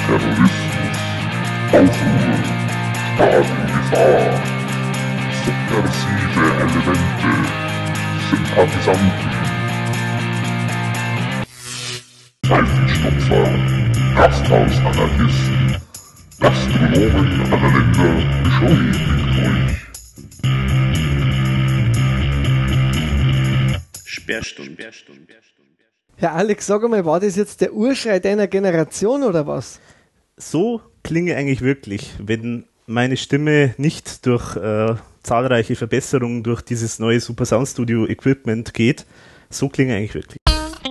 Terrorismus, Aufruhr, Datengefahr, subversive Elemente, Sympathisanten, Seifenstopfer, Gasthausanarchisten, Gastronomen aller Länder beschleunigt euch. Sperrstunde. Herr Alex, sag einmal, war das jetzt der Urschrei deiner Generation oder was? So klinge eigentlich wirklich, wenn meine Stimme nicht durch zahlreiche Verbesserungen durch dieses neue Super Sound Studio Equipment geht. So klinge eigentlich wirklich.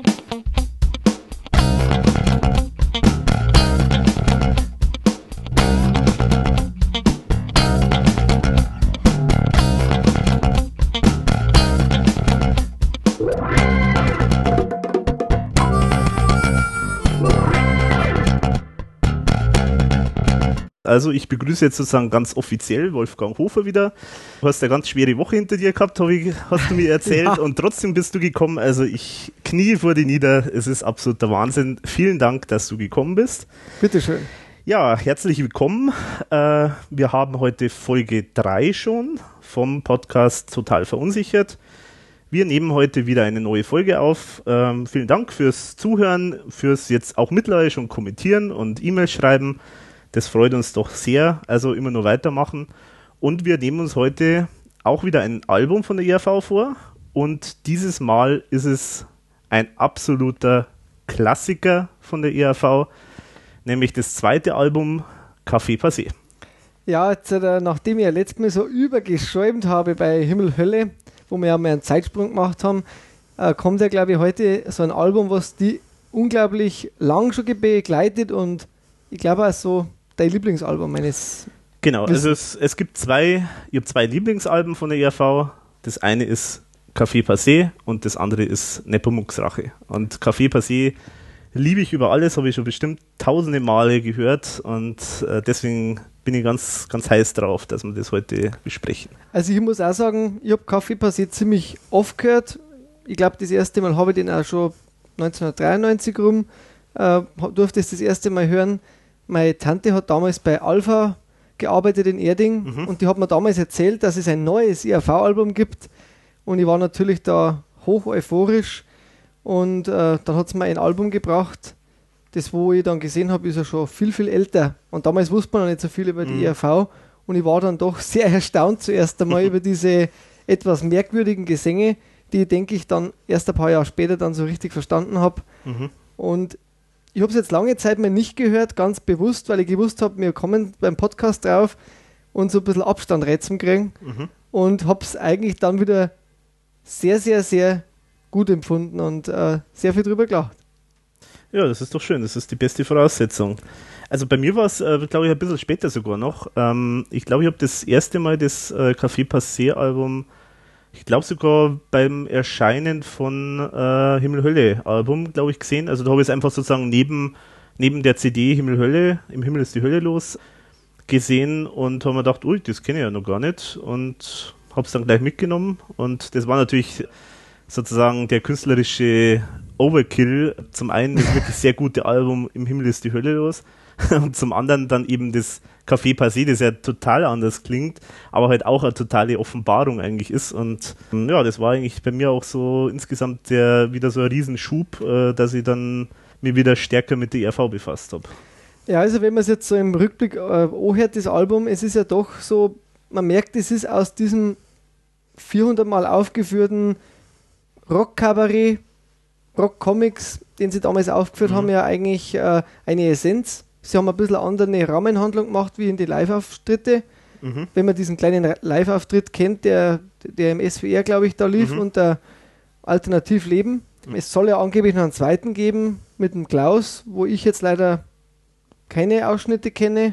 Also ich begrüße jetzt sozusagen ganz offiziell Wolfgang Hofer wieder. Du hast eine ganz schwere Woche hinter dir gehabt, hast du mir erzählt, ja. Und trotzdem bist du gekommen. Also ich knie vor dir nieder. Es ist absoluter Wahnsinn. Vielen Dank, dass du gekommen bist. Bitteschön. Ja, herzlich willkommen. Wir haben heute Folge 3 schon vom Podcast Total Verunsichert. Wir nehmen heute wieder eine neue Folge auf. Vielen Dank fürs Zuhören, fürs jetzt auch mittlerweile schon kommentieren und E-Mails schreiben. Das freut uns doch sehr, also immer nur weitermachen. Und wir nehmen uns heute auch wieder ein Album von der ERV vor. Und dieses Mal ist es ein absoluter Klassiker von der ERV, nämlich das zweite Album Café Passé. Ja, jetzt, nachdem ich ja letztes Mal so übergeschäumt habe bei Himmel Hölle, wo wir ja mal einen Zeitsprung gemacht haben, kommt ja, glaube ich, heute so ein Album, was die unglaublich lang schon begleitet und ich glaube auch so dein Lieblingsalbum meines Genau, also es gibt ich habe zwei Lieblingsalben von der ERV. Das eine ist Café Passé und das andere ist Nepomuks Rache. Und Café Passé liebe ich über alles, habe ich schon bestimmt tausende Male gehört und deswegen bin ich ganz, ganz heiß drauf, dass wir das heute besprechen. Also ich muss auch sagen, ich habe Café Passé ziemlich oft gehört. Ich glaube, das erste Mal habe ich den auch schon 1993 rum, durfte es das erste Mal hören. Meine Tante hat damals bei Alpha gearbeitet in Erding und die hat mir damals erzählt, dass es ein neues ERV-Album gibt und ich war natürlich da hoch euphorisch und dann hat es mir ein Album gebracht, das wo ich dann gesehen habe, ist ja schon viel, viel älter und damals wusste man noch nicht so viel über die ERV und ich war dann doch sehr erstaunt zuerst einmal über diese etwas merkwürdigen Gesänge, die, denke ich, dann erst ein paar Jahre später dann so richtig verstanden habe und ich habe es jetzt lange Zeit mal nicht gehört, ganz bewusst, weil ich gewusst habe, wir kommen beim Podcast drauf und so ein bisschen Abstand reizen kriegen und habe es eigentlich dann wieder sehr, sehr, sehr gut empfunden und sehr viel drüber gelacht. Ja, das ist doch schön, das ist die beste Voraussetzung. Also bei mir war es, glaube ich, ein bisschen später sogar noch. Ich glaube, ich habe das erste Mal das Café Passé Album, ich glaube sogar beim Erscheinen von Himmel Hölle Album, glaube ich, gesehen. Also da habe ich es einfach sozusagen neben der CD Himmel Hölle, im Himmel ist die Hölle los, gesehen und habe mir gedacht, ui, das kenne ich ja noch gar nicht und habe es dann gleich mitgenommen und das war natürlich sozusagen der künstlerische Overkill. Zum einen das wirklich sehr gute Album Im Himmel ist die Hölle los und zum anderen dann eben das Café Passé, das ja total anders klingt, aber halt auch eine totale Offenbarung eigentlich ist und ja, das war eigentlich bei mir auch so insgesamt wieder so ein Riesenschub, dass ich dann mich wieder stärker mit der ERV befasst habe. Ja, also wenn man es jetzt so im Rückblick anhört, das Album, es ist ja doch so, man merkt, es ist aus diesem 400 Mal aufgeführten Rock-Kabarett, Rock-Comics, den sie damals aufgeführt haben, ja eigentlich eine Essenz. Sie haben ein bisschen andere Rahmenhandlung gemacht wie in die Live-Auftritte. Wenn man diesen kleinen Live-Auftritt kennt, der im SWR, glaube ich, da lief, unter Alternativ Leben. Es soll ja angeblich noch einen zweiten geben mit dem Klaus, wo ich jetzt leider keine Ausschnitte kenne.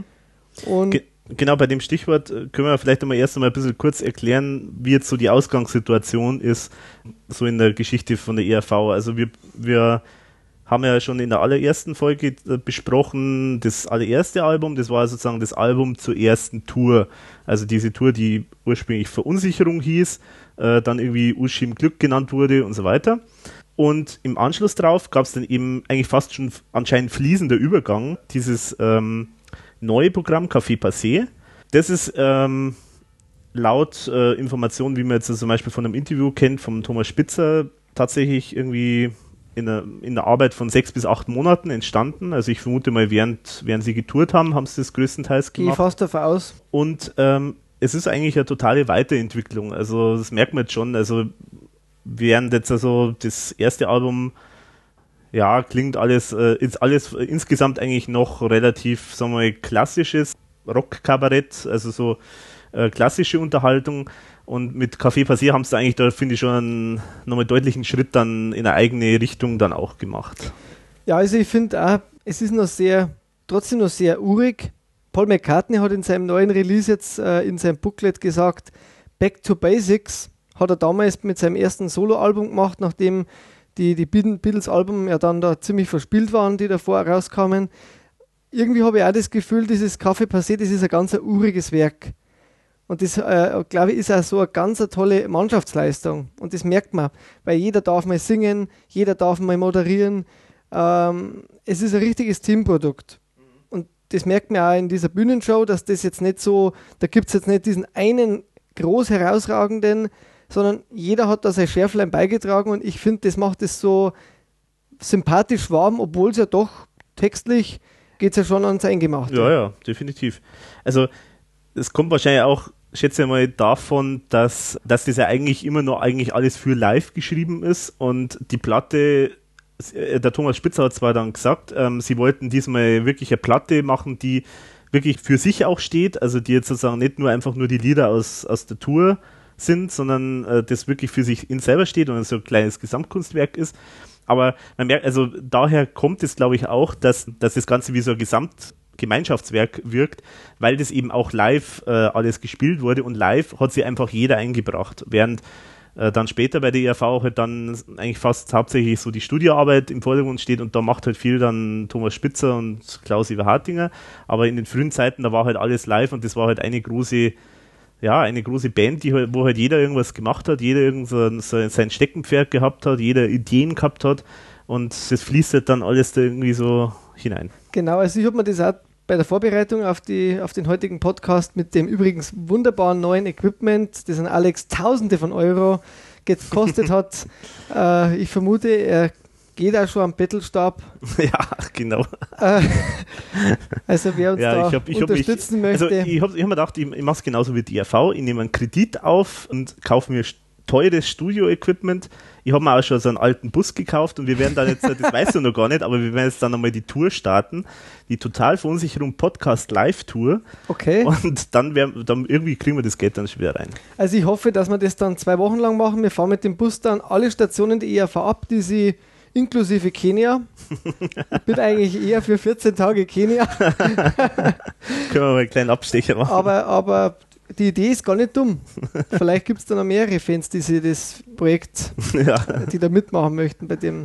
Und genau, bei dem Stichwort können wir vielleicht erst einmal ein bisschen kurz erklären, wie jetzt so die Ausgangssituation ist, so in der Geschichte von der ERV. Also wir haben ja schon in der allerersten Folge besprochen, das allererste Album, das war sozusagen das Album zur ersten Tour. Also diese Tour, die ursprünglich Verunsicherung hieß, dann irgendwie Uschim Glück genannt wurde und so weiter. Und im Anschluss drauf gab es dann eben eigentlich fast schon anscheinend fließender Übergang, dieses neue Programm Café Passé. Das ist laut Informationen, wie man jetzt zum Beispiel von einem Interview kennt, vom Thomas Spitzer, tatsächlich irgendwie in der Arbeit von 6 bis 8 Monaten entstanden. Also ich vermute mal, während sie getourt haben, haben sie das größtenteils gemacht. Gehe fast davon aus. Und es ist eigentlich eine totale Weiterentwicklung. Also das merkt man jetzt schon. Also während jetzt also das erste Album, ja, klingt alles, ist alles insgesamt eigentlich noch relativ, sagen wir mal, klassisches Rock-Kabarett, also so klassische Unterhaltung. Und mit Café Passé haben sie eigentlich da, finde ich, schon einen nochmal deutlichen Schritt dann in eine eigene Richtung dann auch gemacht. Ja, also ich finde auch, es ist trotzdem noch sehr urig. Paul McCartney hat in seinem neuen Release jetzt in seinem Booklet gesagt, Back to Basics hat er damals mit seinem ersten Soloalbum gemacht, nachdem die Beatles-Alben ja dann da ziemlich verspielt waren, die davor rauskamen. Irgendwie habe ich auch das Gefühl, dieses Café Passé, das ist ein ganz uriges Werk. Und das, glaube ich, ist auch so eine ganz tolle Mannschaftsleistung. Und das merkt man, weil jeder darf mal singen, jeder darf mal moderieren. Es ist ein richtiges Teamprodukt. Und das merkt man auch in dieser Bühnenshow, dass das jetzt nicht so, da gibt es jetzt nicht diesen einen groß herausragenden, sondern jeder hat da sein Schärflein beigetragen und ich finde, das macht es so sympathisch warm, obwohl es ja doch textlich geht es ja schon ans Eingemachte. Ja, definitiv. Also es kommt wahrscheinlich auch, schätze ich mal, davon, dass das ja eigentlich immer noch eigentlich alles für live geschrieben ist und die Platte, der Thomas Spitzer hat zwar dann gesagt, sie wollten diesmal wirklich eine Platte machen, die wirklich für sich auch steht, also die jetzt sozusagen nicht nur einfach nur die Lieder aus der Tour sind, sondern das wirklich für sich in selber steht und so ein kleines Gesamtkunstwerk ist. Aber man merkt, also daher kommt es, glaube ich, auch, dass das Ganze wie so ein Gemeinschaftswerk wirkt, weil das eben auch live alles gespielt wurde und live hat sie einfach jeder eingebracht, während dann später bei der ERV halt dann eigentlich fast hauptsächlich so die Studioarbeit im Vordergrund steht und da macht halt viel dann Thomas Spitzer und Klaus-Iver Hartinger, aber in den frühen Zeiten, da war halt alles live und das war halt eine große Band, wo halt jeder irgendwas gemacht hat, jeder sein Steckenpferd gehabt hat, jeder Ideen gehabt hat und das fließt halt dann alles da irgendwie so hinein. Genau, also ich habe mir das auch bei der Vorbereitung auf den heutigen Podcast mit dem übrigens wunderbaren neuen Equipment, das an Alex Tausende von Euro gekostet hat. Ich vermute, er geht auch schon am Bettelstab. Ja, genau. Also wer uns unterstützen möchte. Also ich hab mir gedacht, ich mache es genauso wie die ERV. Ich nehme einen Kredit auf und kaufe mir teures Studio-Equipment. Ich habe mir auch schon so einen alten Bus gekauft und wir werden dann jetzt, das weißt du noch gar nicht, aber wir werden jetzt dann einmal die Tour starten, die Totalverunsicherung Podcast Live-Tour. Okay. Und dann irgendwie kriegen wir das Geld dann schon wieder rein. Also ich hoffe, dass wir das dann 2 Wochen lang machen. Wir fahren mit dem Bus dann alle Stationen der ERV ab, die sie inklusive Kenia. Ich bin eigentlich eher für 14 Tage Kenia. Können wir mal einen kleinen Abstecher machen. Aber die Idee ist gar nicht dumm. Vielleicht gibt es da noch mehrere Fans, die sich das Projekt, die da mitmachen möchten bei dem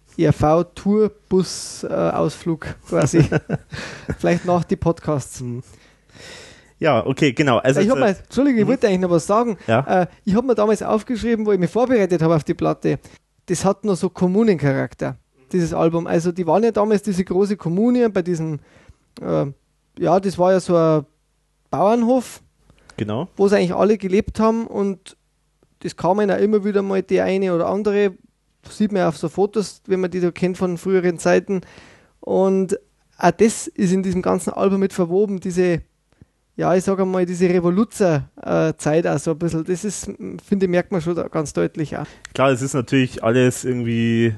ERV-Tourbus-Ausflug quasi. Vielleicht nach die Podcasts. Ja, okay, genau. Also ich wollte eigentlich noch was sagen. Ja? Ich habe mir damals aufgeschrieben, wo ich mich vorbereitet habe auf die Platte, das hat noch so Kommunencharakter, dieses Album. Also die waren ja damals diese große Kommune bei diesem, das war ja so ein Bauernhof, genau, wo sie eigentlich alle gelebt haben und das kam ja immer wieder mal die eine oder andere, sieht man ja auf so Fotos, wenn man die da kennt von früheren Zeiten, und auch das ist in diesem ganzen Album mit verwoben, diese, ich sage mal, diese Revoluzzer-Zeit auch so ein bisschen, das ist, finde ich, merkt man schon ganz deutlich auch. Klar, es ist natürlich alles irgendwie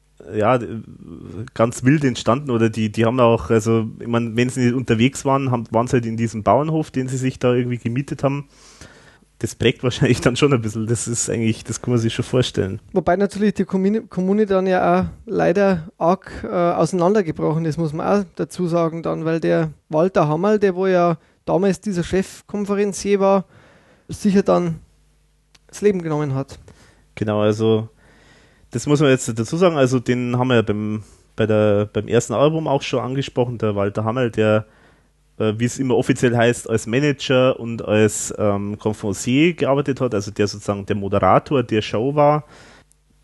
ganz wild entstanden, oder die haben auch, also ich meine, wenn sie unterwegs waren sie halt in diesem Bauernhof, den sie sich da irgendwie gemietet haben. Das prägt wahrscheinlich dann schon ein bisschen, das kann man sich schon vorstellen. Wobei natürlich die Kommune dann ja auch leider arg auseinandergebrochen ist, muss man auch dazu sagen dann, weil der Walter Hammerl, der wo ja damals dieser Chefkonferencier war, sicher dann das Leben genommen hat. Genau, also das muss man jetzt dazu sagen, also den haben wir ja beim ersten Album auch schon angesprochen, der Walter Hammerl, der, wie es immer offiziell heißt, als Manager und als Conferencier gearbeitet hat, also der sozusagen der Moderator der Show war.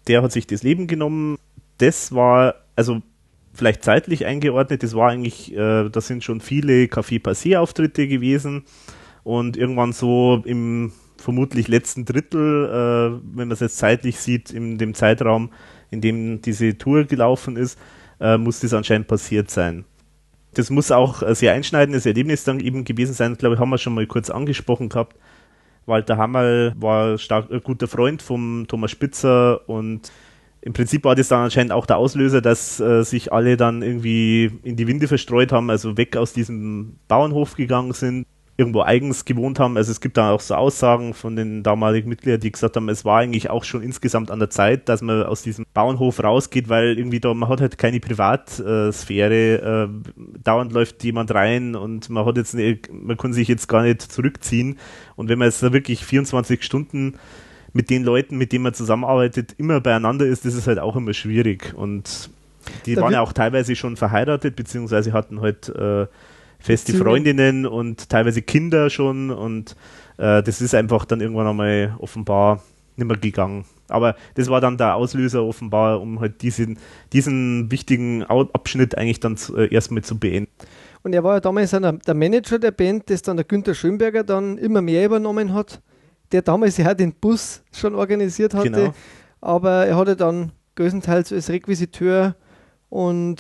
der hat sich das Leben genommen. Das war, also vielleicht zeitlich eingeordnet, das war eigentlich, das sind schon viele Café Passé-Auftritte gewesen und irgendwann so im vermutlich letzten Drittel, wenn man es jetzt zeitlich sieht, in dem Zeitraum, in dem diese Tour gelaufen ist, muss das anscheinend passiert sein. Das muss auch ein sehr einschneidendes Erlebnis dann eben gewesen sein, glaube ich, haben wir schon mal kurz angesprochen gehabt. Walter Hammerl war ein guter Freund vom Thomas Spitzer und im Prinzip war das dann anscheinend auch der Auslöser, dass sich alle dann irgendwie in die Winde verstreut haben, also weg aus diesem Bauernhof gegangen sind, irgendwo eigens gewohnt haben. Also es gibt da auch so Aussagen von den damaligen Mitgliedern, die gesagt haben, es war eigentlich auch schon insgesamt an der Zeit, dass man aus diesem Bauernhof rausgeht, weil irgendwie da, man hat halt keine Privatsphäre, dauernd läuft jemand rein und man hat jetzt man kann sich jetzt gar nicht zurückziehen. Und wenn man jetzt da wirklich 24 Stunden mit den Leuten, mit denen man zusammenarbeitet, immer beieinander ist, das ist halt auch immer schwierig. Und die waren ja auch teilweise schon verheiratet, beziehungsweise hatten halt feste Freundinnen und teilweise Kinder schon und das ist einfach dann irgendwann einmal offenbar nicht mehr gegangen. Aber das war dann der Auslöser offenbar, um halt diesen wichtigen Abschnitt eigentlich dann erstmal zu beenden. Und er war ja damals der Manager der Band, das dann der Günther Schönberger dann immer mehr übernommen hat, der damals ja den Bus schon organisiert hatte, genau. Aber er hatte dann größtenteils als Requisiteur und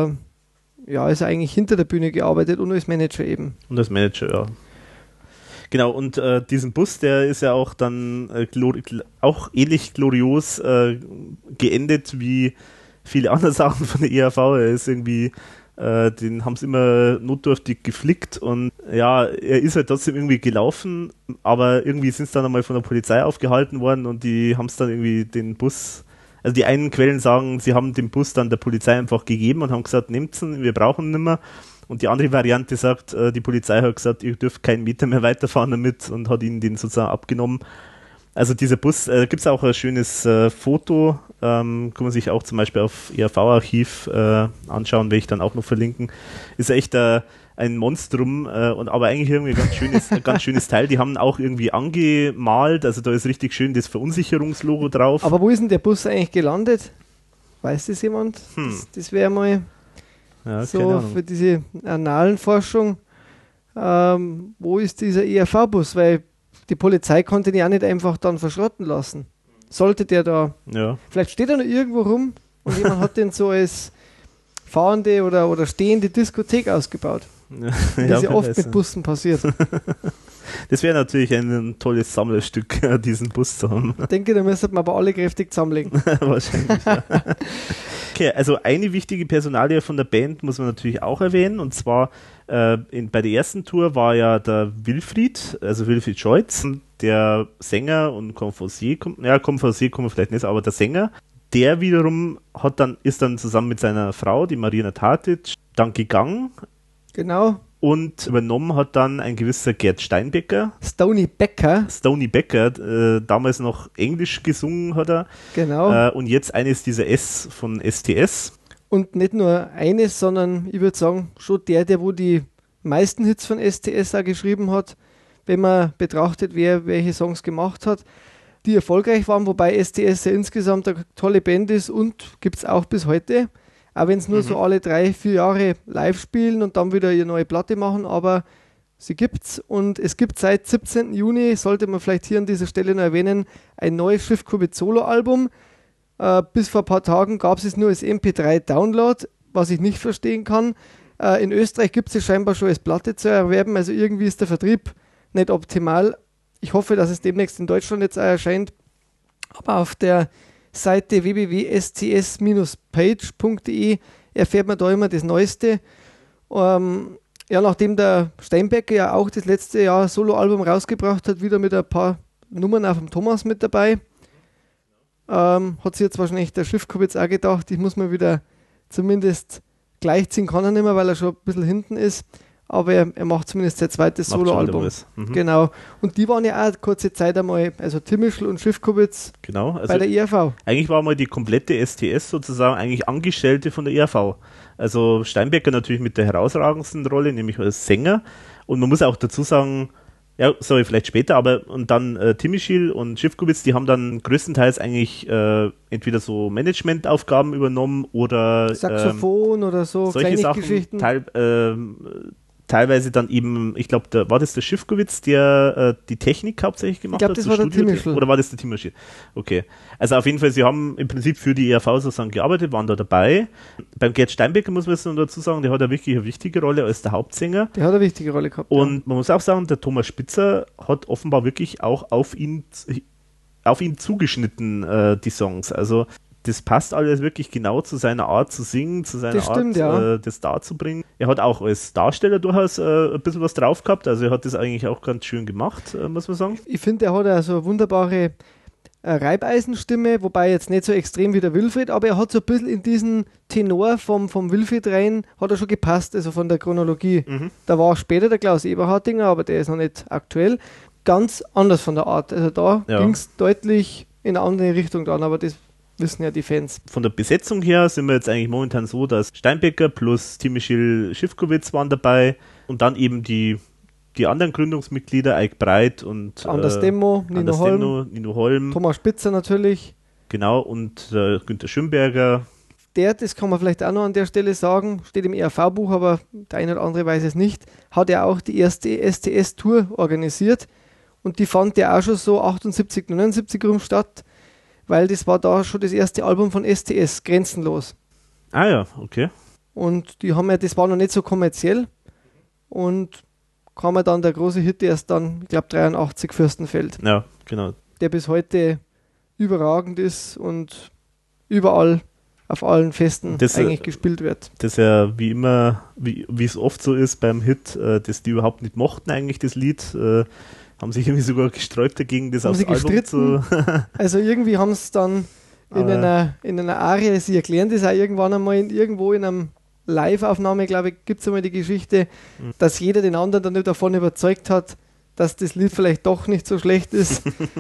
ist eigentlich hinter der Bühne gearbeitet und als Manager eben. Und als Manager, ja. Genau, und diesen Bus, der ist ja auch dann auch ähnlich glorios geendet wie viele andere Sachen von der ERV. Er ist irgendwie, den haben sie immer notdürftig geflickt und ja, er ist halt trotzdem irgendwie gelaufen, aber irgendwie sind es dann einmal von der Polizei aufgehalten worden und die haben es dann irgendwie den Bus. Also die einen Quellen sagen, sie haben den Bus dann der Polizei einfach gegeben und haben gesagt, nehmt ihn, wir brauchen ihn nicht mehr. Und die andere Variante sagt, die Polizei hat gesagt, ihr dürft keinen Meter mehr weiterfahren damit und hat ihnen den sozusagen abgenommen. Also dieser Bus, gibt es auch ein schönes Foto, kann man sich auch zum Beispiel auf ERV-Archiv anschauen, werde ich dann auch noch verlinken. Ist echt ein Monstrum, aber eigentlich irgendwie ein ganz schönes Teil. Die haben auch irgendwie angemalt, also da ist richtig schön das Verunsicherungslogo drauf. Aber wo ist denn der Bus eigentlich gelandet? Weiß das jemand? Das wäre mal so für diese analen Forschung. Wo ist dieser ERV-Bus? Weil die Polizei konnte ihn ja nicht einfach dann verschrotten lassen. Sollte der da... Ja. Vielleicht steht er noch irgendwo rum und jemand hat den so als fahrende oder stehende Diskothek ausgebaut. Ja, das ist ja oft mit Bussen passiert. Das wäre natürlich ein tolles Sammlerstück, diesen Bus zu haben. Ich denke, da müsste man aber alle kräftig zusammenlegen. Wahrscheinlich, ja. Okay, also eine wichtige Personalie von der Band muss man natürlich auch erwähnen, und zwar bei der ersten Tour war ja der Wilfried Scheutz, der Sänger und Confosier kann man vielleicht nicht, aber der Sänger, der wiederum ist dann zusammen mit seiner Frau, die Marina Tatic, dann gegangen. Genau. Und übernommen hat dann ein gewisser Gerd Steinbecker. Stony Becker, damals noch Englisch gesungen hat er. Genau. Und jetzt eines dieser S von STS. Und nicht nur eines, sondern ich würde sagen, schon der wo die meisten Hits von STS auch geschrieben hat, wenn man betrachtet, wer welche Songs gemacht hat, die erfolgreich waren, wobei STS ja insgesamt eine tolle Band ist und gibt es auch bis heute. Auch wenn es nur so alle 3-4 Jahre live spielen und dann wieder ihre neue Platte machen, aber sie gibt's, und es gibt seit 17. Juni, sollte man vielleicht hier an dieser Stelle noch erwähnen, ein neues Schiffkurbit Solo-Album. Bis vor ein paar Tagen gab es nur als MP3-Download, was ich nicht verstehen kann. In Österreich gibt es scheinbar schon als Platte zu erwerben, also irgendwie ist der Vertrieb nicht optimal. Ich hoffe, dass es demnächst in Deutschland jetzt auch erscheint, aber auf der Seite www.scs-page.de erfährt man da immer das Neueste. Nachdem der Steinbecker ja auch das letzte Jahr ein Soloalbum rausgebracht hat, wieder mit ein paar Nummern auf dem Thomas mit dabei, hat sich jetzt wahrscheinlich der Schiffkurbitz auch gedacht, ich muss mal wieder zumindest gleichziehen, kann er nicht mehr, weil er schon ein bisschen hinten ist. Aber er macht zumindest sein zweites Soloalbum. Genau. Und die waren ja auch kurze Zeit einmal, also Timischl und Schiffkurbitz bei der ERV. Eigentlich war mal die komplette STS sozusagen eigentlich Angestellte von der ERV. Also Steinbecker natürlich mit der herausragendsten Rolle, nämlich als Sänger. Und man muss auch dazu sagen, Ja, sorry, vielleicht später, aber und dann Timmy Schiel und Schiffkowitz, die haben dann größtenteils eigentlich entweder so Managementaufgaben übernommen oder Saxophon oder so, solche kleine Sachen, Geschichten. teilweise dann eben, ich glaube, war das der Schiffkowitz, der die Technik hauptsächlich gemacht hat? Ich glaube, das war der Timmy Schiel. Oder war das der Timmy Schiel? Okay. Also auf jeden Fall, sie haben im Prinzip für die ERV sozusagen gearbeitet, waren da dabei. Beim Gerd Steinbecker muss man jetzt noch dazu sagen, der hat ja wirklich eine wichtige Rolle als der Hauptsänger. Der hat eine wichtige Rolle gehabt. Und man muss auch sagen, der Thomas Spitzer hat offenbar wirklich auch auf ihn zugeschnitten, die Songs. Also das passt alles wirklich genau zu seiner Art zu singen, zu seiner Art, das darzubringen. Er hat auch als Darsteller durchaus ein bisschen was drauf gehabt, also er hat das eigentlich auch ganz schön gemacht, muss man sagen. Ich finde, er hat also eine wunderbare Reibeisenstimme, wobei jetzt nicht so extrem wie der Wilfried, aber er hat so ein bisschen in diesen Tenor vom Wilfried rein, hat er schon gepasst, also von der Chronologie. Da war auch später der Klaus Eberhardinger, aber der ist noch nicht aktuell. Ganz anders von der Art. Also da ging es deutlich in eine andere Richtung dann, aber das wissen ja die Fans. Von der Besetzung her sind wir jetzt eigentlich momentan so, dass Steinbecker plus Timmy Schiel Schiffkowitz waren dabei und dann eben die anderen Gründungsmitglieder, Eik Breit und Anders Demo, Nino Holm, Thomas Spitzer natürlich. Genau, und Günther Schönberger. Das kann man vielleicht auch noch an der Stelle sagen, steht im ERV-Buch, aber der eine oder andere weiß es nicht, hat ja auch die erste STS-Tour organisiert und die fand ja auch schon so 78, 79 rum statt, weil das war da schon das erste Album von STS, Grenzenlos. Ah ja, okay. Und die haben ja, das war noch nicht so kommerziell und kam ja dann der große Hit erst dann, ich glaube 83, Fürstenfeld. Ja, genau. Der bis heute überragend ist und überall auf allen Festen eigentlich gespielt wird. Das ja wie immer, wie es oft so ist beim Hit, dass die überhaupt nicht mochten eigentlich das Lied, haben sich irgendwie sogar gesträubt dagegen, das aufs Album zu... Also irgendwie haben es dann in einer Arie, sie erklären das auch irgendwann einmal irgendwo in einem Live-Aufnahme, glaube ich, gibt es einmal die Geschichte, dass jeder den anderen dann nicht davon überzeugt hat, dass das Lied vielleicht doch nicht so schlecht ist.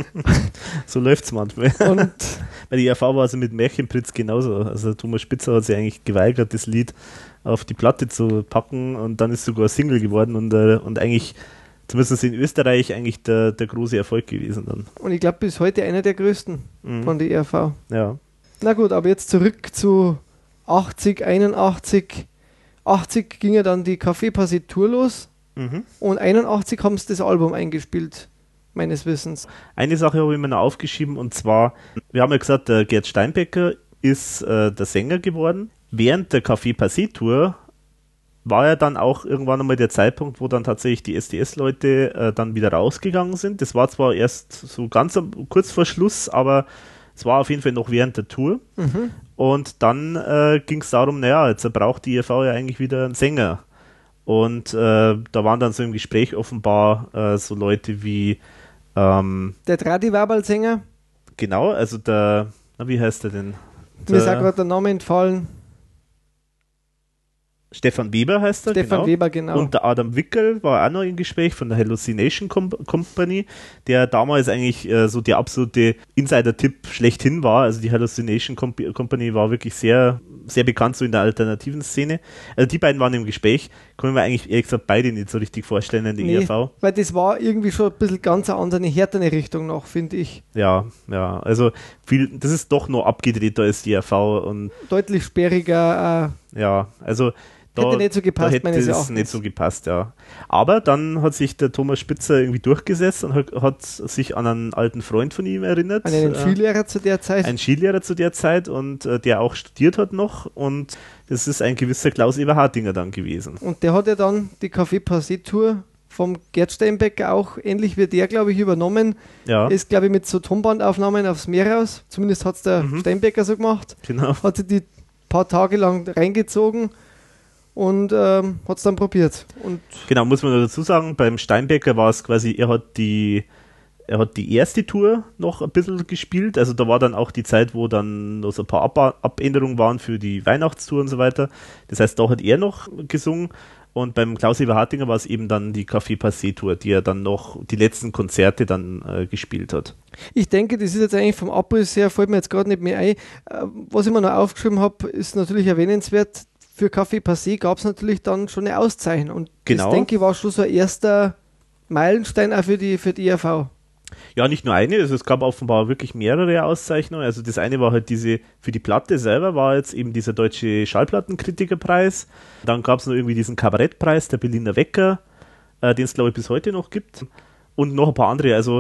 So läuft es manchmal. Und bei der ERV war es mit Märchenpritz genauso. Also Thomas Spitzer hat sich eigentlich geweigert, das Lied auf die Platte zu packen und dann ist sogar ein Single geworden und eigentlich, zumindest in Österreich, eigentlich der große Erfolg gewesen dann. Und ich glaube, bis heute einer der größten von der ERV. Ja. Na gut, aber jetzt zurück zu 80, 81. 80 ging ja dann die Café Passé Tour los. Und 81 haben sie das Album eingespielt, meines Wissens. Eine Sache habe ich mir noch aufgeschrieben und zwar, wir haben ja gesagt, der Gerd Steinbecker ist der Sänger geworden. Während der Café Passé Tour war ja dann auch irgendwann einmal der Zeitpunkt, wo dann tatsächlich die STS-Leute dann wieder rausgegangen sind. Das war zwar erst so ganz kurz vor Schluss, aber es war auf jeden Fall noch während der Tour. Und dann ging es darum, naja, jetzt braucht die ERV ja eigentlich wieder einen Sänger. Und da waren dann so im Gespräch offenbar so Leute wie der Tradi-Wabal-Sänger. Genau, also wie heißt der denn? Mir ist auch gerade der Name entfallen. Stefan Weber heißt er. Stefan Weber, genau. Und der Adam Wickel war auch noch im Gespräch von der Hallucination Company, der damals eigentlich so der absolute Insider-Tipp schlechthin war. Also die Hallucination Company war wirklich sehr, sehr bekannt so in der alternativen Szene. Also die beiden waren im Gespräch, können wir eigentlich ehrlich gesagt beide nicht so richtig vorstellen in der ERV. Weil das war irgendwie schon ein bisschen ganz eine andere, härtere Richtung noch, finde ich. Ja, also das ist doch noch abgedrehter als die ERV und deutlich sperriger. Ja, also hätte nicht so gepasst, hätte es nicht so gepasst, ja. Aber dann hat sich der Thomas Spitzer irgendwie durchgesetzt und hat sich an einen alten Freund von ihm erinnert. An einen Skilehrer zu der Zeit. Ein Skilehrer zu der Zeit und der auch studiert hat noch und das ist ein gewisser Klaus Eberhardinger dann gewesen. Und der hat ja dann die Café Passé Tour vom Gerd Steinbecker auch ähnlich wie der, glaube ich, übernommen. Ja. Ist, glaube ich, mit so Tonbandaufnahmen aufs Meer raus. Zumindest hat es der Steinbecker so gemacht. Genau. Hat sich die paar Tage lang reingezogen und hat es dann probiert. Und genau, muss man dazu sagen, beim Steinbecker war es quasi, er hat die erste Tour noch ein bisschen gespielt, also da war dann auch die Zeit, wo dann noch so ein paar Abänderungen waren für die Weihnachtstour und so weiter. Das heißt, da hat er noch gesungen und beim Klaus Eberhardinger war es eben dann die Café Passé Tour, die er dann noch die letzten Konzerte dann gespielt hat. Ich denke, das ist jetzt eigentlich vom Abriss her, fällt mir jetzt gerade nicht mehr ein. Was ich mir noch aufgeschrieben habe, ist natürlich erwähnenswert. Für Café Passé gab es natürlich dann schon eine Auszeichnung. Und genau. Das, denke ich, war schon so ein erster Meilenstein auch für die ERV. Ja, nicht nur eine, also es gab offenbar wirklich mehrere Auszeichnungen. Also das eine war halt diese, für die Platte selber war jetzt eben dieser deutsche Schallplattenkritikerpreis. Dann gab es noch irgendwie diesen Kabarettpreis, der Berliner Wecker, den es glaube ich bis heute noch gibt. Und noch ein paar andere, also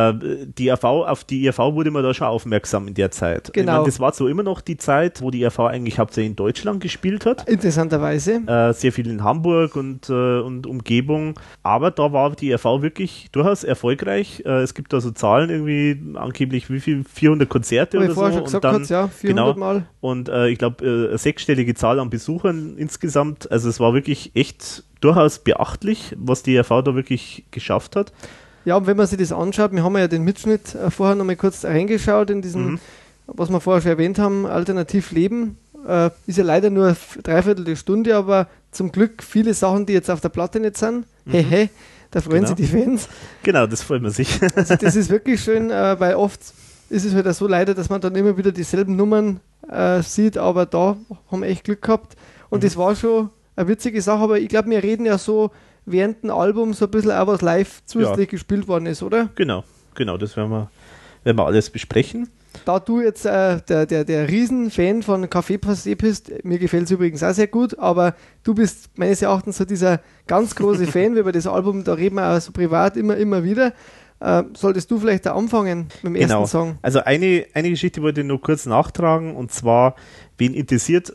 auf die ERV wurde man da schon aufmerksam in der Zeit. Genau. Ich meine, das war so immer noch die Zeit, wo die ERV eigentlich hauptsächlich in Deutschland gespielt hat. Interessanterweise. Sehr viel in Hamburg und Umgebung. Aber da war die ERV wirklich durchaus erfolgreich. Es gibt da so Zahlen irgendwie, angeblich wie viel, 400 Konzerte oder so. Schon gesagt, und dann, ja, 400 genau, Mal. Und ich glaube, eine sechsstellige Zahl an Besuchern insgesamt. Also es war wirklich echt durchaus beachtlich, was die ERV da wirklich geschafft hat. Ja, und wenn man sich das anschaut, wir haben ja den Mitschnitt vorher noch mal kurz reingeschaut in diesen, was wir vorher schon erwähnt haben, Alternativ Leben. Ist ja leider nur dreiviertel Stunde, aber zum Glück viele Sachen, die jetzt auf der Platte nicht sind. Hey, da freuen sich die Fans. Genau, das freut man sich. Also das ist wirklich schön, weil oft ist es halt auch so leider, dass man dann immer wieder dieselben Nummern sieht, aber da haben wir echt Glück gehabt. Und das war schon eine witzige Sache, aber ich glaube, wir reden ja so während dem Album so ein bisschen auch, was live zusätzlich gespielt worden ist, oder? Genau, das werden wir alles besprechen. Da du jetzt der Riesenfan von Café Passé bist, mir gefällt es übrigens auch sehr gut, aber du bist meines Erachtens so dieser ganz große Fan, wie über das Album, da reden wir auch so privat immer wieder. Solltest du vielleicht da anfangen mit dem ersten Song? Also eine Geschichte wollte ich nur kurz nachtragen, und zwar, wen interessiert,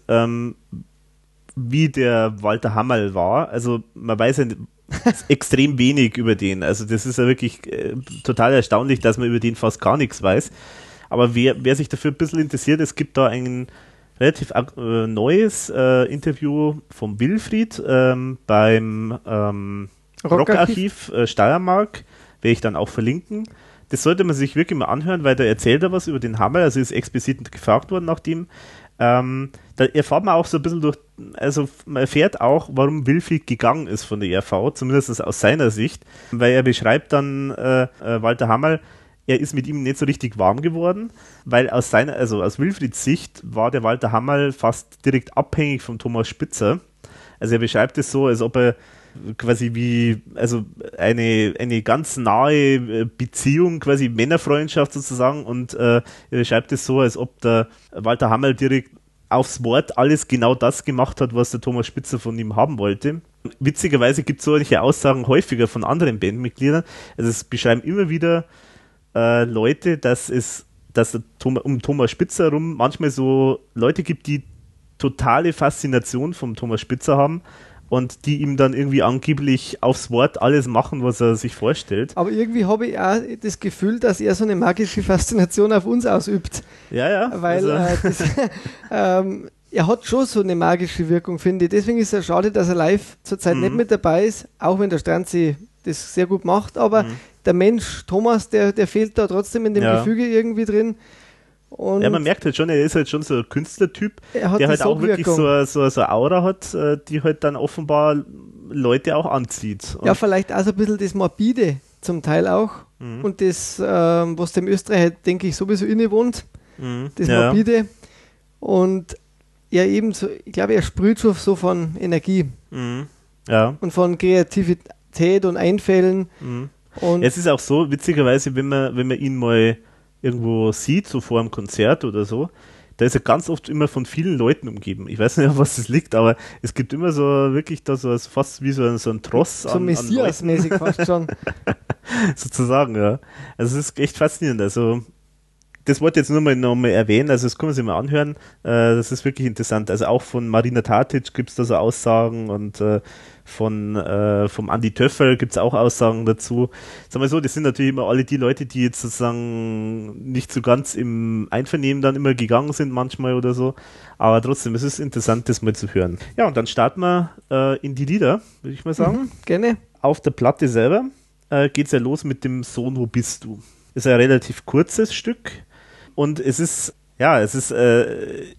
wie der Walter Hammerl war. Also man weiß ja extrem wenig über den. Also das ist ja wirklich total erstaunlich, dass man über den fast gar nichts weiß. Aber wer sich dafür ein bisschen interessiert, es gibt da ein relativ neues Interview vom Wilfried beim Rockarchiv Steiermark, werde ich dann auch verlinken. Das sollte man sich wirklich mal anhören, weil da erzählt er was über den Hammerl, also ist explizit gefragt worden nach dem. Da erfahrt man auch so ein bisschen also man erfährt auch, warum Wilfried gegangen ist von der ERV, zumindest aus seiner Sicht, weil er beschreibt dann Walter Hammerl, er ist mit ihm nicht so richtig warm geworden, weil aus Wilfrieds Sicht war der Walter Hammerl fast direkt abhängig von Thomas Spitzer. Also er beschreibt es so, als ob er quasi eine ganz nahe Beziehung, quasi Männerfreundschaft sozusagen, und er beschreibt es so, als ob der Walter Hammerl direkt aufs Wort alles genau das gemacht hat, was der Thomas Spitzer von ihm haben wollte. Witzigerweise gibt es solche Aussagen häufiger von anderen Bandmitgliedern. Also es beschreiben immer wieder Leute, dass es um Thomas Spitzer herum manchmal so Leute gibt, die totale Faszination vom Thomas Spitzer haben und die ihm dann irgendwie angeblich aufs Wort alles machen, was er sich vorstellt. Aber irgendwie habe ich auch das Gefühl, dass er so eine magische Faszination auf uns ausübt. Ja. Weil er hat schon so eine magische Wirkung, finde ich. Deswegen ist es schade, dass er live zurzeit nicht mit dabei ist, auch wenn der Stranzi das sehr gut macht, aber der Mensch Thomas, der fehlt da trotzdem in dem Gefüge irgendwie drin. Und ja, man merkt halt schon, er ist halt schon so ein Künstlertyp, der halt auch wirklich so eine Aura hat, die halt dann offenbar Leute auch anzieht. Ja, vielleicht auch so ein bisschen das Morbide zum Teil auch. Und das, was dem Österreicher, denke ich, sowieso innewohnt, das Morbide. Und ja, eben so, ich glaube, er sprüht schon so von Energie und von Kreativität und Einfällen. Und es ist auch so, witzigerweise, wenn man ihn mal irgendwo sieht, so vor einem Konzert oder so, da ist er ganz oft immer von vielen Leuten umgeben. Ich weiß nicht, auf was das liegt, aber es gibt immer so wirklich da so fast wie so ein Tross so Messias-mäßig fast schon. Sozusagen, ja. Also es ist echt faszinierend. Also das wollte ich jetzt nur noch mal erwähnen, also das kann man sich mal anhören, das ist wirklich interessant. Also auch von Marina Tatic gibt es da so Aussagen und vom Andi Töffel gibt es auch Aussagen dazu. Sagen wir so, das sind natürlich immer alle die Leute, die jetzt sozusagen nicht so ganz im Einvernehmen dann immer gegangen sind manchmal oder so, aber trotzdem, es ist interessant, das mal zu hören. Ja, und dann starten wir in die Lieder, würde ich mal sagen. Gerne. Auf der Platte selber geht es ja los mit dem Sohn, wo bist du? Ist ein relativ kurzes Stück. Und es ist eigentlich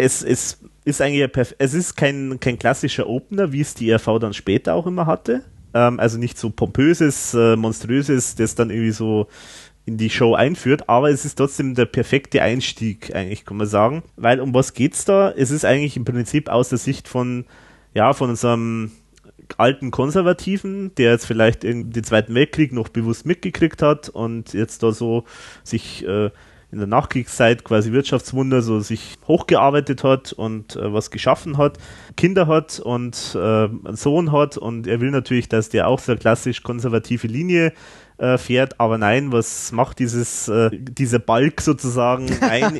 es ist kein klassischer Opener, wie es die ERV dann später auch immer hatte. Also nicht so pompöses, monströses, das dann irgendwie so in die Show einführt, aber es ist trotzdem der perfekte Einstieg, eigentlich, kann man sagen. Weil um was geht's da? Es ist eigentlich im Prinzip aus der Sicht von unserem alten Konservativen, der jetzt vielleicht den Zweiten Weltkrieg noch bewusst mitgekriegt hat und jetzt da so sich in der Nachkriegszeit quasi Wirtschaftswunder so sich hochgearbeitet hat und was geschaffen hat, Kinder hat und einen Sohn hat und er will natürlich, dass der auch so eine klassisch konservative Linie fährt, aber nein, was macht dieser Balk sozusagen? Nein,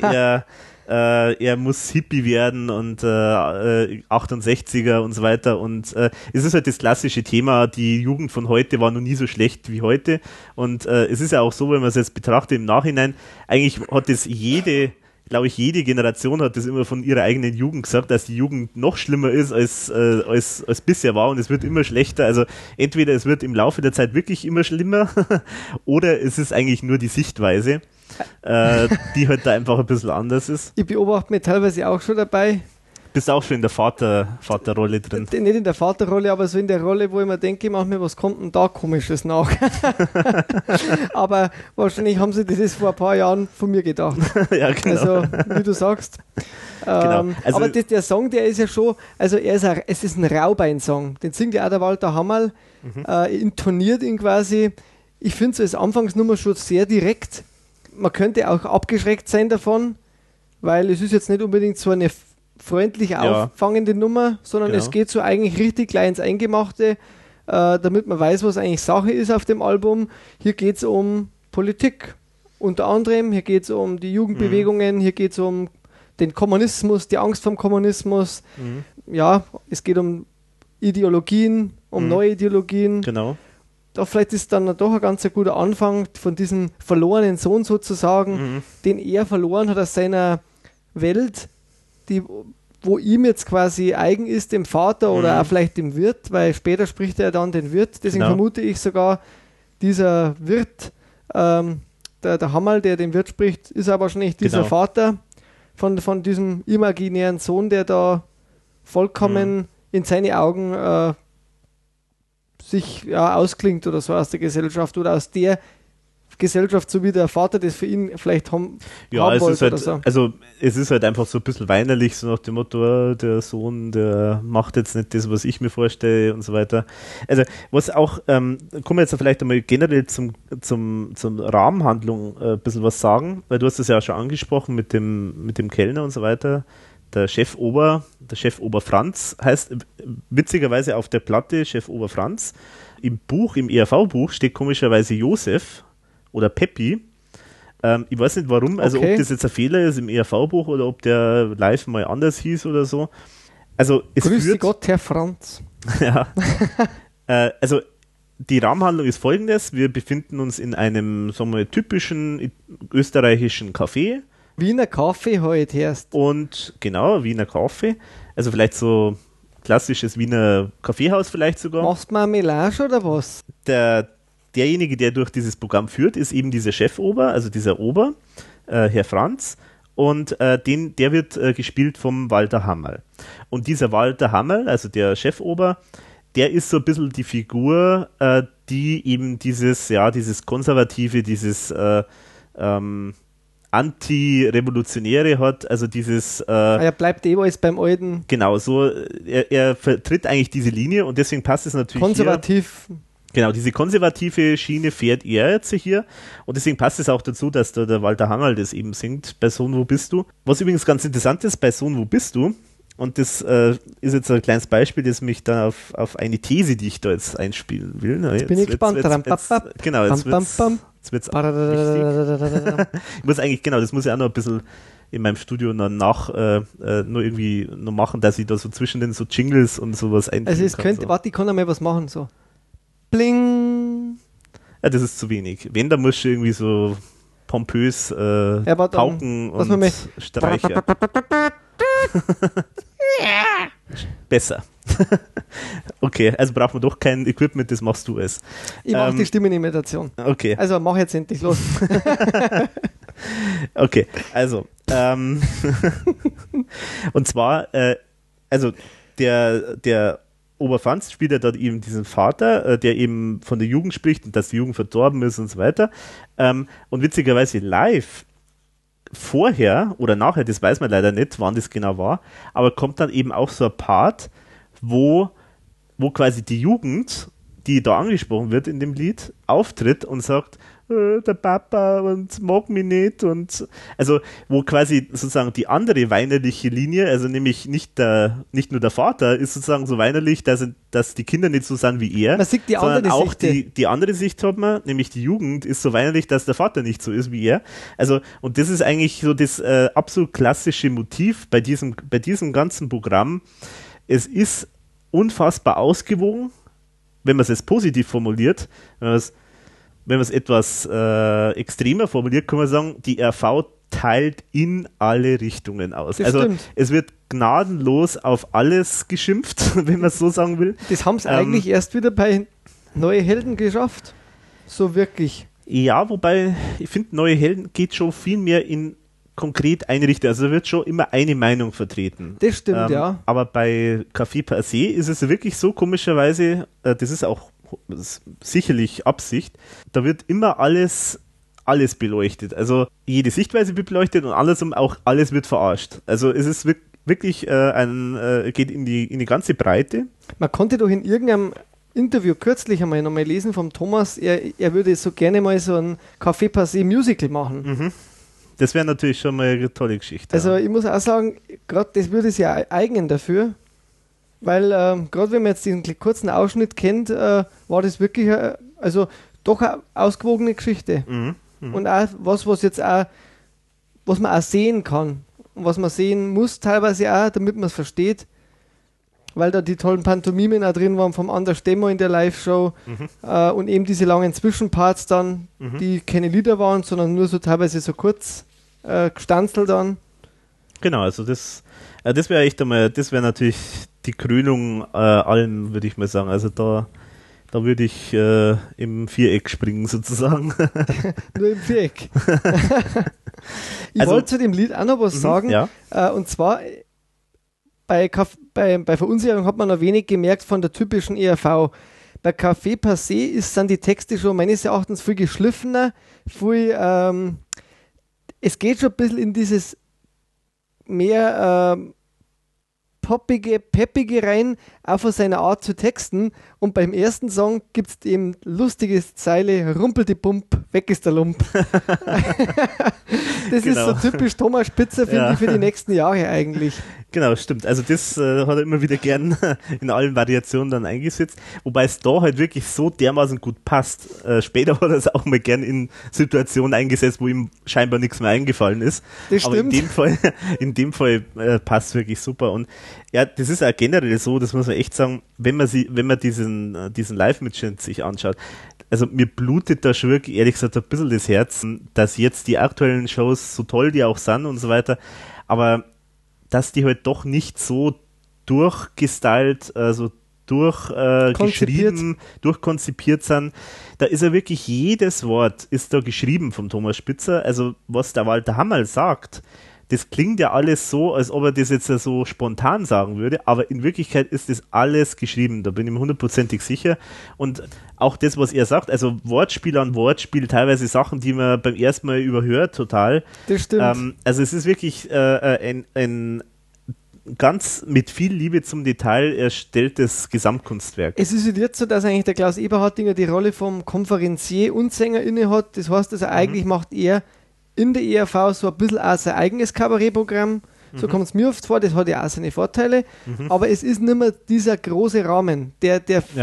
er muss Hippie werden und 68er und so weiter und es ist halt das klassische Thema, die Jugend von heute war noch nie so schlecht wie heute und es ist ja auch so, wenn man es jetzt betrachtet im Nachhinein, eigentlich hat es jede Generation hat das immer von ihrer eigenen Jugend gesagt, dass die Jugend noch schlimmer ist als bisher war und es wird immer schlechter. Also entweder es wird im Laufe der Zeit wirklich immer schlimmer oder es ist eigentlich nur die Sichtweise, die halt da einfach ein bisschen anders ist. Ich beobachte mich teilweise auch schon dabei. Bist auch schon in der Vaterrolle drin? Nicht in der Vaterrolle, aber so in der Rolle, wo ich mir denke, manchmal, was kommt denn da Komisches nach? Aber wahrscheinlich haben sie das vor ein paar Jahren von mir gedacht. Ja, genau. Also, wie du sagst. Genau. Also, aber der Song, der ist ja schon, also es ist ein Raubein-Song. Den singt ja auch der Walter Hammerl, intoniert ihn quasi. Ich finde so als Anfangsnummer schon sehr direkt. Man könnte auch abgeschreckt sein davon, weil es ist jetzt nicht unbedingt so eine freundlich auffangende Nummer, sondern es geht so eigentlich richtig gleich ins Eingemachte, damit man weiß, was eigentlich Sache ist auf dem Album. Hier geht es um Politik, unter anderem, hier geht es um die Jugendbewegungen, hier geht es um den Kommunismus, die Angst vom Kommunismus. Ja, es geht um Ideologien, um neue Ideologien. Genau. Da vielleicht ist dann doch ein ganz guter Anfang von diesem verlorenen Sohn sozusagen, den er verloren hat aus seiner Welt, wo ihm jetzt quasi eigen ist, dem Vater oder auch vielleicht dem Wirt, weil später spricht er dann den Wirt. Deswegen vermute ich sogar, dieser Wirt, der Hammerl, der den Wirt spricht, ist aber wahrscheinlich dieser Vater von diesem imaginären Sohn, der da vollkommen in seine Augen sich ausklingt oder so aus der Gesellschaft oder aus der Gesellschaft, so wie der Vater das für ihn vielleicht haben wollte halt, oder so. Also es ist halt einfach so ein bisschen weinerlich, so nach dem Motto, der Sohn, der macht jetzt nicht das, was ich mir vorstelle und so weiter. Also was auch, kommen wir jetzt vielleicht einmal generell zum Rahmenhandlung ein bisschen was sagen, weil du hast das ja auch schon angesprochen mit dem Kellner und so weiter. Der Chef Ober Franz heißt witzigerweise auf der Platte Chef Ober Franz. Im ERV-Buch steht komischerweise Josef oder Peppi. Ich weiß nicht warum, also ob das jetzt ein Fehler ist im ERV-Buch oder ob der live mal anders hieß oder so. Also Grüß Gott, Herr Franz. Ja. Also die Rahmenhandlung ist folgendes: Wir befinden uns in einem, sagen wir, typischen österreichischen Café. Wiener Kaffee heute erst. Und genau, Wiener Kaffee. Also vielleicht so klassisches Wiener Kaffeehaus vielleicht sogar. Machst du Marmelage oder was? Derjenige, der durch dieses Programm führt, ist eben dieser Chefober, also dieser Ober, Herr Franz. Und der wird gespielt vom Walter Hammerl. Und dieser Walter Hammerl, also der Chefober, der ist so ein bisschen die Figur, die eben dieses Konservative, dieses Anti-Revolutionäre hat, also dieses... er bleibt alles beim Alten. Genau, so, er vertritt eigentlich diese Linie und deswegen passt es natürlich konservativ. Genau, diese konservative Schiene fährt er jetzt hier und deswegen passt es auch dazu, dass da der Walter Hammerl das eben singt bei Sohn, wo bist du? Was übrigens ganz interessant ist, bei Sohn, wo bist du? Und das ist jetzt ein kleines Beispiel, das mich dann auf eine These, die ich da jetzt einspielen will. Jetzt bin ich gespannt. Genau, jetzt wird's wichtig. Ich muss eigentlich, genau, das muss ich auch noch ein bisschen in meinem Studio nur irgendwie noch machen, dass ich da so zwischen den so Jingles und sowas einfügen also es kann. Könnte, warte, ich kann einmal was machen, so. Bling! Ja, das ist zu wenig. Wenn, dann musst du irgendwie so pompös Pauken und Streicher. Besser. Okay, also braucht man doch kein Equipment, das machst du es. Ich mache die Stimmenimitation. Okay. Also mach jetzt endlich los. Okay, also und zwar, also der Oberfranz spielt ja dort eben diesen Vater, der eben von der Jugend spricht und dass die Jugend verdorben ist und so weiter. Und witzigerweise live vorher oder nachher, das weiß man leider nicht, wann das genau war, aber kommt dann eben auch so ein Part, wo wo quasi die Jugend, die da angesprochen wird in dem Lied, auftritt und sagt, der Papa und mag mich nicht, und also wo quasi sozusagen die andere weinerliche Linie, also nämlich nicht nur der Vater ist sozusagen so weinerlich, dass die Kinder nicht so sind wie er, Man sieht die sondern andere auch Sicht. die andere Sicht hat man, nämlich die Jugend ist so weinerlich, dass der Vater nicht so ist wie er. Also, und das ist eigentlich so das absolut klassische Motiv bei diesem ganzen Programm. Es ist unfassbar ausgewogen, wenn man es jetzt positiv formuliert. Wenn man es etwas extremer formuliert, kann man sagen, die RV teilt in alle Richtungen aus. Das also stimmt. es wird gnadenlos auf alles geschimpft, wenn man es so sagen will. Das haben sie eigentlich erst wieder bei Neue Helden geschafft. So wirklich. Ja, wobei ich finde, Neue Helden geht schon viel mehr in konkret eine Richtung. Also da wird schon immer eine Meinung vertreten. Das stimmt, ja. Aber bei Café per se ist es wirklich so, komischerweise, das ist auch sicherlich Absicht, da wird immer alles beleuchtet. Also jede Sichtweise wird beleuchtet und andersrum auch alles wird verarscht. Also es ist wirklich geht in die ganze Breite. Man konnte doch in irgendeinem Interview kürzlich einmal nochmal lesen vom Thomas, er würde so gerne mal so ein Café Passé Musical machen. Mhm. Das wäre natürlich schon mal eine tolle Geschichte. Also ich muss auch sagen, gerade das würde es ja eignen dafür, weil gerade wenn man jetzt diesen kurzen Ausschnitt kennt, war das wirklich doch eine ausgewogene Geschichte. Mhm. Und auch was man auch sehen kann und was man sehen muss teilweise auch, damit man es versteht, weil da die tollen Pantomimen auch drin waren vom Anders Demo in der Live-Show und eben diese langen Zwischenparts dann, die keine Lieder waren, sondern nur so teilweise so kurz gestanzelt dann. Genau, also das wäre echt einmal, das wäre natürlich die Krönung allem, würde ich mal sagen. Also da würde ich im Viereck springen sozusagen. Nur im Viereck. Ich Also, wollte zu dem Lied auch noch was sagen. Ja. Und zwar bei Verunsicherung hat man noch wenig gemerkt von der typischen ERV. Bei Café Passé sind die Texte schon meines Erachtens viel geschliffener, es geht schon ein bisschen in dieses mehr poppige, peppige rein, auch von seiner Art zu texten. Und beim ersten Song gibt es eben lustige Zeile, rumpel die Pump, weg ist der Lump. Das ist so typisch Thomas Spitzer, finde ich, für die nächsten Jahre eigentlich. Genau, stimmt. Also das hat er immer wieder gern in allen Variationen dann eingesetzt, wobei es da halt wirklich so dermaßen gut passt. Später hat er es auch mal gern in Situationen eingesetzt, wo ihm scheinbar nichts mehr eingefallen ist. Das aber stimmt. in dem Fall passt es wirklich super. Und ja, das ist auch generell so, das muss man echt sagen, wenn man diesen Live-Mitschnitt sich anschaut, also mir blutet da schon wirklich, ehrlich gesagt, ein bisschen das Herz, dass jetzt die aktuellen Shows, so toll die auch sind und so weiter, aber dass die halt doch nicht so durchgestylt, also durchgeschrieben, durchkonzipiert sind. Da ist ja wirklich jedes Wort ist da geschrieben vom Thomas Spitzer. Also was der Walter Hammerl sagt, das klingt ja alles so, als ob er das jetzt so spontan sagen würde, aber in Wirklichkeit ist das alles geschrieben, da bin ich mir hundertprozentig sicher. Und auch das, was er sagt, also Wortspiel an Wortspiel, teilweise Sachen, die man beim ersten Mal überhört, total. Das stimmt. Also es ist wirklich ein ganz mit viel Liebe zum Detail erstelltes Gesamtkunstwerk. Es ist jetzt so, dass eigentlich der Klaus Eberhardinger die Rolle vom Konferencier und Sänger inne hat. Das heißt, also eigentlich macht er in der ERV so ein bisschen auch sein eigenes Kabarettprogramm. So kommt es mir oft vor, das hat ja auch seine Vorteile. Aber es ist nicht mehr dieser große Rahmen. Der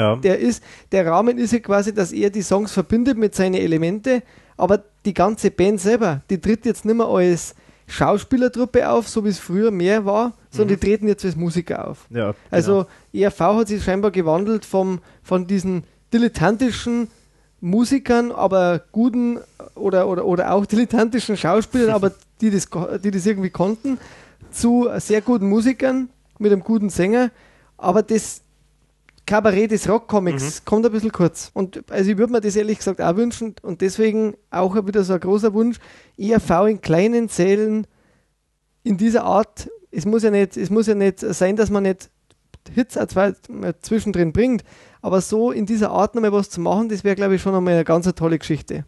Rahmen ist ja quasi, dass er die Songs verbindet mit seinen Elemente, aber die ganze Band selber, die tritt jetzt nicht mehr als Schauspielertruppe auf, so wie es früher mehr war, sondern die treten jetzt als Musiker auf. Ja, genau. Also ERV hat sich scheinbar gewandelt von diesen dilettantischen Musikern, aber guten oder auch dilettantischen Schauspielern, aber die das irgendwie konnten, zu sehr guten Musikern mit einem guten Sänger, aber das Kabarett des Rockcomics kommt ein bisschen kurz. Und also ich würde mir das ehrlich gesagt auch wünschen und deswegen auch wieder so ein großer Wunsch, ERV in kleinen Sälen in dieser Art, es muss ja nicht sein, dass man nicht Hits auch zwischendrin bringt, aber so in dieser Art nochmal was zu machen, das wäre, glaube ich, schon nochmal eine ganz tolle Geschichte.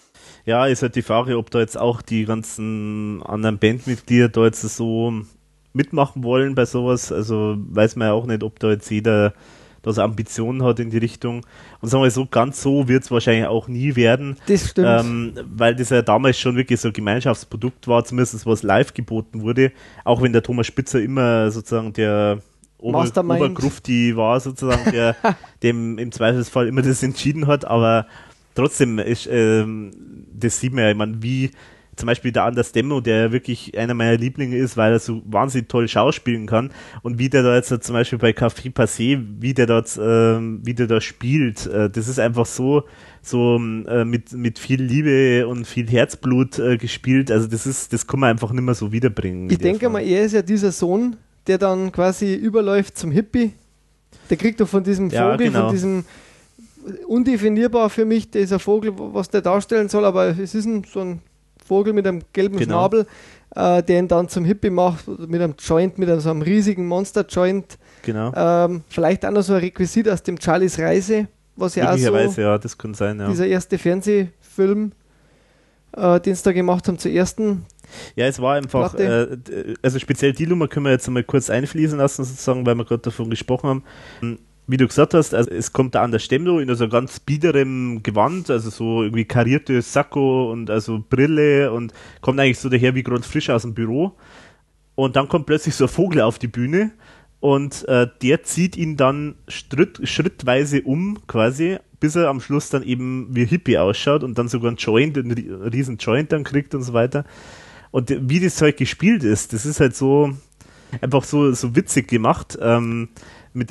Ja, ist halt die Frage, ob da jetzt auch die ganzen anderen Bandmitglieder da jetzt so mitmachen wollen bei sowas. Also weiß man ja auch nicht, ob da jetzt jeder das Ambitionen hat in die Richtung. Und sagen wir so, ganz so wird es wahrscheinlich auch nie werden. Das stimmt. Weil das ja damals schon wirklich so ein Gemeinschaftsprodukt war, zumindest was live geboten wurde. Auch wenn der Thomas Spitzer immer sozusagen der Obergrufti war, sozusagen, der dem im Zweifelsfall immer das entschieden hat. Aber trotzdem ist, das sieht man ja, ich meine, wie zum Beispiel der Anders Demno, der ja wirklich einer meiner Lieblinge ist, weil er so wahnsinnig toll schauspielen kann, und wie der da jetzt zum Beispiel bei Café Passé, wie der da spielt, das ist einfach so mit viel Liebe und viel Herzblut gespielt, also das kann man einfach nicht mehr so wiederbringen. Ich denke mal, er ist ja dieser Sohn, der dann quasi überläuft zum Hippie, der kriegt doch von diesem Vogel, genau. von diesem undefinierbar für mich, dieser Vogel, was der darstellen soll, aber es ist so ein Vogel mit einem gelben Schnabel, der ihn dann zum Hippie macht, mit einem Joint, mit so einem riesigen Monster-Joint. Genau. Vielleicht auch noch so ein Requisit aus dem Charlies Reise, was ja auch so, ja, das kann sein, ja. Dieser erste Fernsehfilm, den sie da gemacht haben, zur ersten. Ja, es war einfach, also speziell die Nummer können wir jetzt mal kurz einfließen lassen, sozusagen, weil wir gerade davon gesprochen haben. Wie du gesagt hast, also es kommt da an der Stemmdo in so ganz biederem Gewand, also so irgendwie kariertes Sakko und also Brille, und kommt eigentlich so daher wie gerade frisch aus dem Büro. Und dann kommt plötzlich so ein Vogel auf die Bühne, und der zieht ihn dann schrittweise um quasi, bis er am Schluss dann eben wie Hippie ausschaut und dann sogar einen riesen Joint dann kriegt und so weiter. Und wie das halt gespielt ist, das ist halt so einfach so witzig gemacht. Mit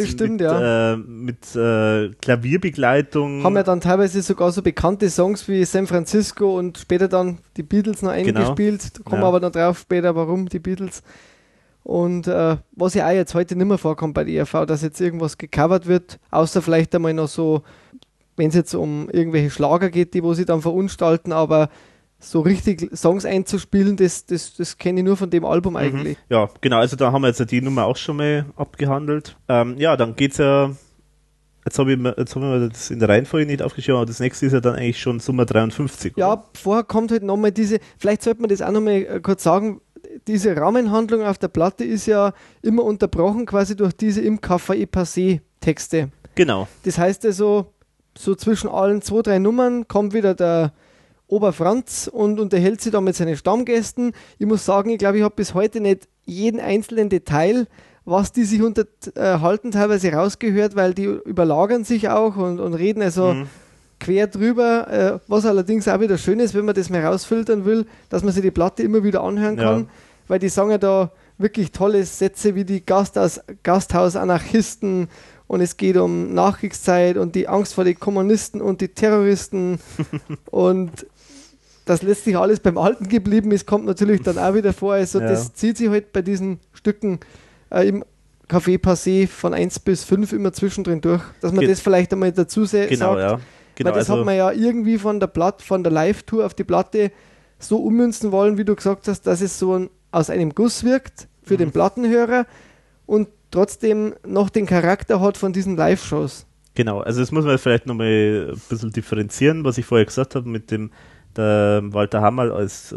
Klavierbegleitung. Haben ja dann teilweise sogar so bekannte Songs wie San Francisco und später dann die Beatles noch eingespielt. Da kommen wir aber noch drauf später, warum die Beatles. Und was ja auch jetzt heute nicht mehr vorkommt bei der ERV, dass jetzt irgendwas gecovert wird, außer vielleicht einmal noch so, wenn es jetzt um irgendwelche Schlager geht, die wo sie dann verunstalten, aber so richtig Songs einzuspielen, das kenne ich nur von dem Album eigentlich. Ja, genau, also da haben wir jetzt die Nummer auch schon mal abgehandelt. Ja, dann geht's ja, jetzt haben wir das in der Reihenfolge nicht aufgeschrieben, aber das nächste ist ja dann eigentlich schon Summer 53. Ja, oder? vorher kommt halt nochmal vielleicht sollte man das auch nochmal kurz sagen, diese Rahmenhandlung auf der Platte ist ja immer unterbrochen quasi durch diese im Café Passé Texte. Genau. Das heißt also, so zwischen allen 2, 3 Nummern kommt wieder der Oberfranz und unterhält sich da mit seinen Stammgästen. Ich muss sagen, ich glaube, ich habe bis heute nicht jeden einzelnen Detail, was die sich unterhalten, teilweise rausgehört, weil die überlagern sich auch und reden also quer drüber, was allerdings auch wieder schön ist, wenn man das mal rausfiltern will, dass man sich die Platte immer wieder anhören kann, weil die sagen ja da wirklich tolle Sätze wie die Gasthausanarchisten, und es geht um Nachkriegszeit und die Angst vor den Kommunisten und die Terroristen und das letztlich alles beim Alten geblieben ist, kommt natürlich dann auch wieder vor. Also das zieht sich halt bei diesen Stücken im Café Passé von 1 bis 5 immer zwischendrin durch, dass man das vielleicht einmal dazu sagt. Genau, ja. Genau, weil das hat man ja irgendwie von der Live-Tour auf die Platte so ummünzen wollen, wie du gesagt hast, dass es so aus einem Guss wirkt für den Plattenhörer und trotzdem noch den Charakter hat von diesen Live-Shows. Genau, also das muss man vielleicht nochmal ein bisschen differenzieren, was ich vorher gesagt habe mit dem der Walter Hammerl als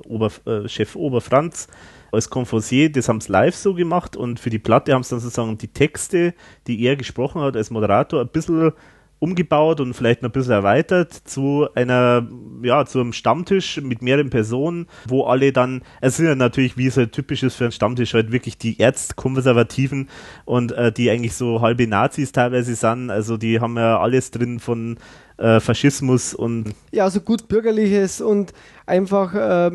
Chef Oberfranz, als Confrancier, das haben sie live so gemacht, und für die Platte haben sie dann sozusagen die Texte, die er gesprochen hat als Moderator, ein bisschen umgebaut und vielleicht noch ein bisschen erweitert zu einem Stammtisch mit mehreren Personen, wo alle dann, es sind ja natürlich, wie es halt typisch ist für einen Stammtisch, halt wirklich die Erzkonservativen und die eigentlich so halbe Nazis teilweise sind, also die haben ja alles drin von Faschismus und... Ja, also gut Bürgerliches und einfach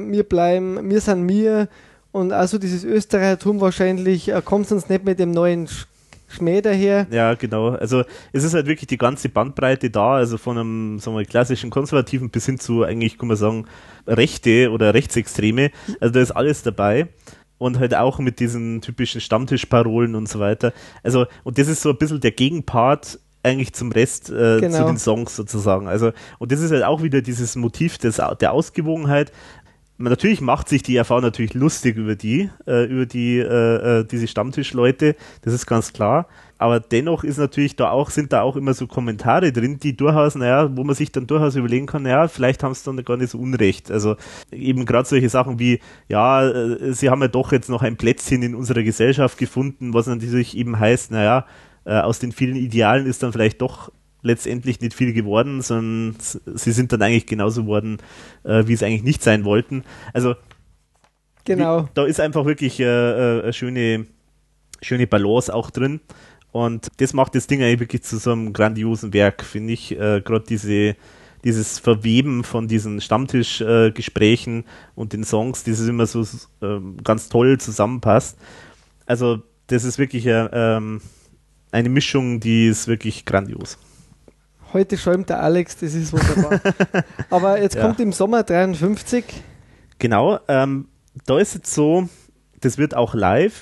wir sind wir und also dieses Österreichertum wahrscheinlich kommt sonst nicht mit dem neuen Schmäh daher. Ja, genau. Also es ist halt wirklich die ganze Bandbreite da, also von einem, sagen wir mal, klassischen Konservativen bis hin zu eigentlich, kann man sagen, Rechte oder Rechtsextreme. Also da ist alles dabei. Und halt auch mit diesen typischen Stammtischparolen und so weiter. Also, und das ist so ein bisschen der Gegenpart eigentlich zum Rest zu den Songs sozusagen. Also, und das ist halt auch wieder dieses Motiv der Ausgewogenheit. Natürlich macht sich die ERV natürlich lustig über diese Stammtischleute, das ist ganz klar. aber dennoch ist natürlich sind da auch immer so Kommentare drin, die durchaus, wo man sich dann durchaus überlegen kann, vielleicht haben sie dann gar nicht so unrecht. Also eben gerade solche Sachen wie, sie haben ja doch jetzt noch ein Plätzchen in unserer Gesellschaft gefunden, was natürlich eben heißt, aus den vielen Idealen ist dann vielleicht doch letztendlich nicht viel geworden, sondern sie sind dann eigentlich genauso geworden, wie es eigentlich nicht sein wollten. Also genau. Da ist einfach wirklich eine schöne Balance auch drin und das macht das Ding eigentlich wirklich zu so einem grandiosen Werk, finde ich. Gerade dieses Verweben von diesen Stammtischgesprächen und den Songs, das ist immer so ganz toll zusammenpasst. Also das ist wirklich eine Mischung, die ist wirklich grandios. Heute schäumt der Alex, das ist wunderbar. Aber jetzt kommt im Sommer 53. Genau, da ist jetzt so, das wird auch live,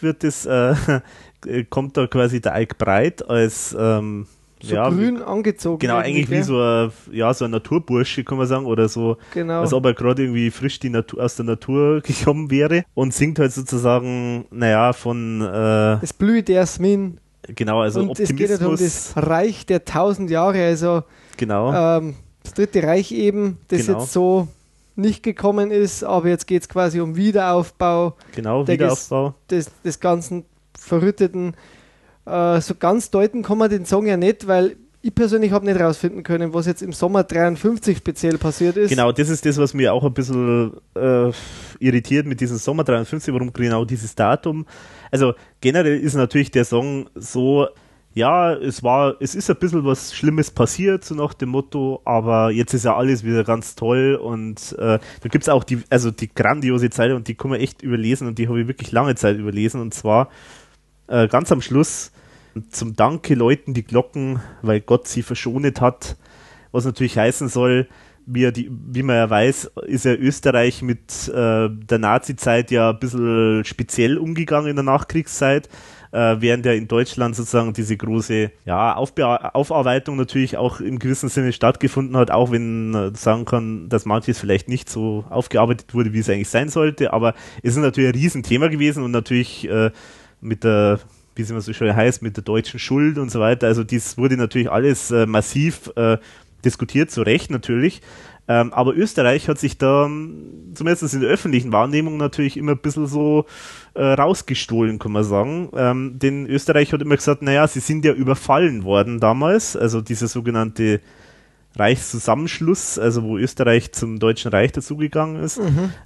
kommt da quasi der Eik Breit als grün angezogen. Genau, eigentlich wie so ein Naturbursche, kann man sagen, oder so, als ob er gerade irgendwie frisch aus der Natur gekommen wäre und singt halt sozusagen, von es blüht Jasmin. Genau, also und Optimismus. Es geht um das Reich der 1000 Jahre, also genau. Das Dritte Reich eben, das jetzt so nicht gekommen ist, aber jetzt geht es quasi um Wiederaufbau. Genau, Wiederaufbau. Des ganzen Verrütteten. So ganz deuten kann man den Song ja nicht, weil ich persönlich habe nicht rausfinden können, was jetzt im Sommer 53 speziell passiert ist. Genau, das ist das, was mir auch ein bisschen irritiert mit diesem Sommer 53, warum genau dieses Datum. Also generell ist natürlich der Song so, es ist ein bisschen was Schlimmes passiert, so nach dem Motto, aber jetzt ist ja alles wieder ganz toll und da gibt es auch die grandiose Zeile und die kann man echt überlesen und die habe ich wirklich lange Zeit überlesen und zwar ganz am Schluss: Zum Danke läuten die Glocken, weil Gott sie verschonet hat, was natürlich heißen soll, wie man ja weiß, ist ja Österreich mit der Nazi-Zeit ja ein bisschen speziell umgegangen in der Nachkriegszeit, während ja in Deutschland sozusagen diese große Aufarbeitung natürlich auch im gewissen Sinne stattgefunden hat, auch wenn man sagen kann, dass manches vielleicht nicht so aufgearbeitet wurde, wie es eigentlich sein sollte, aber es ist natürlich ein Riesenthema gewesen und natürlich mit der, wie es immer so schön heißt, mit der deutschen Schuld und so weiter, also dies wurde natürlich alles massiv diskutiert, zu Recht natürlich, aber Österreich hat sich da, zumindest in der öffentlichen Wahrnehmung, natürlich immer ein bisschen so rausgestohlen, kann man sagen. Denn Österreich hat immer gesagt, sie sind ja überfallen worden damals, also dieser sogenannte Reichszusammenschluss, also wo Österreich zum Deutschen Reich dazugegangen ist,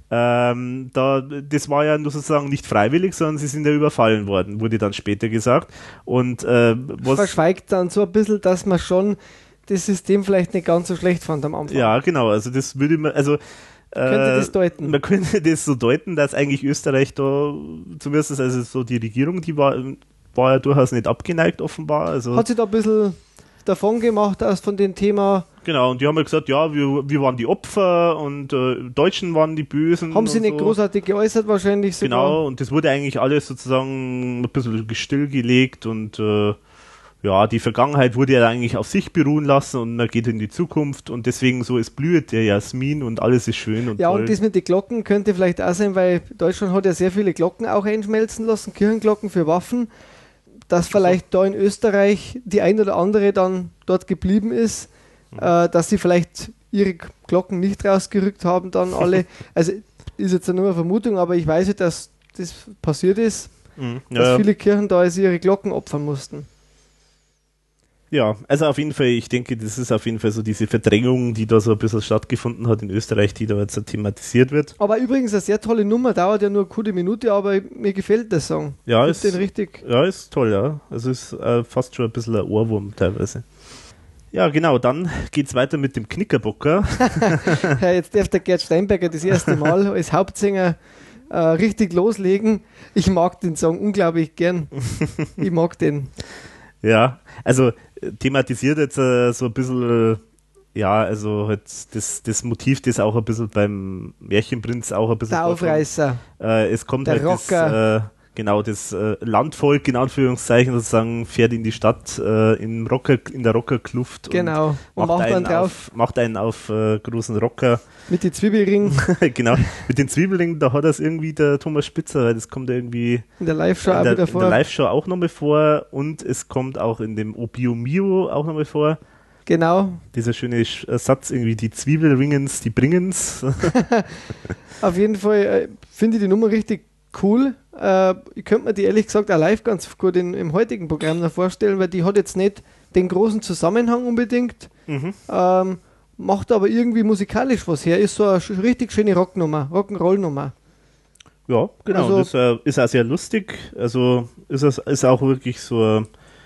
das war ja nur sozusagen nicht freiwillig, sondern sie sind ja überfallen worden, wurde dann später gesagt. Und was verschweigt dann so ein bisschen, dass man schon das System vielleicht nicht ganz so schlecht fand am Anfang. Ja, genau, also das würde man, könnte das deuten. Man könnte das so deuten, dass eigentlich Österreich da, zumindest also so die Regierung, die war ja durchaus nicht abgeneigt offenbar. Also hat sie da ein bisschen davon gemacht von dem Thema. Genau, und die haben ja gesagt, wir waren die Opfer und Deutschen waren die Bösen. Haben sie nicht großartig geäußert wahrscheinlich sogar. Genau, und das wurde eigentlich alles sozusagen ein bisschen stillgelegt und die Vergangenheit wurde ja eigentlich auf sich beruhen lassen und man geht in die Zukunft und deswegen so, es blüht der Jasmin und alles ist schön und toll. Und das mit den Glocken könnte vielleicht auch sein, weil Deutschland hat ja sehr viele Glocken auch einschmelzen lassen, Kirchenglocken für Waffen, dass vielleicht da in Österreich die ein oder andere dann dort geblieben ist, dass sie vielleicht ihre Glocken nicht rausgerückt haben dann alle. Also ist jetzt nur eine Vermutung, aber ich weiß ja, dass das passiert ist, dass viele Kirchen da also ihre Glocken opfern mussten. Ja, also auf jeden Fall, ich denke, das ist auf jeden Fall so diese Verdrängung, die da so ein bisschen stattgefunden hat in Österreich, die da jetzt so thematisiert wird. Aber übrigens eine sehr tolle Nummer, dauert ja nur eine gute Minute, aber mir gefällt der Song. Ja, ist toll, ja. Also ist fast schon ein bisschen ein Ohrwurm teilweise. Ja, genau, dann geht's weiter mit dem Knickerbocker. Ja, jetzt darf der Gerd Steinberger das erste Mal als Hauptsänger richtig loslegen. Ich mag den Song unglaublich gern. Ich mag den. Ja, also thematisiert jetzt so ein bisschen, also halt das Motiv, das auch ein bisschen beim Märchenprinz auch ein bisschen der Aufreißer. Es kommt der halt Rocker. Genau, das Landvolk in Anführungszeichen sozusagen fährt in die Stadt in der Rockerkluft Genau. und macht einen auf großen Rocker. Mit den Zwiebelringen. Genau, mit den Zwiebelringen, da hat er es irgendwie der Thomas Spitzer, weil das kommt irgendwie in der Live-Show auch wieder vor. In der Live-Show auch nochmal vor und es kommt auch in dem Obio Mio auch nochmal vor. Genau. Dieser schöne Satz irgendwie, die Zwiebelringens, die bringen's. Auf jeden Fall finde ich die Nummer richtig cool. Ich könnte mir die ehrlich gesagt auch live ganz gut im heutigen Programm noch vorstellen, weil die hat jetzt nicht den großen Zusammenhang unbedingt, macht aber irgendwie musikalisch was her, ist so eine richtig schöne Rock'n'Roll-Nummer. Ja, genau, also, das ist auch sehr lustig, also ist auch wirklich so,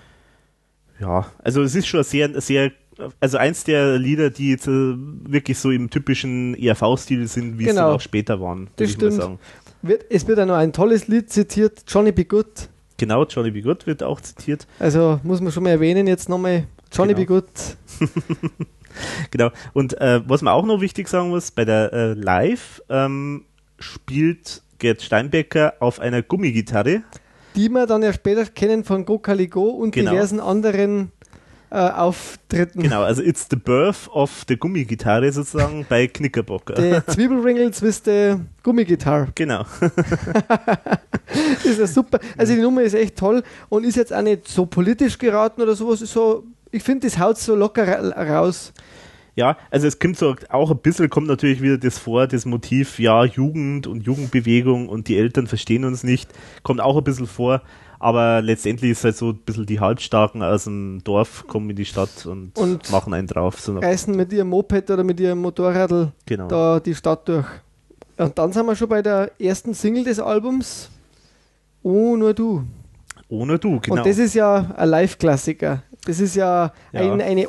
ja, also es ist schon sehr, also eins der Lieder, die jetzt wirklich so im typischen ERV-Stil sind, wie es dann auch später waren, würde ich mal sagen. Es wird auch noch ein tolles Lied zitiert, Johnny B. Good. Genau, Johnny B. Good wird auch zitiert. Also muss man schon mal erwähnen, jetzt nochmal Johnny B. Good. Genau, und was man auch noch wichtig sagen muss, bei der Live spielt Gerd Steinbecker auf einer Gummigitarre. Die wir dann ja später kennen von Go Caligo und diversen anderen Auftritten. Genau, also it's the birth of the Gummigitarre sozusagen bei Knickerbocker. Die Zwiebelringels with the Gummigitarre. Genau. Ist ja super. Also die Nummer ist echt toll und ist jetzt auch nicht so politisch geraten oder sowas. Ist so, ich finde, das haut so locker raus. Ja, also es kommt so auch ein bisschen, kommt natürlich wieder das Motiv, ja, Jugend und Jugendbewegung und die Eltern verstehen uns nicht, kommt auch ein bisschen vor. Aber letztendlich ist halt so ein bisschen die Halbstarken aus dem Dorf kommen in die Stadt und machen einen drauf. So reißen mit ihrem Moped oder mit ihrem Motorradl da die Stadt durch. Und dann sind wir schon bei der ersten Single des Albums, Oh, nur du. Oh, nur du, genau. Und das ist ja ein Live-Klassiker. Das ist ja, eine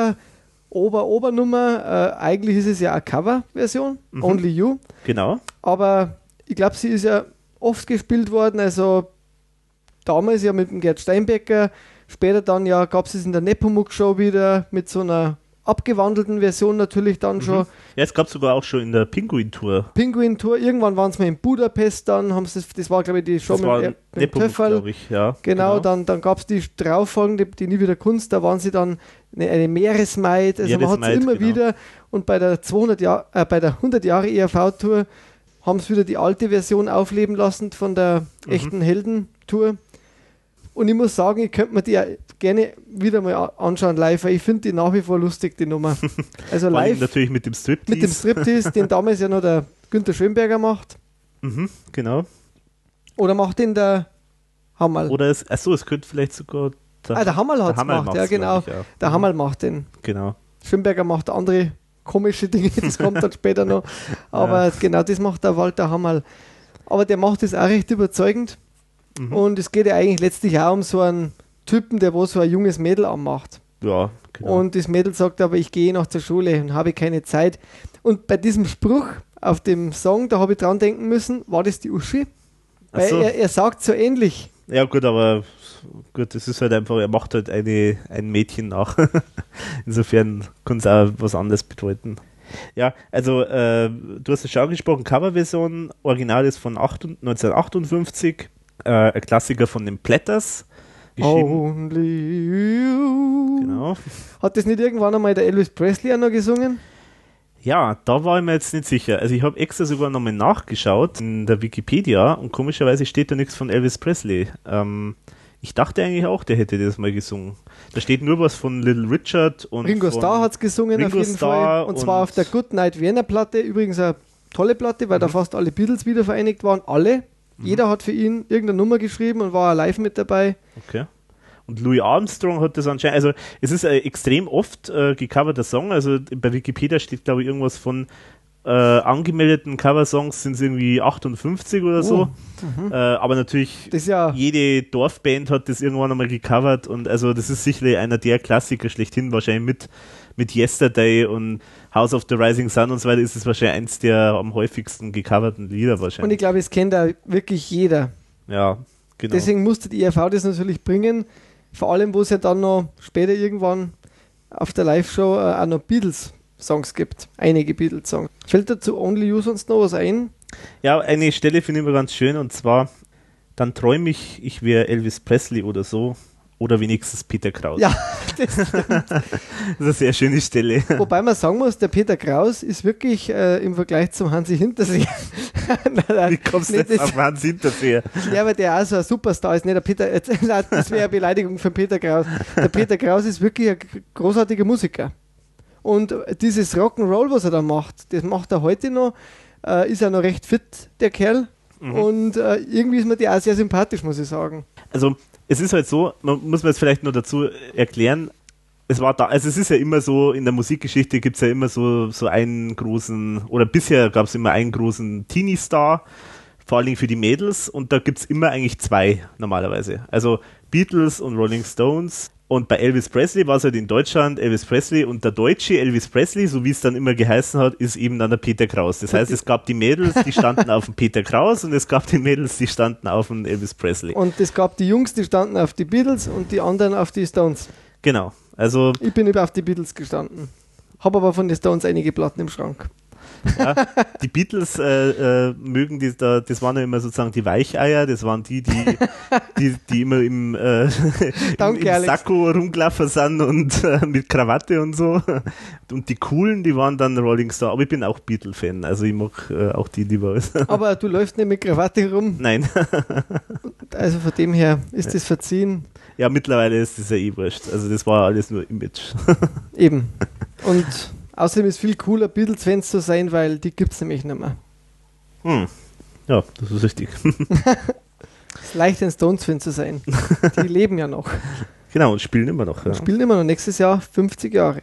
Obernummer. Eigentlich ist es ja eine Cover-Version, Only You. Genau. Aber ich glaube, sie ist ja oft gespielt worden, also damals ja mit dem Gerd Steinbecker, später dann ja gab es in der Nepomuk-Show wieder mit so einer abgewandelten Version natürlich dann schon. Ja, es gab sogar auch schon in der Pinguin-Tour. Pinguin-Tour, irgendwann waren sie mal in Budapest, dann haben sie das war glaube ich die Show mit Nepomuk, glaube ich, ja. Genau, dann gab es die darauffolgende, die Nie wieder Kunst, da waren sie dann eine Meeresmaid, also man hat es immer wieder und bei der 100 Jahre ERV-Tour haben sie wieder die alte Version aufleben lassen von der echten Helden-Tour. Und ich muss sagen, ich könnte mir die gerne wieder mal anschauen live, weil ich finde die nach wie vor lustig, die Nummer. Also live. Natürlich mit dem Striptease. Mit dem Striptease, den damals ja noch der Günther Schönberger macht. Genau. Oder macht den der Hammerl. Oder es könnte vielleicht sogar der Hammerl hat es gemacht, ja genau. Der Hammerl macht den. Genau. Schönberger macht andere komische Dinge, das kommt dann später noch. Aber genau, das macht der Walter Hammerl. Aber der macht das auch recht überzeugend. Und es geht ja eigentlich letztlich auch um so einen Typen, der wo so ein junges Mädel anmacht. Ja, genau. Und das Mädel sagt aber, ich gehe noch zur Schule und habe keine Zeit. Und bei diesem Spruch auf dem Song, da habe ich dran denken müssen, war das die Uschi? Weil er sagt so ähnlich. Ja gut, aber das ist halt einfach, er macht halt ein Mädchen nach. Insofern kann es auch was anderes bedeuten. Ja, also du hast es schon angesprochen, Coverversion, Original ist von 1958. Ein Klassiker von den Platters. Only You. Genau. Hat das nicht irgendwann einmal der Elvis Presley auch noch gesungen? Ja, da war ich mir jetzt nicht sicher. Also ich habe extra sogar nochmal nachgeschaut in der Wikipedia und komischerweise steht da nichts von Elvis Presley. Ich dachte eigentlich auch, der hätte das mal gesungen. Da steht nur was von Little Richard und Ringo Starr hat es gesungen Ringo auf jeden Starr Fall. Und zwar auf der Good Night Vienna Platte. Übrigens eine tolle Platte, weil da fast alle Beatles wieder vereinigt waren. Alle. Jeder hat für ihn irgendeine Nummer geschrieben und war live mit dabei. Okay. Und Louis Armstrong hat das anscheinend, also es ist ein extrem oft gecoverter Song, also bei Wikipedia steht glaube ich irgendwas von angemeldeten Coversongs sind es irgendwie 58 oder so. Aber natürlich jede Dorfband hat das irgendwann einmal gecovert und also das ist sicherlich einer der Klassiker schlechthin, wahrscheinlich mit Yesterday und House of the Rising Sun und so weiter ist es wahrscheinlich eins der am häufigsten gecoverten Lieder wahrscheinlich. Und ich glaube, es kennt da wirklich jeder. Ja, genau. Deswegen musste die ERV das natürlich bringen, vor allem wo es ja dann noch später irgendwann auf der Live-Show auch noch Beatles-Songs gibt. Einige Beatles-Songs. Fällt dazu Only You sonst noch was ein? Ja, eine Stelle finde ich immer ganz schön und zwar dann träume ich wäre Elvis Presley oder so. Oder wenigstens Peter Kraus. Ja, das stimmt. Das ist eine sehr schöne Stelle. Wobei man sagen muss, der Peter Kraus ist wirklich im Vergleich zum Hansi Hinterseher. Wie kommst du jetzt auf Hansi Hinterseher? Ja, weil der auch so ein Superstar ist. Nicht der Peter, das wäre eine Beleidigung für Peter Kraus. Der Peter Kraus ist wirklich ein großartiger Musiker. Und dieses Rock'n'Roll, was er da macht, das macht er heute noch. Ist er noch recht fit, der Kerl. Und irgendwie ist mir der auch sehr sympathisch, muss ich sagen. Also es ist halt so, muss man jetzt vielleicht nur dazu erklären, also es ist ja immer so, in der Musikgeschichte gibt es ja immer so einen großen, oder bisher gab es immer einen großen Teenie-Star, vor allen Dingen für die Mädels, und da gibt es immer eigentlich zwei normalerweise. Also Beatles und Rolling Stones. Und bei Elvis Presley war es halt in Deutschland Elvis Presley, und der deutsche Elvis Presley, so wie es dann immer geheißen hat, ist eben dann der Peter Kraus. Das heißt, es gab die Mädels, die standen auf dem Peter Kraus, und es gab die Mädels, die standen auf dem Elvis Presley. Und es gab die Jungs, die standen auf die Beatles und die anderen auf die Stones. Genau. Also ich bin über auf die Beatles gestanden. Habe aber von den Stones einige Platten im Schrank. Ja, die Beatles mögen das waren ja immer sozusagen die Weicheier, das waren die immer im Sakko rumgelaufen sind und mit Krawatte und so. Und die Coolen, die waren dann Rolling Star. Aber ich bin auch Beatle-Fan, also ich mag auch die lieber. Aber du läufst nicht mit Krawatte rum? Nein. Also von dem her ist das verziehen. Ja, mittlerweile ist das ja eh wurscht. Also das war alles nur Image. Eben. Und außerdem ist es viel cooler, Beatles-Fans zu sein, weil die gibt es nämlich nicht mehr. Ja, das ist richtig. Es ist leicht, ein Stones-Fan zu sein. Die leben ja noch. Genau, und spielen immer noch. Ja. Spielen immer noch. Nächstes Jahr 50 Jahre.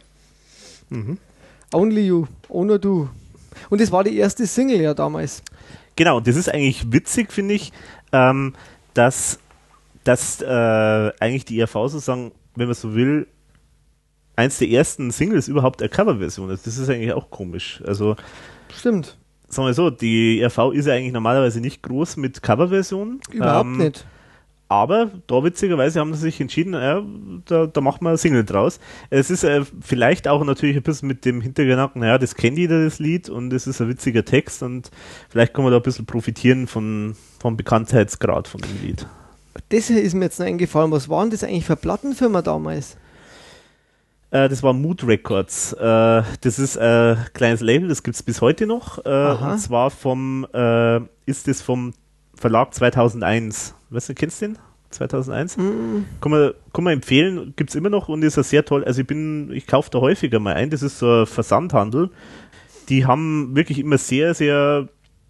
Only You, Ohne Du. Und das war die erste Single ja damals. Genau, und das ist eigentlich witzig, finde ich, dass eigentlich die ERV sozusagen, wenn man so will, eins der ersten Singles überhaupt eine Coverversion ist. Das ist eigentlich auch komisch. Also, stimmt. Sagen wir so, die ERV ist ja eigentlich normalerweise nicht groß mit Coverversionen. Überhaupt nicht. Aber da witzigerweise haben sie sich entschieden, da machen wir eine Single draus. Es ist vielleicht auch natürlich ein bisschen mit dem Hintergedanken, naja, das kennt jeder, das Lied, und es ist ein witziger Text, und vielleicht kann man da ein bisschen profitieren vom Bekanntheitsgrad von dem Lied. Das ist mir jetzt noch eingefallen. Was war denn das eigentlich für eine Plattenfirma damals? Das war Mood Records. Das ist ein kleines Label, das gibt es bis heute noch. Und zwar ist das vom Verlag 2001. Weißt du, kennst du den? 2001? Kann man empfehlen, gibt es immer noch, und ist ja sehr toll. Also ich kaufe da häufiger mal ein. Das ist so ein Versandhandel. Die haben wirklich immer sehr, sehr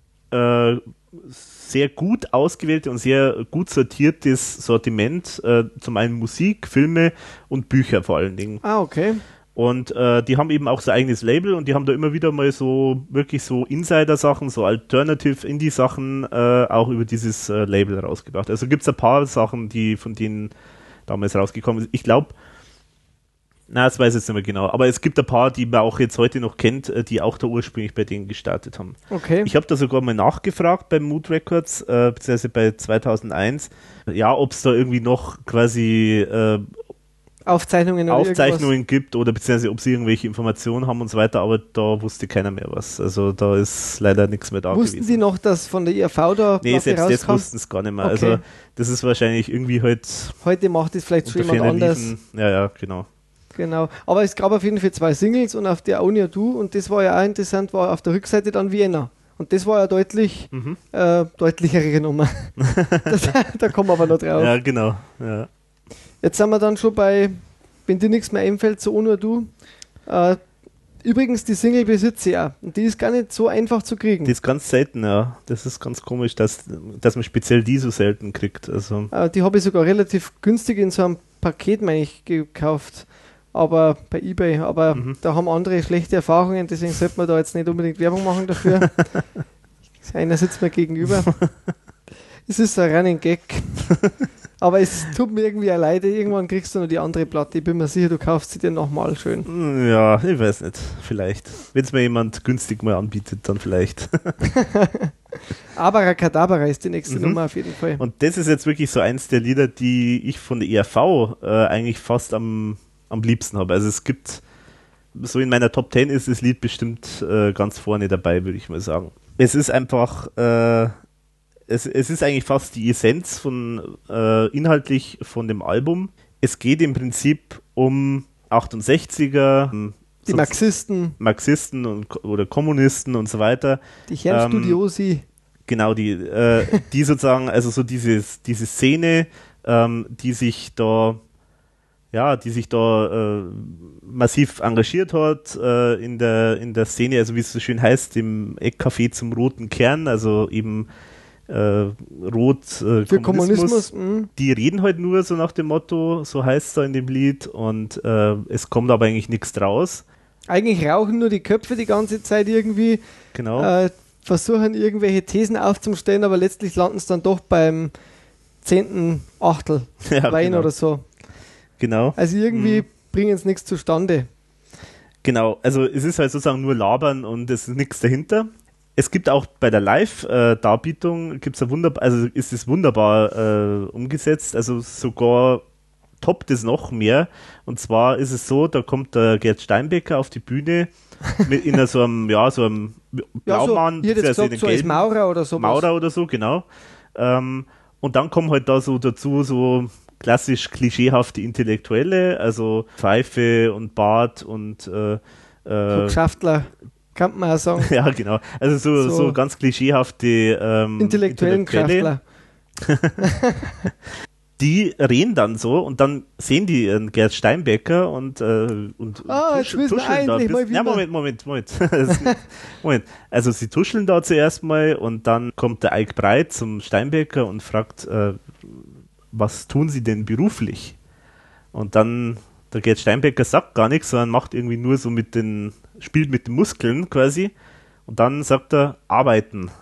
sehr gut ausgewählte und sehr gut sortiertes Sortiment, zum einen Musik, Filme und Bücher vor allen Dingen. Ah, okay. Und die haben eben auch so ein eigenes Label, und die haben da immer wieder mal so wirklich so Insider-Sachen, so Alternative Indie-Sachen auch über dieses Label rausgebracht. Also gibt es ein paar Sachen, die von denen damals rausgekommen sind. Ich glaube, das weiß ich jetzt nicht mehr genau, aber es gibt ein paar, die man auch jetzt heute noch kennt, die auch da ursprünglich bei denen gestartet haben. Okay. Ich habe da sogar mal nachgefragt bei Mood Records, beziehungsweise bei 2001, ja, ob es da irgendwie noch quasi Aufzeichnungen gibt, oder beziehungsweise ob sie irgendwelche Informationen haben und so weiter, aber da wusste keiner mehr was. Also da ist leider nichts mehr da gewesen. Wussten die noch, dass von der IRV da Nee, selbst das wussten es gar nicht mehr. Okay. Also das ist wahrscheinlich irgendwie heute macht es vielleicht schon jemand anders. Ja, genau. Genau, aber es gab auf jeden Fall 2 Singles, und auf der Only Du, und das war ja auch interessant, war auf der Rückseite dann Vienna. Und das war ja deutlichere Nummer. Da kommen wir aber noch drauf. Ja, genau. Ja. Jetzt sind wir dann schon bei, wenn dir nichts mehr einfällt, so Only Du. Übrigens, die Single besitze ich auch. Und die ist gar nicht so einfach zu kriegen. Die ist ganz selten, ja. Das ist ganz komisch, dass man speziell die so selten kriegt. Also. Die habe ich sogar relativ günstig in so einem Paket, meine ich, gekauft. Aber bei eBay, da haben andere schlechte Erfahrungen, deswegen sollte man da jetzt nicht unbedingt Werbung machen dafür. Einer sitzt mir gegenüber. Es ist ein Running Gag. Aber es tut mir irgendwie leid, irgendwann kriegst du noch die andere Platte. Ich bin mir sicher, du kaufst sie dir nochmal schön. Ja, ich weiß nicht, vielleicht. Wenn es mir jemand günstig mal anbietet, dann vielleicht. Abracadabra ist die nächste Nummer auf jeden Fall. Und das ist jetzt wirklich so eins der Lieder, die ich von der ERV eigentlich fast am liebsten habe. Also es gibt, so in meiner Top 10 ist das Lied bestimmt ganz vorne dabei, würde ich mal sagen. Es ist einfach, es ist eigentlich fast die Essenz von inhaltlich von dem Album. Es geht im Prinzip um 68er, Die Marxisten oder Kommunisten und so weiter. Die Kernstudiosi. Genau, die sozusagen, also so diese Szene, die sich da massiv engagiert hat in der Szene, also wie es so schön heißt, im Eckcafé zum roten Kern, also eben Rot für Kommunismus. Die reden halt nur so nach dem Motto, so heißt es da in dem Lied, und es kommt aber eigentlich nichts draus. Eigentlich rauchen nur die Köpfe die ganze Zeit irgendwie. Genau. Versuchen irgendwelche Thesen aufzustellen, aber letztlich landen es dann doch beim 10. Achtel Wein genau. oder so. Genau. Also irgendwie bringen es nichts zustande. Genau, also es ist halt sozusagen nur Labern und es ist nichts dahinter. Es gibt auch bei der Live-Darbietung ist es wunderbar umgesetzt, also sogar toppt es noch mehr. Und zwar ist es so, da kommt der Gerd Steinbecker auf die Bühne in so einem Blaumann, hier jetzt gesagt, so als Maurer oder so. Maurer oder so, genau. Und dann kommen halt da so dazu so klassisch klischeehafte Intellektuelle, also Pfeife und Bart und Wirtschaftler, kann man auch sagen. Ja, genau. Also so ganz klischeehafte intellektuellen Kraftler. Die reden dann so und dann sehen die Gerd Steinbecker und tuscheln da ein bisschen. Ja, Moment. Moment. Also sie tuscheln da zuerst mal und dann kommt der Eik Breit zum Steinbecker und fragt, was tun sie denn beruflich? Und dann der Gerd Steinbecker sagt gar nichts, sondern macht irgendwie nur so spielt mit den Muskeln quasi und dann sagt er, arbeiten.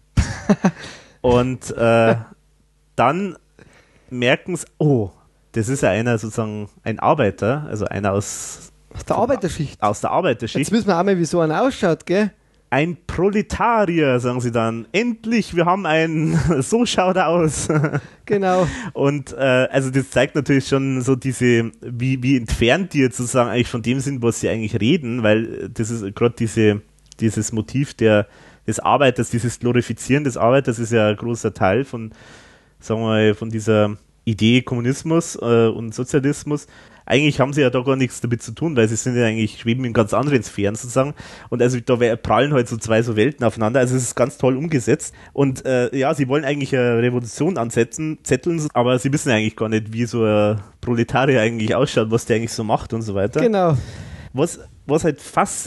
Und dann merken sie, oh, das ist ja einer sozusagen ein Arbeiter, also einer aus der Arbeiterschicht. Aus der Arbeiterschicht. Jetzt wissen wir auch mal, wie so einer ausschaut, gell? Ein Proletarier, sagen sie dann. Endlich, wir haben einen, so schaut er aus. Genau. Und also das zeigt natürlich schon so wie entfernt die jetzt sozusagen eigentlich von dem sind, was sie eigentlich reden, weil das ist gerade dieses Motiv des Arbeiters, dieses Glorifizieren des Arbeiters ist ja ein großer Teil von, sagen wir mal, von dieser Idee Kommunismus und Sozialismus. Eigentlich haben sie ja da gar nichts damit zu tun, weil sie sind ja eigentlich, schweben in ganz anderen Sphären sozusagen. Und also da prallen halt so zwei so Welten aufeinander. Also es ist ganz toll umgesetzt. Und sie wollen eigentlich eine Revolution zetteln, aber sie wissen eigentlich gar nicht, wie so ein Proletarier eigentlich ausschaut, was der eigentlich so macht und so weiter. Genau. Was halt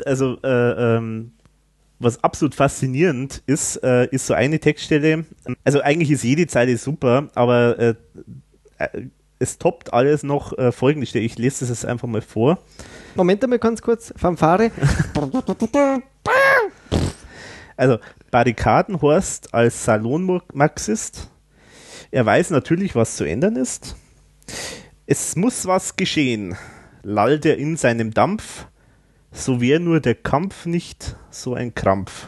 was absolut faszinierend ist so eine Textstelle. Also eigentlich ist jede Zeile super, aber es toppt alles noch folgende Stelle. Ich lese das jetzt einfach mal vor. Moment einmal ganz kurz. Fanfare. Also Barrikadenhorst als Salonmarxist. Er weiß natürlich, was zu ändern ist. Es muss was geschehen, lallt er in seinem Dampf. So wäre nur der Kampf nicht so ein Krampf.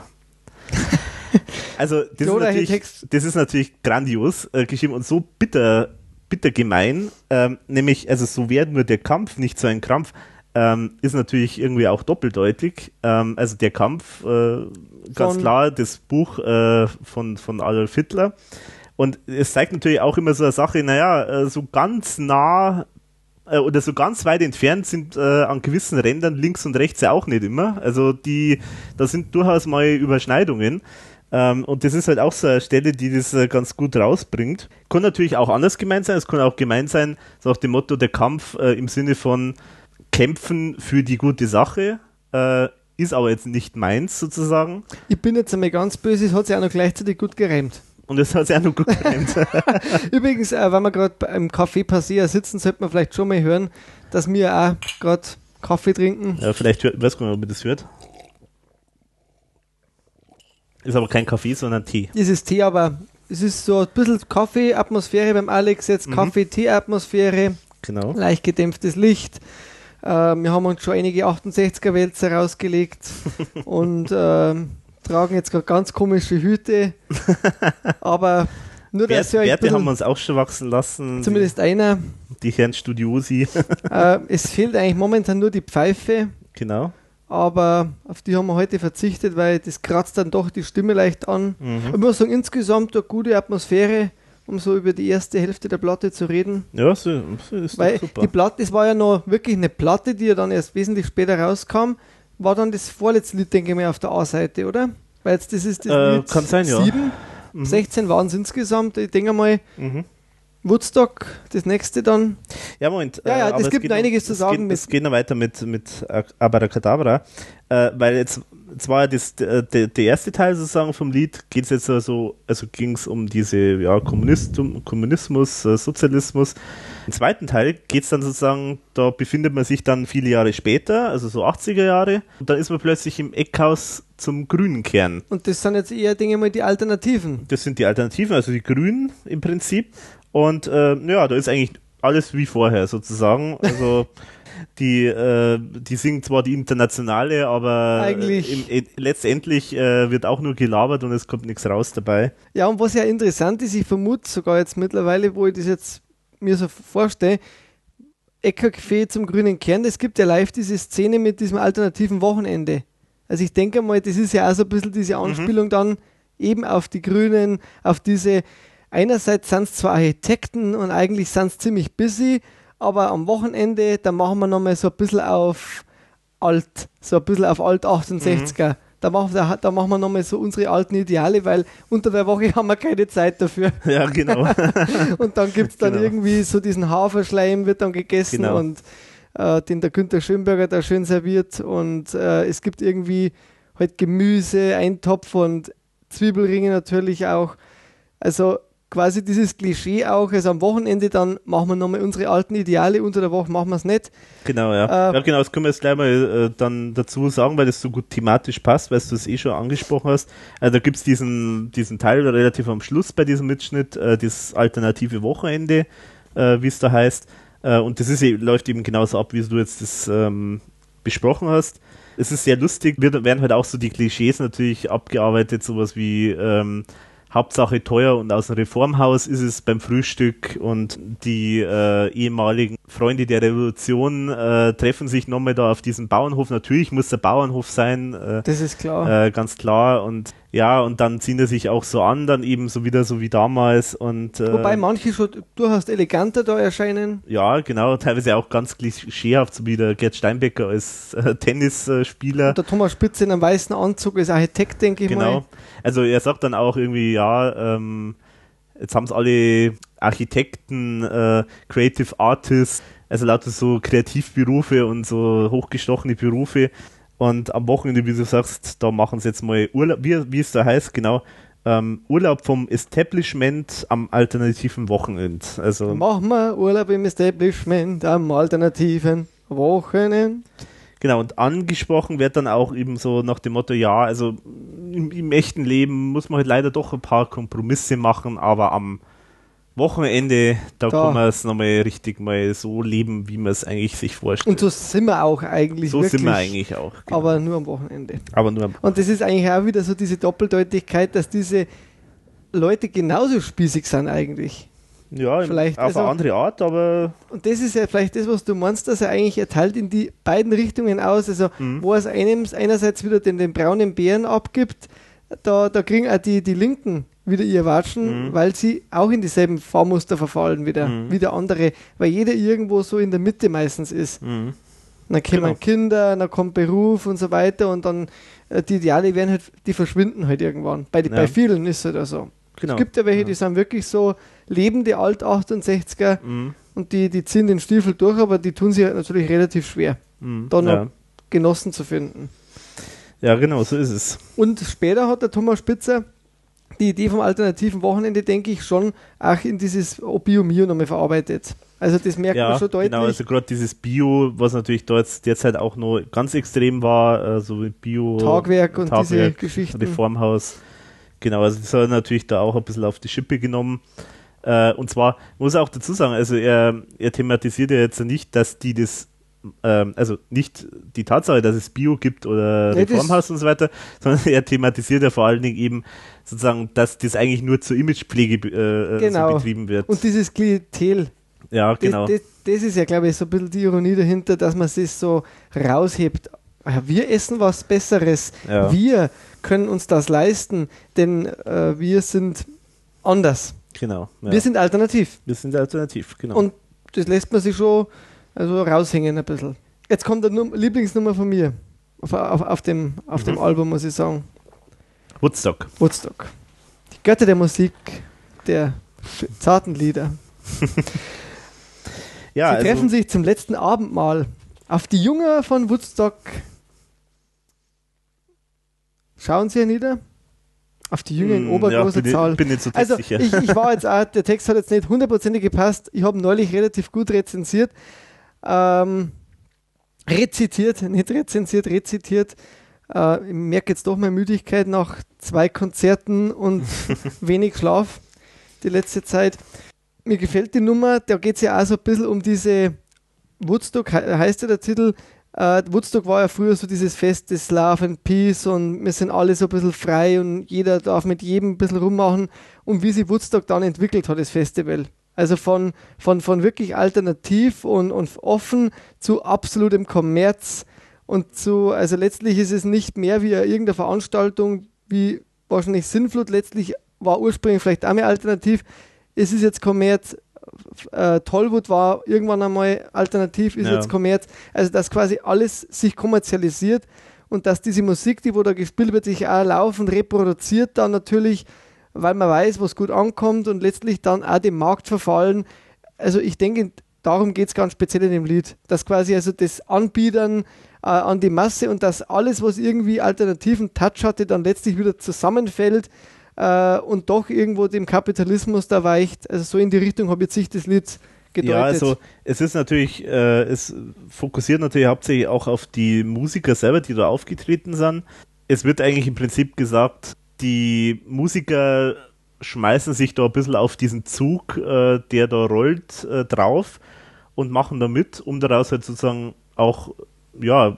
Also das ist natürlich grandios geschrieben und so bitter gemein, nämlich, also so wäre nur der Kampf nicht so ein Krampf, ist natürlich irgendwie auch doppeldeutig. Also der Kampf, ganz klar, das Buch von Adolf Hitler. Und es zeigt natürlich auch immer so eine Sache, so ganz nah oder so ganz weit entfernt sind an gewissen Rändern links und rechts ja auch nicht immer. Also da sind durchaus mal Überschneidungen. Und das ist halt auch so eine Stelle, die das ganz gut rausbringt. Kann natürlich auch anders gemeint sein. Es kann auch gemeint sein, so nach dem Motto, der Kampf im Sinne von kämpfen für die gute Sache, ist aber jetzt nicht meins sozusagen. Ich bin jetzt einmal ganz böse, es hat sich auch noch gleichzeitig gut gereimt. Und es hat sich auch noch gut gereimt. Übrigens, wenn wir gerade im Café Passé sitzen, sollte man vielleicht schon mal hören, dass wir auch gerade Kaffee trinken. Ja, vielleicht weiß ich nicht, ob man das hört. Ist aber kein Kaffee, sondern Tee. Es ist Tee, aber es ist so ein bisschen Kaffee-Atmosphäre beim Alex jetzt, Kaffee-Tee-Atmosphäre. Genau. Leicht gedämpftes Licht. Wir haben uns schon einige 68er-Wälzer rausgelegt und tragen jetzt gerade ganz komische Hüte. Aber nur dass ihr Werte haben wir uns auch schon wachsen lassen. Zumindest einer. Die Herren Studiosi. Es fehlt eigentlich momentan nur die Pfeife. Genau. aber auf die haben wir heute verzichtet, weil das kratzt dann doch die Stimme leicht an. Ich muss sagen, insgesamt eine gute Atmosphäre, um so über die erste Hälfte der Platte zu reden. Ja, so ist Weil doch super. die Platte, das war ja noch wirklich eine Platte, die ja dann erst wesentlich später rauskam, war dann das vorletzte Lied, denke ich mal, auf der A-Seite, oder? Weil jetzt das ist das Lied kann sein, ja. 7, 16 waren es insgesamt. Ich denke mal, Woodstock, das nächste dann. Ja, Moment. Ja, aber das es gibt geht noch einiges zu sagen. Es geht noch weiter mit Abracadabra, weil jetzt war der erste Teil sozusagen vom Lied, geht es jetzt also ging es um diese Kommunismus, Sozialismus. Im zweiten Teil geht es dann sozusagen, da befindet man sich dann viele Jahre später, also so 80er Jahre, und dann ist man plötzlich im Eckhaus zum grünen Kern. Und das sind jetzt eher, denke ich mal, die Alternativen. Das sind die Alternativen, also die Grünen im Prinzip. Und ja, da ist eigentlich alles wie vorher sozusagen. Also die singen zwar die Internationale, aber Eigentlich letztendlich wird auch nur gelabert und es kommt nichts raus dabei. Ja, und was ja interessant ist, ich vermute sogar jetzt mittlerweile, wo ich das jetzt mir so vorstelle, Eckercafé zum grünen Kern, es gibt ja live diese Szene mit diesem alternativen Wochenende. Also ich denke mal, das ist ja auch so ein bisschen diese Anspielung dann eben auf die Grünen, auf diese, einerseits sind es zwar Architekten und eigentlich sind es ziemlich busy, aber am Wochenende, da machen wir nochmal so ein bisschen auf alt, so ein bisschen auf alt 68er. Da machen wir nochmal so unsere alten Ideale, weil unter der Woche haben wir keine Zeit dafür. Ja, genau. Und dann gibt es dann irgendwie so diesen Haferschleim, wird dann gegessen und den der Günther Schönberger da schön serviert. Und es gibt irgendwie halt Gemüse, Eintopf und Zwiebelringe natürlich auch. Also quasi dieses Klischee auch, also am Wochenende dann machen wir nochmal unsere alten Ideale, unter der Woche machen wir es nicht. Genau, ja. Ja, genau, das können wir jetzt gleich mal dann dazu sagen, weil das so gut thematisch passt, weil du es eh schon angesprochen hast. Da gibt es diesen Teil relativ am Schluss bei diesem Mitschnitt, das alternative Wochenende, wie es da heißt. Und das läuft eben genauso ab, wie du jetzt das besprochen hast. Es ist sehr lustig, werden halt auch so die Klischees natürlich abgearbeitet, sowas wie Hauptsache teuer und aus dem Reformhaus ist es beim Frühstück und die ehemaligen Freunde der Revolution treffen sich nochmal da auf diesem Bauernhof. Natürlich muss der Bauernhof sein. Das ist klar. Ganz klar. Und ja, und dann ziehen er sich auch so an, dann eben so wieder so wie damals. Und, wobei manche schon durchaus eleganter da erscheinen. Ja, genau. Teilweise auch ganz klischeehaft, so wie der Gerd Steinbecker als Tennisspieler. Und der Thomas Spitze in einem weißen Anzug als Architekt, denke ich mal. Genau. Also er sagt dann auch irgendwie, ja, jetzt haben es alle Architekten, Creative Artists, also lauter so Kreativberufe und so hochgestochene Berufe. Und am Wochenende, wie du sagst, da machen sie jetzt mal Urlaub, wie es da heißt, genau, Urlaub vom Establishment am alternativen Wochenende. Also machen wir Urlaub im Establishment am alternativen Wochenende. Genau, und angesprochen wird dann auch eben so nach dem Motto, ja, also im echten Leben muss man halt leider doch ein paar Kompromisse machen, aber am Wochenende, da kann man es nochmal richtig mal so leben, wie man es eigentlich sich vorstellt. Und so sind wir auch eigentlich. So wirklich, sind wir eigentlich auch. Genau. Aber nur am Wochenende. Und das ist eigentlich auch wieder so diese Doppeldeutigkeit, dass diese Leute genauso spießig sind eigentlich. Ja, vielleicht auf eine andere Art, aber... Und das ist ja vielleicht das, was du meinst, dass er eigentlich erteilt in die beiden Richtungen aus, also wo es einerseits wieder den braunen Bären abgibt, da kriegen auch die Linken wieder ihr Watschen, weil sie auch in dieselben Fahrmuster verfallen wie der andere, weil jeder irgendwo so in der Mitte meistens ist. Dann kommen Kinder, dann kommt Beruf und so weiter und dann die Ideale werden halt, die verschwinden halt irgendwann. Bei vielen ist es halt so. Genau. Es gibt ja welche, die sind wirklich so lebende Alt-68er und die ziehen den Stiefel durch, aber die tun sich halt natürlich relativ schwer, da noch Genossen zu finden. Ja, genau, so ist es. Und später hat der Thomas Spitzer die Idee vom alternativen Wochenende, denke ich, schon auch in dieses Bio Mio nochmal verarbeitet. Also das merkt man schon deutlich. Genau, also gerade dieses Bio, was natürlich da jetzt derzeit auch noch ganz extrem war, so wie Bio... Tagwerk und diese Geschichten. Reformhaus. Genau, also das hat natürlich da auch ein bisschen auf die Schippe genommen. Und zwar, muss ich auch dazu sagen, also er thematisiert ja jetzt nicht, dass die das, also nicht die Tatsache, dass es Bio gibt oder Reformhaus und so weiter, sondern er thematisiert ja vor allen Dingen eben sozusagen, dass das eigentlich nur zur Imagepflege so betrieben wird. Und dieses Klientel. Ja, genau. Das ist ja, glaube ich, so ein bisschen die Ironie dahinter, dass man es so raushebt wir essen was Besseres. Ja. Wir können uns das leisten, denn wir sind anders. Genau. Ja. Wir sind alternativ. Wir sind alternativ, genau. Und das lässt man sich schon raushängen ein bisschen. Jetzt kommt eine Lieblingsnummer von mir auf dem Album, muss ich sagen. Woodstock. Die Götter der Musik, der zarten Lieder. Ja, Sie treffen sich zum letzten Abendmahl. Auf die Jünger von Woodstock schauen sie hernieder. Auf die Jünger in obergroßer Zahl. Bin nicht so also sicher. ich war jetzt auch, der Text hat jetzt nicht hundertprozentig gepasst. Ich habe neulich relativ gut rezitiert. Ich merke jetzt doch meine Müdigkeit nach 2 Konzerten und wenig Schlaf die letzte Zeit. Mir gefällt die Nummer, da geht es ja auch so ein bisschen um diese Woodstock, heißt ja der Titel. Woodstock war ja früher so dieses Fest des Love and Peace und wir sind alle so ein bisschen frei und jeder darf mit jedem ein bisschen rummachen. Und wie sich Woodstock dann entwickelt hat, das Festival. Also von wirklich alternativ und offen zu absolutem Kommerz und also letztlich ist es nicht mehr wie irgendeine Veranstaltung, wie wahrscheinlich Sinnflut, letztlich war ursprünglich vielleicht auch mehr alternativ. Es ist jetzt Kommerz. Tollwood war irgendwann einmal alternativ, ist jetzt Kommerz. Also dass quasi alles sich kommerzialisiert und dass diese Musik, die wo da gespielt wird, sich auch laufend reproduziert dann natürlich, weil man weiß, was gut ankommt und letztlich dann auch dem Markt verfallen. Also ich denke, darum geht es ganz speziell in dem Lied, dass quasi also das Anbietern an die Masse und dass alles, was irgendwie alternativen Touch hatte, dann letztlich wieder zusammenfällt und doch irgendwo dem Kapitalismus da weicht. Also so in die Richtung habe jetzt sich das Lied gedeutet. Ja, also es ist natürlich, es fokussiert natürlich hauptsächlich auch auf die Musiker selber, die da aufgetreten sind. Es wird eigentlich im Prinzip gesagt, die Musiker schmeißen sich da ein bisschen auf diesen Zug, der da rollt, drauf und machen da mit, um daraus halt sozusagen auch, ja,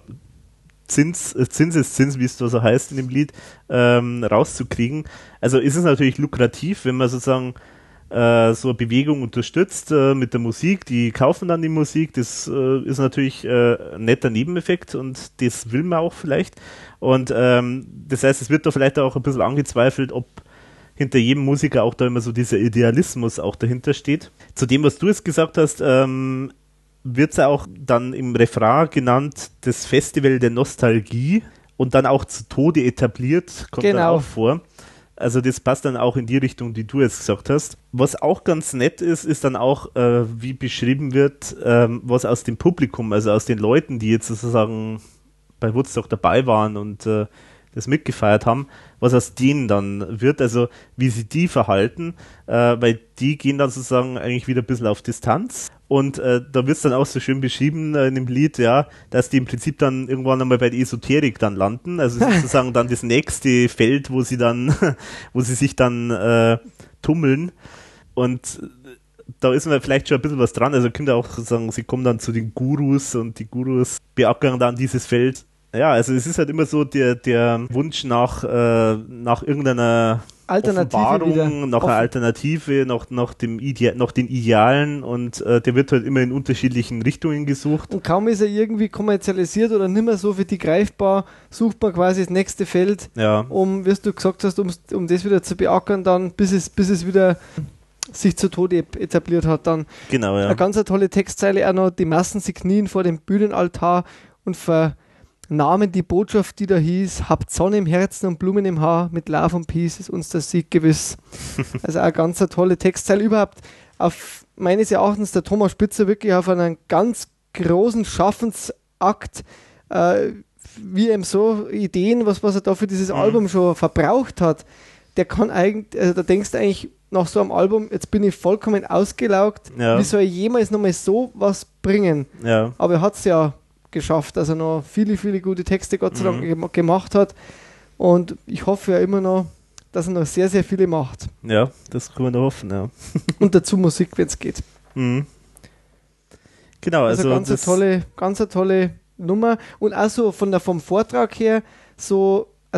Zins, wie es da so heißt in dem Lied, rauszukriegen. Also ist es natürlich lukrativ, wenn man sozusagen so eine Bewegung unterstützt mit der Musik, die kaufen dann die Musik, das ist natürlich ein netter Nebeneffekt und das will man auch vielleicht. Und das heißt, es wird da vielleicht auch ein bisschen angezweifelt, ob hinter jedem Musiker auch da immer so dieser Idealismus auch dahinter steht. Zu dem, was du jetzt gesagt hast, wird es auch dann im Refrain genannt, das Festival der Nostalgie und dann auch zu Tode etabliert, kommt dann auch vor. Also das passt dann auch in die Richtung, die du jetzt gesagt hast. Was auch ganz nett ist, ist dann auch, wie beschrieben wird, was aus dem Publikum, also aus den Leuten, die jetzt sozusagen bei Woodstock dabei waren und das mitgefeiert haben, was aus denen dann wird, also wie sie die verhalten, weil die gehen dann sozusagen eigentlich wieder ein bisschen auf Distanz und da wird es dann auch so schön beschrieben in dem Lied, ja, dass die im Prinzip dann irgendwann einmal bei der Esoterik dann landen, also sozusagen dann das nächste Feld, wo sie sich dann tummeln und da ist mir vielleicht schon ein bisschen was dran, also könnt ihr auch sagen, sie kommen dann zu den Gurus und die Gurus beackern dann dieses Feld. Ja, also es ist halt immer so der Wunsch nach irgendeiner Alternative Offenbarung, wieder. nach einer Alternative, nach den Idealen und der wird halt immer in unterschiedlichen Richtungen gesucht. Und kaum ist er irgendwie kommerzialisiert oder nicht mehr so für die greifbar, sucht man quasi das nächste Feld, um, wie du gesagt hast, um das wieder zu beackern, dann bis es wieder sich zu Tode etabliert hat. Dann genau, ja. Eine ganz tolle Textzeile auch noch, die Massen, sie knien vor dem Bühnenaltar und vernahmen die Botschaft, die da hieß, habt Sonne im Herzen und Blumen im Haar, mit Love und Peace ist uns der Sieg gewiss. Also eine ganz tolle Textzeile. Überhaupt auf meines Erachtens der Thomas Spitzer wirklich auf einen ganz großen Schaffensakt, wie eben so Ideen, was er da für dieses Album schon verbraucht hat, der kann eigentlich, also da denkst du eigentlich nach so einem Album, jetzt bin ich vollkommen ausgelaugt, wie soll ich jemals nochmal so was bringen? Ja. Aber er hat es ja geschafft, dass er noch viele, viele gute Texte Gott sei Dank gemacht hat und ich hoffe ja immer noch, dass er noch sehr, sehr viele macht. Ja, das können wir noch hoffen, ja. Und dazu Musik, wenn es geht. Mhm. Genau, also ganz eine tolle Nummer und auch so vom Vortrag her so ein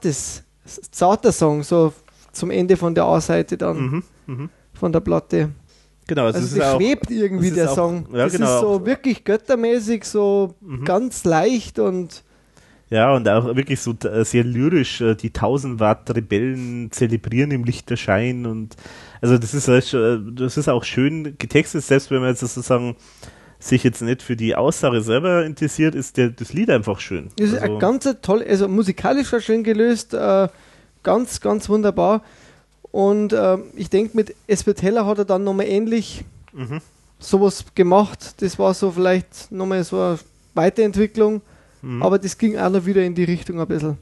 zarter Song, so zum Ende von der A-Seite dann von der Platte. Genau, also es schwebt irgendwie der Song. Ja, das genau, ist so wirklich göttermäßig, so ganz leicht und Ja, und auch wirklich so sehr lyrisch, die 1000 Watt Rebellen zelebrieren im Lichterschein und also das ist auch schön getextet, selbst wenn man jetzt sozusagen sich jetzt nicht für die Aussage selber interessiert, ist das Lied einfach schön. Das ist ein ganz toll, also musikalisch schön gelöst, ganz, ganz wunderbar. Und ich denke, mit Esbert Heller hat er dann nochmal ähnlich sowas gemacht. Das war so vielleicht nochmal so eine Weiterentwicklung, aber das ging auch noch wieder in die Richtung ein bisschen.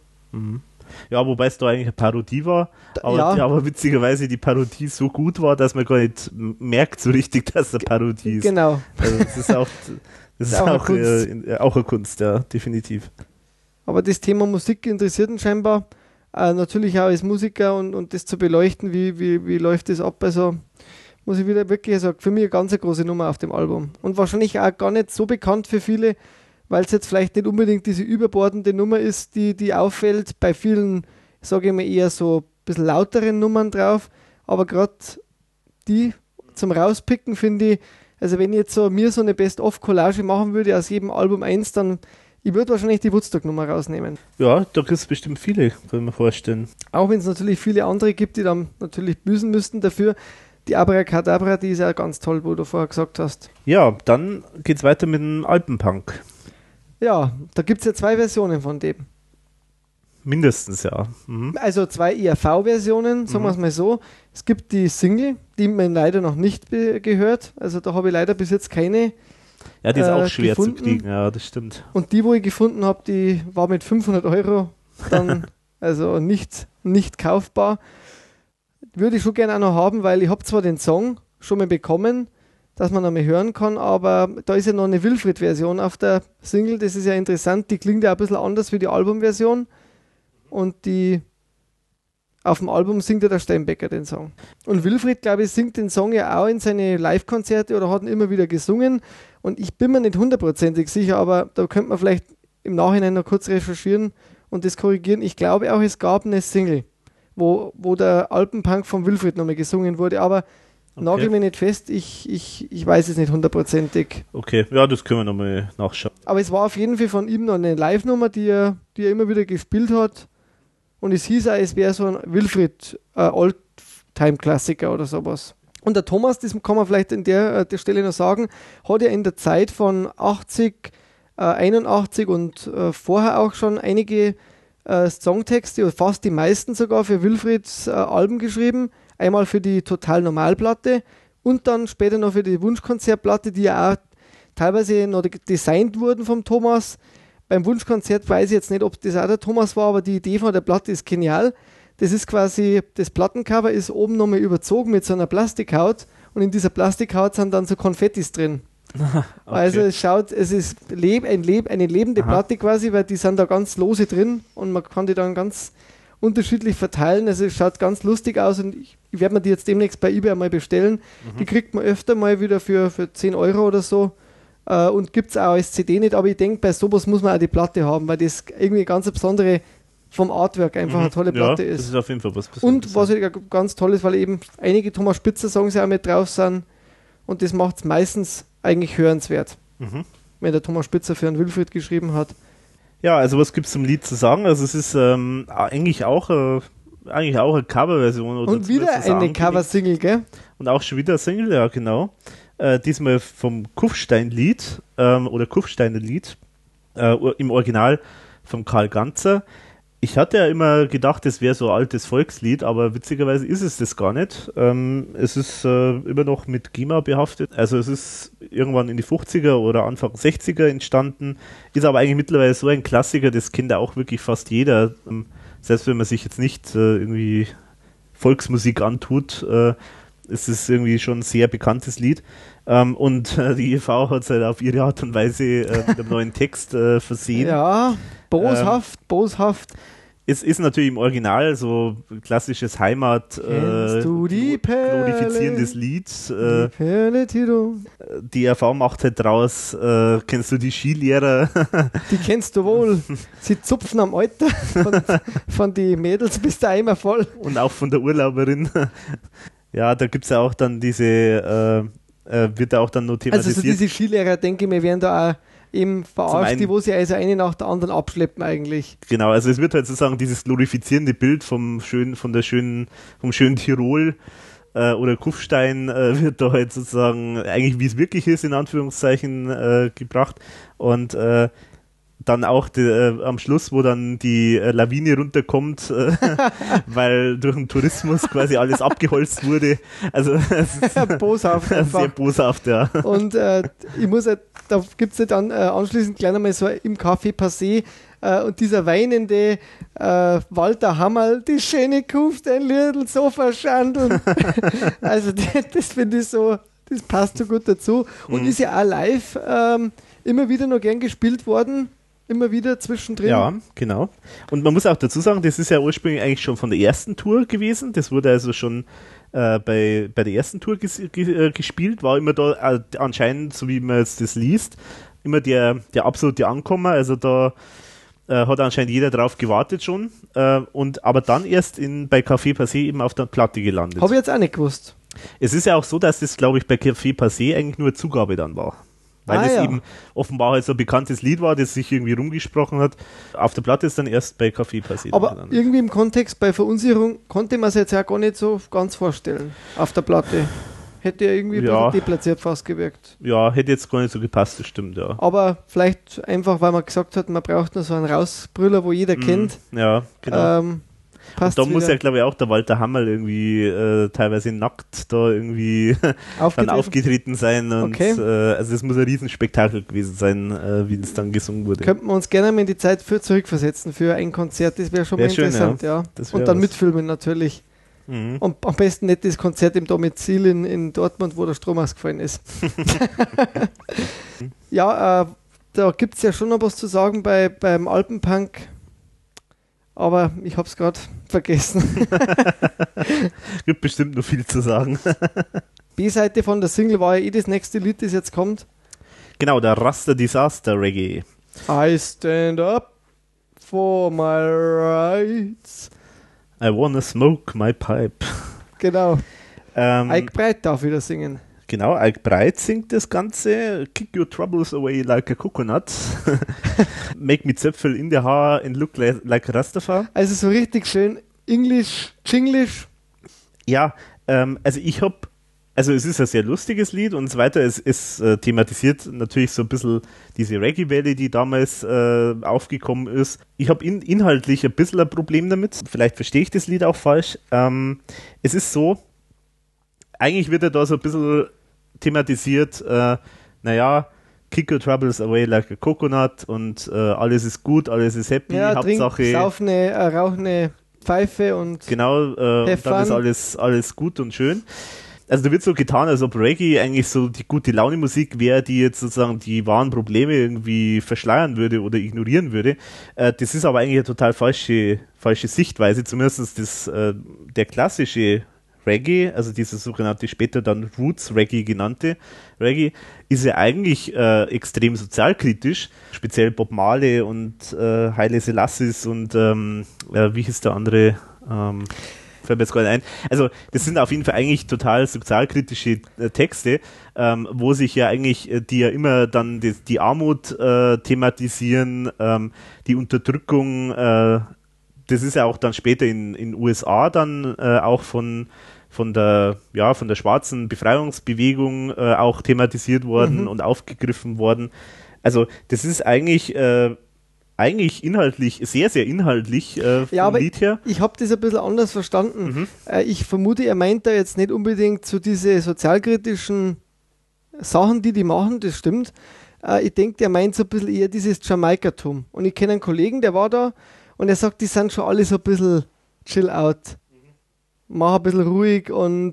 Ja, wobei es da eigentlich eine Parodie war, aber witzigerweise die Parodie so gut war, dass man gar nicht merkt so richtig, dass es eine Parodie ist. Genau. Also das ist auch eine Kunst, ja, definitiv. Aber das Thema Musik interessiert ihn scheinbar. Natürlich auch als Musiker und das zu beleuchten, wie läuft das ab. Also muss ich wieder wirklich sagen, für mich eine ganz große Nummer auf dem Album. Und wahrscheinlich auch gar nicht so bekannt für viele, weil es jetzt vielleicht nicht unbedingt diese überbordende Nummer ist, die auffällt. Bei vielen, sage ich mal, eher so ein bisschen lauteren Nummern drauf. Aber gerade die zum Rauspicken finde ich, also wenn ich jetzt mir so eine Best-of-Collage machen würde aus jedem Album 1, dann ich würde wahrscheinlich die Woodstock-Nummer rausnehmen. Ja, da gibt es bestimmt viele, kann ich mir vorstellen. Auch wenn es natürlich viele andere gibt, die dann natürlich büßen müssten dafür. Die Abracadabra, die ist ja ganz toll, wo du vorher gesagt hast. Ja, dann geht's weiter mit dem Alpenpunk. Ja, da gibt es ja 2 Versionen von dem. Mindestens, ja. Also 2 ERV-Versionen, sagen wir es mal so. Es gibt die Single, die man leider noch nicht gehört. Also da habe ich leider bis jetzt keine. Ja, die ist auch schwer gefunden. zu kriegen, ja, das stimmt. Und die, wo ich gefunden habe, die war mit 500 € dann also nicht kaufbar. Würde ich schon gerne auch noch haben, weil ich habe zwar den Song schon mal bekommen, dass man noch mal hören kann, aber da ist ja noch eine Wilfried-Version auf der Single, das ist ja interessant, die klingt ja ein bisschen anders wie die Albumversion und die auf dem Album singt ja der Steinbecker den Song. Und Wilfried, glaube ich, singt den Song ja auch in seine Live-Konzerte oder hat ihn immer wieder gesungen. Und ich bin mir nicht hundertprozentig sicher, aber da könnte man vielleicht im Nachhinein noch kurz recherchieren und das korrigieren. Ich glaube auch, es gab eine Single, wo der Alpenpunk von Wilfried nochmal gesungen wurde, aber nagel mich nicht fest, ich weiß es nicht hundertprozentig. Okay, ja, das können wir nochmal nachschauen. Aber es war auf jeden Fall von ihm noch eine Live-Nummer, die er immer wieder gespielt hat. Und es hieß auch, es wäre so ein Wilfried Oldtime-Klassiker oder sowas. Und der Thomas, das kann man vielleicht an der Stelle noch sagen, hat ja in der Zeit von 80, 81 und vorher auch schon einige Songtexte, oder fast die meisten sogar, für Wilfrieds Alben geschrieben. Einmal für die Total-Normal-Platte und dann später noch für die Wunschkonzertplatte, die ja auch teilweise noch designt wurden vom Thomas. Beim Wunschkonzert weiß ich jetzt nicht, ob das auch der Thomas war, aber die Idee von der Platte ist genial. Das ist quasi, das Plattencover ist oben nochmal überzogen mit so einer Plastikhaut und in dieser Plastikhaut sind dann so Konfettis drin. Okay. Also es ist eine lebende Platte quasi, weil die sind da ganz lose drin und man kann die dann ganz unterschiedlich verteilen. Also es schaut ganz lustig aus und ich werde mir die jetzt demnächst bei eBay mal bestellen. Die kriegt man öfter mal wieder für 10 € oder so. Und gibt es auch als CD nicht, aber ich denke, bei sowas muss man auch die Platte haben, weil das irgendwie ganz eine besondere vom Artwork einfach eine tolle Platte ist. Das ist auf jeden Fall was Besonderes. Und was halt ganz toll ist, weil eben einige Thomas Spitzer Songs ja auch mit drauf sind und das macht es meistens eigentlich hörenswert, wenn der Thomas Spitzer für einen Wilfried geschrieben hat. Ja, also was gibt es zum Lied zu sagen? Also es ist eigentlich auch eine Coverversion. Und wieder eine Cover-Single, gell? Und auch schon wieder eine Single, ja genau. Diesmal vom Kufstein-Lied oder Kufsteiner Lied im Original von Karl Ganzer. Ich hatte ja immer gedacht, das wäre so ein altes Volkslied, aber witzigerweise ist es das gar nicht. Es ist immer noch mit GEMA behaftet. Also es ist irgendwann in die 50er oder Anfang 60er entstanden, ist aber eigentlich mittlerweile so ein Klassiker, das kennt ja auch wirklich fast jeder. Selbst wenn man sich jetzt nicht irgendwie Volksmusik antut, ist es irgendwie schon ein sehr bekanntes Lied. Und die EV hat es halt auf ihre Art und Weise mit einem neuen Text versehen. Ja, boshaft. Es ist natürlich im Original so klassisches glorifizierendes Lied. Die EV macht halt draus, kennst du die Skilehrer? Die kennst du wohl. Sie zupfen am Alter von den Mädels bis der Eimer voll. Und auch von der Urlauberin. Ja, da gibt es ja auch dann diese, wird da auch dann nur thematisiert. Also so diese Skilehrer, denke ich mir, werden da auch eben verarscht, die wo sie also eine nach der anderen abschleppen eigentlich. Genau, also es wird halt sozusagen dieses glorifizierende Bild vom schönen Tirol oder Kufstein wird da halt sozusagen eigentlich wie es wirklich ist, in Anführungszeichen gebracht und dann auch am Schluss, wo dann die Lawine runterkommt, weil durch den Tourismus quasi alles abgeholzt wurde. Also boshaft einfach. Sehr boshaft, ja. Und ich muss halt, da gibt es ja dann anschließend gleich nochmal so im Café Passé und dieser weinende Walter Hammerl, die schöne Kuft, ein Liedl so verschandeln. Also das finde ich so, das passt so gut dazu. Und ist ja auch live immer wieder noch gern gespielt worden. Immer wieder zwischendrin. Ja, genau. Und man muss auch dazu sagen, das ist ja ursprünglich eigentlich schon von der ersten Tour gewesen. Das wurde also schon bei der ersten Tour gespielt, war immer da anscheinend, so wie man jetzt das liest, immer der absolute Ankommer. Also da hat anscheinend jeder drauf gewartet schon. Aber dann erst bei Café Passé eben auf der Platte gelandet. Habe ich jetzt auch nicht gewusst. Es ist ja auch so, dass das, glaube ich, bei Café Passé eigentlich nur Zugabe dann war. Weil es eben offenbar halt so ein bekanntes Lied war, das sich irgendwie rumgesprochen hat. Auf der Platte ist dann erst bei Café Passé. Aber irgendwie im Kontext bei Verunsicherung konnte man es jetzt ja gar nicht so ganz vorstellen. Auf der Platte. Hätte ja irgendwie ein bisschen deplatziert fast gewirkt. Ja, hätte jetzt gar nicht so gepasst, das stimmt, ja. Aber vielleicht einfach, weil man gesagt hat, man braucht nur so einen Rausbrüller, wo jeder kennt. Ja, genau. Passt da muss ja, glaube ich, auch der Walter Hammerl irgendwie teilweise nackt da irgendwie dann aufgetreten sein. Und, also das muss ein Riesenspektakel gewesen sein, wie das dann gesungen wurde. Könnten wir uns gerne mal in die Zeit zurückversetzen für ein Konzert, das wäre schon mal interessant, ja. Und dann mitfilmen natürlich. Mhm. Und am besten nicht das Konzert im Domizil in Dortmund, wo der Strom ausgefallen ist. Ja, da gibt es ja schon noch was zu sagen beim Alpenpunk. Aber ich habe es gerade vergessen. Gibt bestimmt noch viel zu sagen. B-Seite von der Single war ja das nächste Lied, das jetzt kommt. Genau, der Rasta Disaster Reggae. I stand up for my rights. I wanna smoke my pipe. Genau. Ike Breit darf wieder singen. Genau, Ike Breit singt das Ganze. Kick your troubles away like a coconut. Make me Zöpfel in the Haar and look like a Rastafari. Also so richtig schön Englisch, Chinglish. Ja, also es ist ein sehr lustiges Lied und so weiter. Es thematisiert natürlich so ein bisschen diese Reggae-Welle, die damals aufgekommen ist. Ich habe inhaltlich ein bisschen ein Problem damit. Vielleicht verstehe ich das Lied auch falsch. Es ist so, eigentlich wird er da so ein bisschen thematisiert, kick your troubles away like a coconut und alles ist gut, alles ist happy, ja, Hauptsache rauch eine Pfeife und genau, dann ist alles gut und schön. Also da wird so getan, als ob Reggae eigentlich so die gute Laune-Musik wäre, die jetzt sozusagen die wahren Probleme irgendwie verschleiern würde oder ignorieren würde. Das ist aber eigentlich eine total falsche Sichtweise, zumindest der klassische Reggae, also dieses sogenannte später dann Roots Reggae genannte Reggae, ist ja eigentlich extrem sozialkritisch, speziell Bob Marley und Haile Selassie und wie hieß der andere, fällt mir jetzt gar nicht ein. Also das sind auf jeden Fall eigentlich total sozialkritische Texte, wo sich ja eigentlich, die ja immer dann die Armut thematisieren, die Unterdrückung, das ist ja auch dann später in USA dann auch von der schwarzen Befreiungsbewegung auch thematisiert worden und aufgegriffen worden. Also das ist eigentlich inhaltlich, sehr, sehr inhaltlich vom Lied her. Ich habe das ein bisschen anders verstanden. Ich vermute, er meint da jetzt nicht unbedingt so diese sozialkritischen Sachen, die machen, das stimmt. Ich denke, der meint so ein bisschen eher dieses Jamaikatum. Und ich kenne einen Kollegen, der war da und er sagt, die sind schon alle so ein bisschen chill out. Mach ein bisschen ruhig und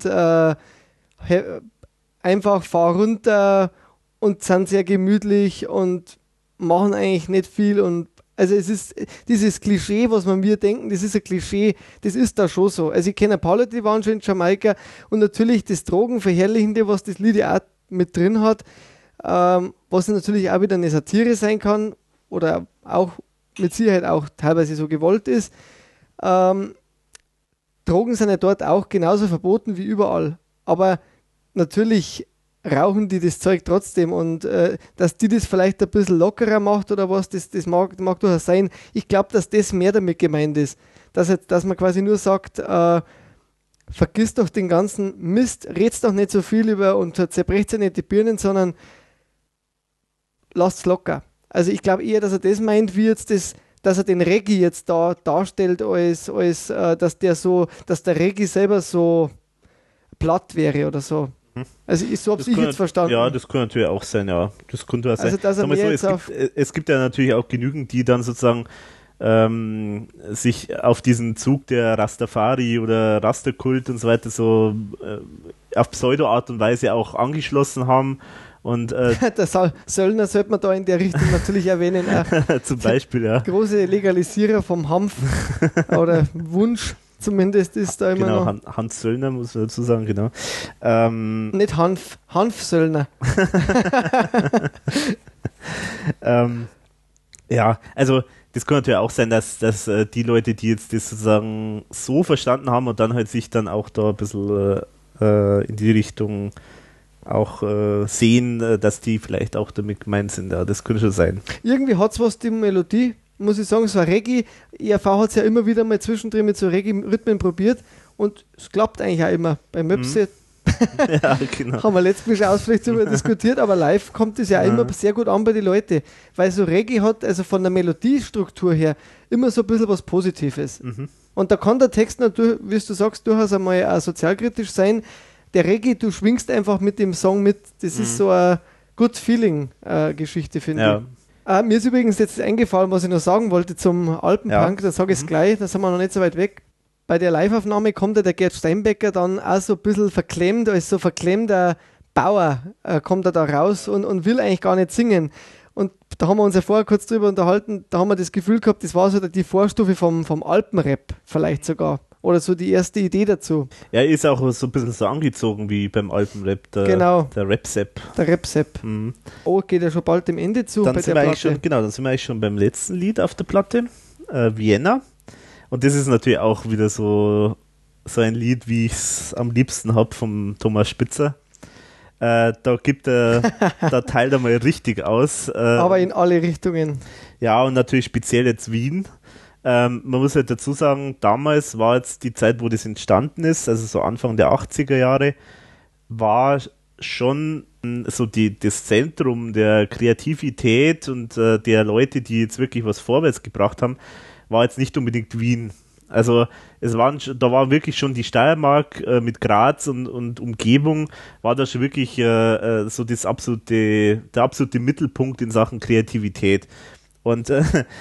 einfach fahr runter und sind sehr gemütlich und machen eigentlich nicht viel. Und also es ist dieses Klischee, was wir denken, das ist ein Klischee, das ist da schon so. Also ich kenne ein paar Leute, die waren schon in Jamaika und natürlich das Drogenverherrlichende, was das Lied ja auch mit drin hat, was natürlich auch wieder eine Satire sein kann oder auch mit Sicherheit auch teilweise so gewollt ist. Drogen sind ja dort auch genauso verboten wie überall. Aber natürlich rauchen die das Zeug trotzdem und dass die das vielleicht ein bisschen lockerer macht oder was, das mag durchaus sein. Ich glaube, dass das mehr damit gemeint ist. Dass man quasi nur sagt, vergiss doch den ganzen Mist, red's doch nicht so viel über und zerbrecht ja nicht die Birnen, sondern lasst's locker. Also ich glaube eher, dass er das meint, wie jetzt dass er den Reggae jetzt da darstellt, als dass der Reggae selber so platt wäre oder so. Also so habe ich jetzt verstanden. Ja, das kann natürlich auch sein, ja. Das könnte auch sein. Also, dass er mehr jetzt es gibt ja natürlich auch genügend, die dann sozusagen sich auf diesen Zug der Rastafari oder Rasterkult und so weiter so auf Pseudo-Art und Weise auch angeschlossen haben. Und der Söllner sollte man da in der Richtung natürlich erwähnen. Zum Beispiel, ja. Große Legalisierer vom Hanf oder Wunsch zumindest ist da immer noch. Genau, Hans Söllner muss man dazu sagen, genau. Nicht Hanf-Söllner. Ja, also das kann natürlich auch sein, dass die Leute, die jetzt das sozusagen so verstanden haben und dann halt sich dann auch da ein bisschen in die Richtung auch sehen, dass die vielleicht auch damit gemeint sind. Ja, das könnte schon sein. Irgendwie hat es was, die Melodie, muss ich sagen, so ein Reggae. ERV hat es ja immer wieder mal zwischendrin mit so Reggae-Rhythmen probiert und es klappt eigentlich auch immer. Bei Möpse ja, genau. haben wir letztes Mal schon ausführlich darüber diskutiert, aber live kommt es ja immer sehr gut an bei den Leuten, weil so Reggae hat, also von der Melodiestruktur her, immer so ein bisschen was Positives. Und da kann der Text natürlich, wie du sagst, durchaus einmal auch sozialkritisch sein. Der Reggae, du schwingst einfach mit dem Song mit, das ist so eine Good-Feeling-Geschichte, finde ich. Mir ist übrigens jetzt eingefallen, was ich noch sagen wollte zum Alpenpunk, dann sage ich es gleich, da sind wir noch nicht so weit weg. Bei der Live-Aufnahme kommt ja der Gerd Steinbecker dann auch so ein bisschen verklemmt, als so verklemmter Bauer kommt er da raus und will eigentlich gar nicht singen. Und da haben wir uns ja vorher kurz drüber unterhalten, da haben wir das Gefühl gehabt, das war so die Vorstufe vom Alpenrap vielleicht sogar. Oder so die erste Idee dazu. Er ist auch so ein bisschen so angezogen wie beim Alpenrap, der Rap-Sepp. Der Rap-Sepp. Oh, geht ja schon bald dem Ende zu dann bei der Platte. Dann sind wir eigentlich schon beim letzten Lied auf der Platte, Vienna. Und das ist natürlich auch wieder so ein Lied, wie ich es am liebsten habe, vom Thomas Spitzer. Da gibt der teilt er mal richtig aus. Aber in alle Richtungen. Ja, und natürlich speziell jetzt Wien. Man muss halt dazu sagen, damals war jetzt die Zeit, wo das entstanden ist, also so Anfang der 80er Jahre, war schon so das Zentrum der Kreativität und der Leute, die jetzt wirklich was vorwärts gebracht haben, war jetzt nicht unbedingt Wien. Also da war wirklich schon die Steiermark mit Graz und Umgebung, war da schon wirklich so der absolute Mittelpunkt in Sachen Kreativität. Und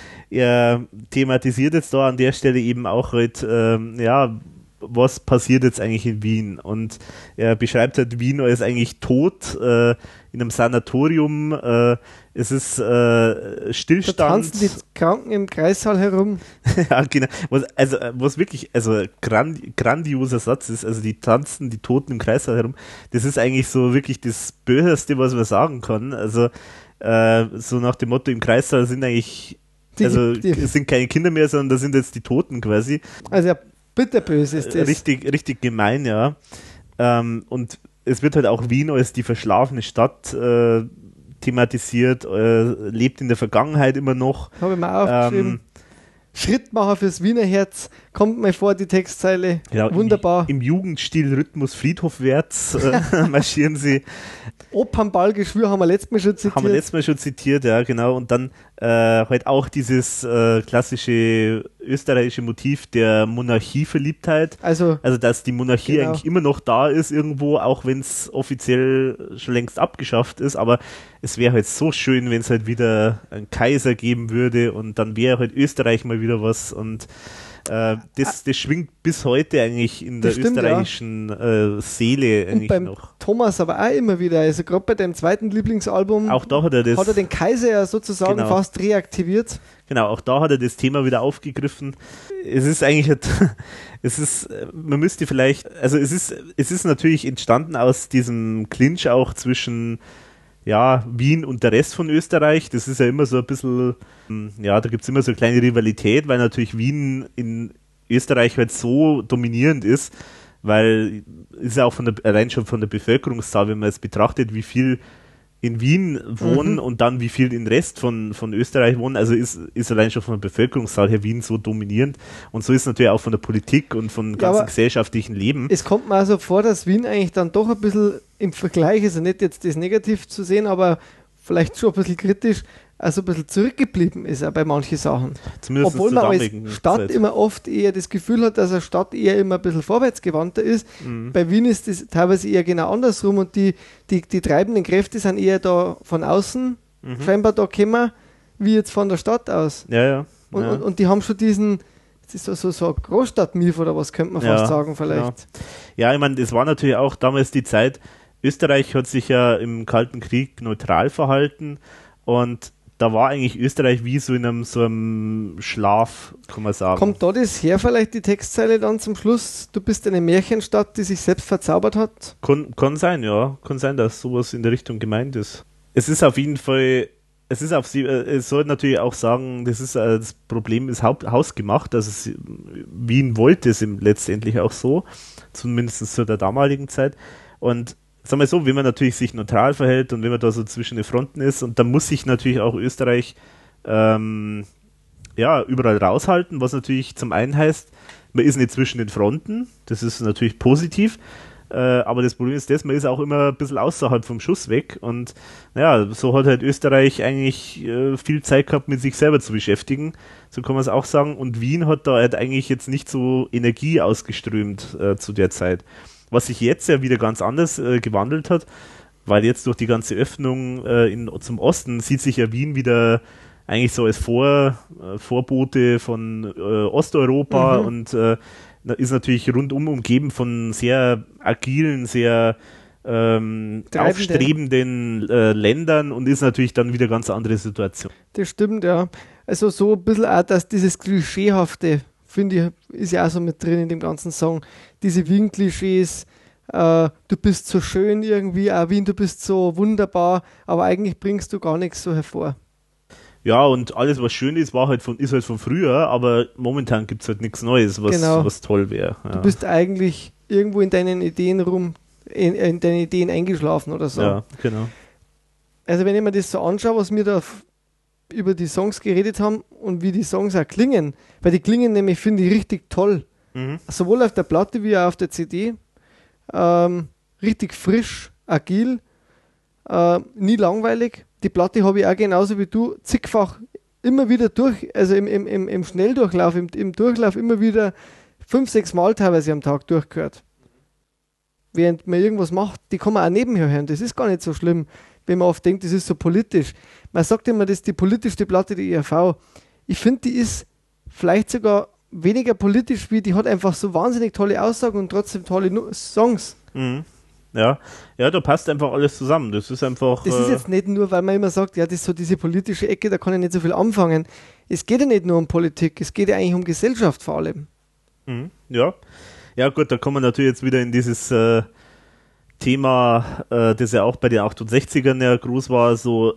er thematisiert jetzt da an der Stelle eben auch halt, was passiert jetzt eigentlich in Wien? Und er beschreibt halt Wien als eigentlich tot, in einem Sanatorium, es ist Stillstand. Da tanzen die Kranken im Kreissaal herum. Ja, genau. Was wirklich, grandioser Satz ist, also die Toten im Kreissaal herum, das ist eigentlich so wirklich das Böseste, was man sagen kann. Also so nach dem Motto, im Kreissaal sind eigentlich, es sind keine Kinder mehr, sondern da sind jetzt die Toten quasi. Also ja, bitterbös ist das. Richtig gemein, ja. Und es wird halt auch Wien als die verschlafene Stadt thematisiert, lebt in der Vergangenheit immer noch. Habe ich mal aufgeschrieben. Schrittmacher fürs Wiener Herz, kommt mal vor, die Textzeile. Genau, wunderbar. Im Jugendstil Rhythmus friedhofwärts marschieren sie. Opernballgeschwür haben wir letztes Mal schon zitiert. Ja, genau. Und dann halt auch dieses klassische österreichische Motiv der Monarchieverliebtheit. Also dass die Monarchie eigentlich immer noch da ist irgendwo, auch wenn es offiziell schon längst abgeschafft ist. Aber es wäre halt so schön, wenn es halt wieder einen Kaiser geben würde und dann wäre halt Österreich mal wieder was. Und das schwingt bis heute eigentlich in der österreichischen Seele eigentlich beim noch. Thomas aber auch immer wieder, also gerade bei dem zweiten Lieblingsalbum auch da hat er den Kaiser ja sozusagen fast reaktiviert. Genau, auch da hat er das Thema wieder aufgegriffen. Es ist eigentlich, man müsste vielleicht, also es ist natürlich entstanden aus diesem Clinch auch zwischen Wien und der Rest von Österreich. Das ist ja immer so ein bisschen, da gibt es immer so eine kleine Rivalität, weil natürlich Wien in Österreich halt so dominierend ist, weil ist ja auch allein schon von der Bevölkerungszahl, wenn man es betrachtet, wie viel in Wien wohnen und dann wie viel den Rest von Österreich wohnen, also ist allein schon von der Bevölkerungszahl her Wien so dominierend und so ist es natürlich auch von der Politik und von ganzen gesellschaftlichen Leben. Es kommt mir also vor, dass Wien eigentlich dann doch ein bisschen im Vergleich, also nicht jetzt das negativ zu sehen, aber vielleicht schon ein bisschen kritisch, also ein bisschen zurückgeblieben ist auch bei manchen Sachen. Zumindest obwohl man als Stadt immer oft eher das Gefühl hat, dass eine Stadt eher immer ein bisschen vorwärtsgewandter ist. Bei Wien ist das teilweise eher genau andersrum und die treibenden Kräfte sind eher da von außen scheinbar da gekommen, wie jetzt von der Stadt aus. Ja. Und die haben schon diesen, das ist so ein Großstadt-Mief oder was könnte man fast sagen vielleicht. Ja, ich meine, das war natürlich auch damals die Zeit, Österreich hat sich ja im Kalten Krieg neutral verhalten und da war eigentlich Österreich wie so in einem Schlaf, kann man sagen. Kommt da das her vielleicht, die Textzeile dann zum Schluss? Du bist eine Märchenstadt, die sich selbst verzaubert hat? Kann sein, ja. Kann sein, dass sowas in der Richtung gemeint ist. Es ist auf jeden Fall, es soll natürlich auch sagen, das Problem ist hausgemacht, also Wien wollte es letztendlich auch so, zumindest zu der damaligen Zeit. Und sagen wir so, wenn man natürlich sich neutral verhält und wenn man da so zwischen den Fronten ist und dann muss sich natürlich auch Österreich überall raushalten, was natürlich zum einen heißt, man ist nicht zwischen den Fronten, das ist natürlich positiv, aber das Problem ist man ist auch immer ein bisschen außerhalb vom Schuss weg und so hat halt Österreich eigentlich viel Zeit gehabt, mit sich selber zu beschäftigen, so kann man es auch sagen, und Wien hat da halt eigentlich jetzt nicht so Energie ausgeströmt zu der Zeit. Was sich jetzt ja wieder ganz anders gewandelt hat, weil jetzt durch die ganze Öffnung zum Osten sieht sich ja Wien wieder eigentlich so als Vorbote von Osteuropa und ist natürlich rundum umgeben von sehr agilen, sehr aufstrebenden Ländern und ist natürlich dann wieder ganz andere Situation. Das stimmt, ja. Also so ein bisschen auch, dass dieses Klischeehafte, finde ich, ist ja auch so mit drin in dem ganzen Song. Diese Wien-Klischees, du bist so schön irgendwie, auch Wien, du bist so wunderbar, aber eigentlich bringst du gar nichts so hervor. Ja, und alles, was schön ist, ist halt von früher, aber momentan gibt es halt nichts Neues, was toll wäre. Ja. Du bist eigentlich irgendwo in deinen Ideen in deine Ideen eingeschlafen oder so. Ja, genau. Also wenn ich mir das so anschaue, was wir da über die Songs geredet haben und wie die Songs auch klingen, weil die klingen nämlich, finde ich, richtig toll. Sowohl auf der Platte wie auch auf der CD. Richtig frisch, agil, nie langweilig. Die Platte habe ich auch genauso wie du zigfach immer wieder also im Schnelldurchlauf, im Durchlauf immer wieder 5-6 Mal teilweise am Tag durchgehört. Während man irgendwas macht, die kann man auch nebenher hören. Das ist gar nicht so schlimm, wenn man oft denkt, das ist so politisch. Man sagt immer, das ist die politischste Platte der ERV. Ich finde, die ist vielleicht sogar weniger politisch, wie die hat einfach so wahnsinnig tolle Aussagen und trotzdem tolle Songs. Ja, da passt einfach alles zusammen. Das ist einfach. Das ist jetzt nicht nur, weil man immer sagt, ja, das ist so diese politische Ecke, da kann ich nicht so viel anfangen. Es geht ja nicht nur um Politik, es geht ja eigentlich um Gesellschaft vor allem. Ja. Ja, gut, da kommen wir natürlich jetzt wieder in dieses Thema, das ja auch bei den 68ern ja groß war, so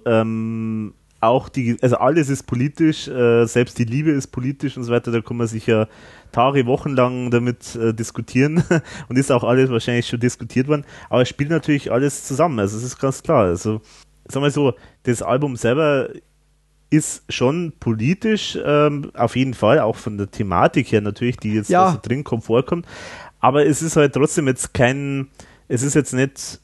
also alles ist politisch, selbst die Liebe ist politisch und so weiter, da kann man sich ja Tage, Wochen lang damit diskutieren und ist auch alles wahrscheinlich schon diskutiert worden, aber es spielt natürlich alles zusammen, also es ist ganz klar, also sagen wir so, das Album selber ist schon politisch, auf jeden Fall, auch von der Thematik her natürlich, die jetzt da so drin vorkommt, aber es ist halt trotzdem jetzt es ist jetzt nicht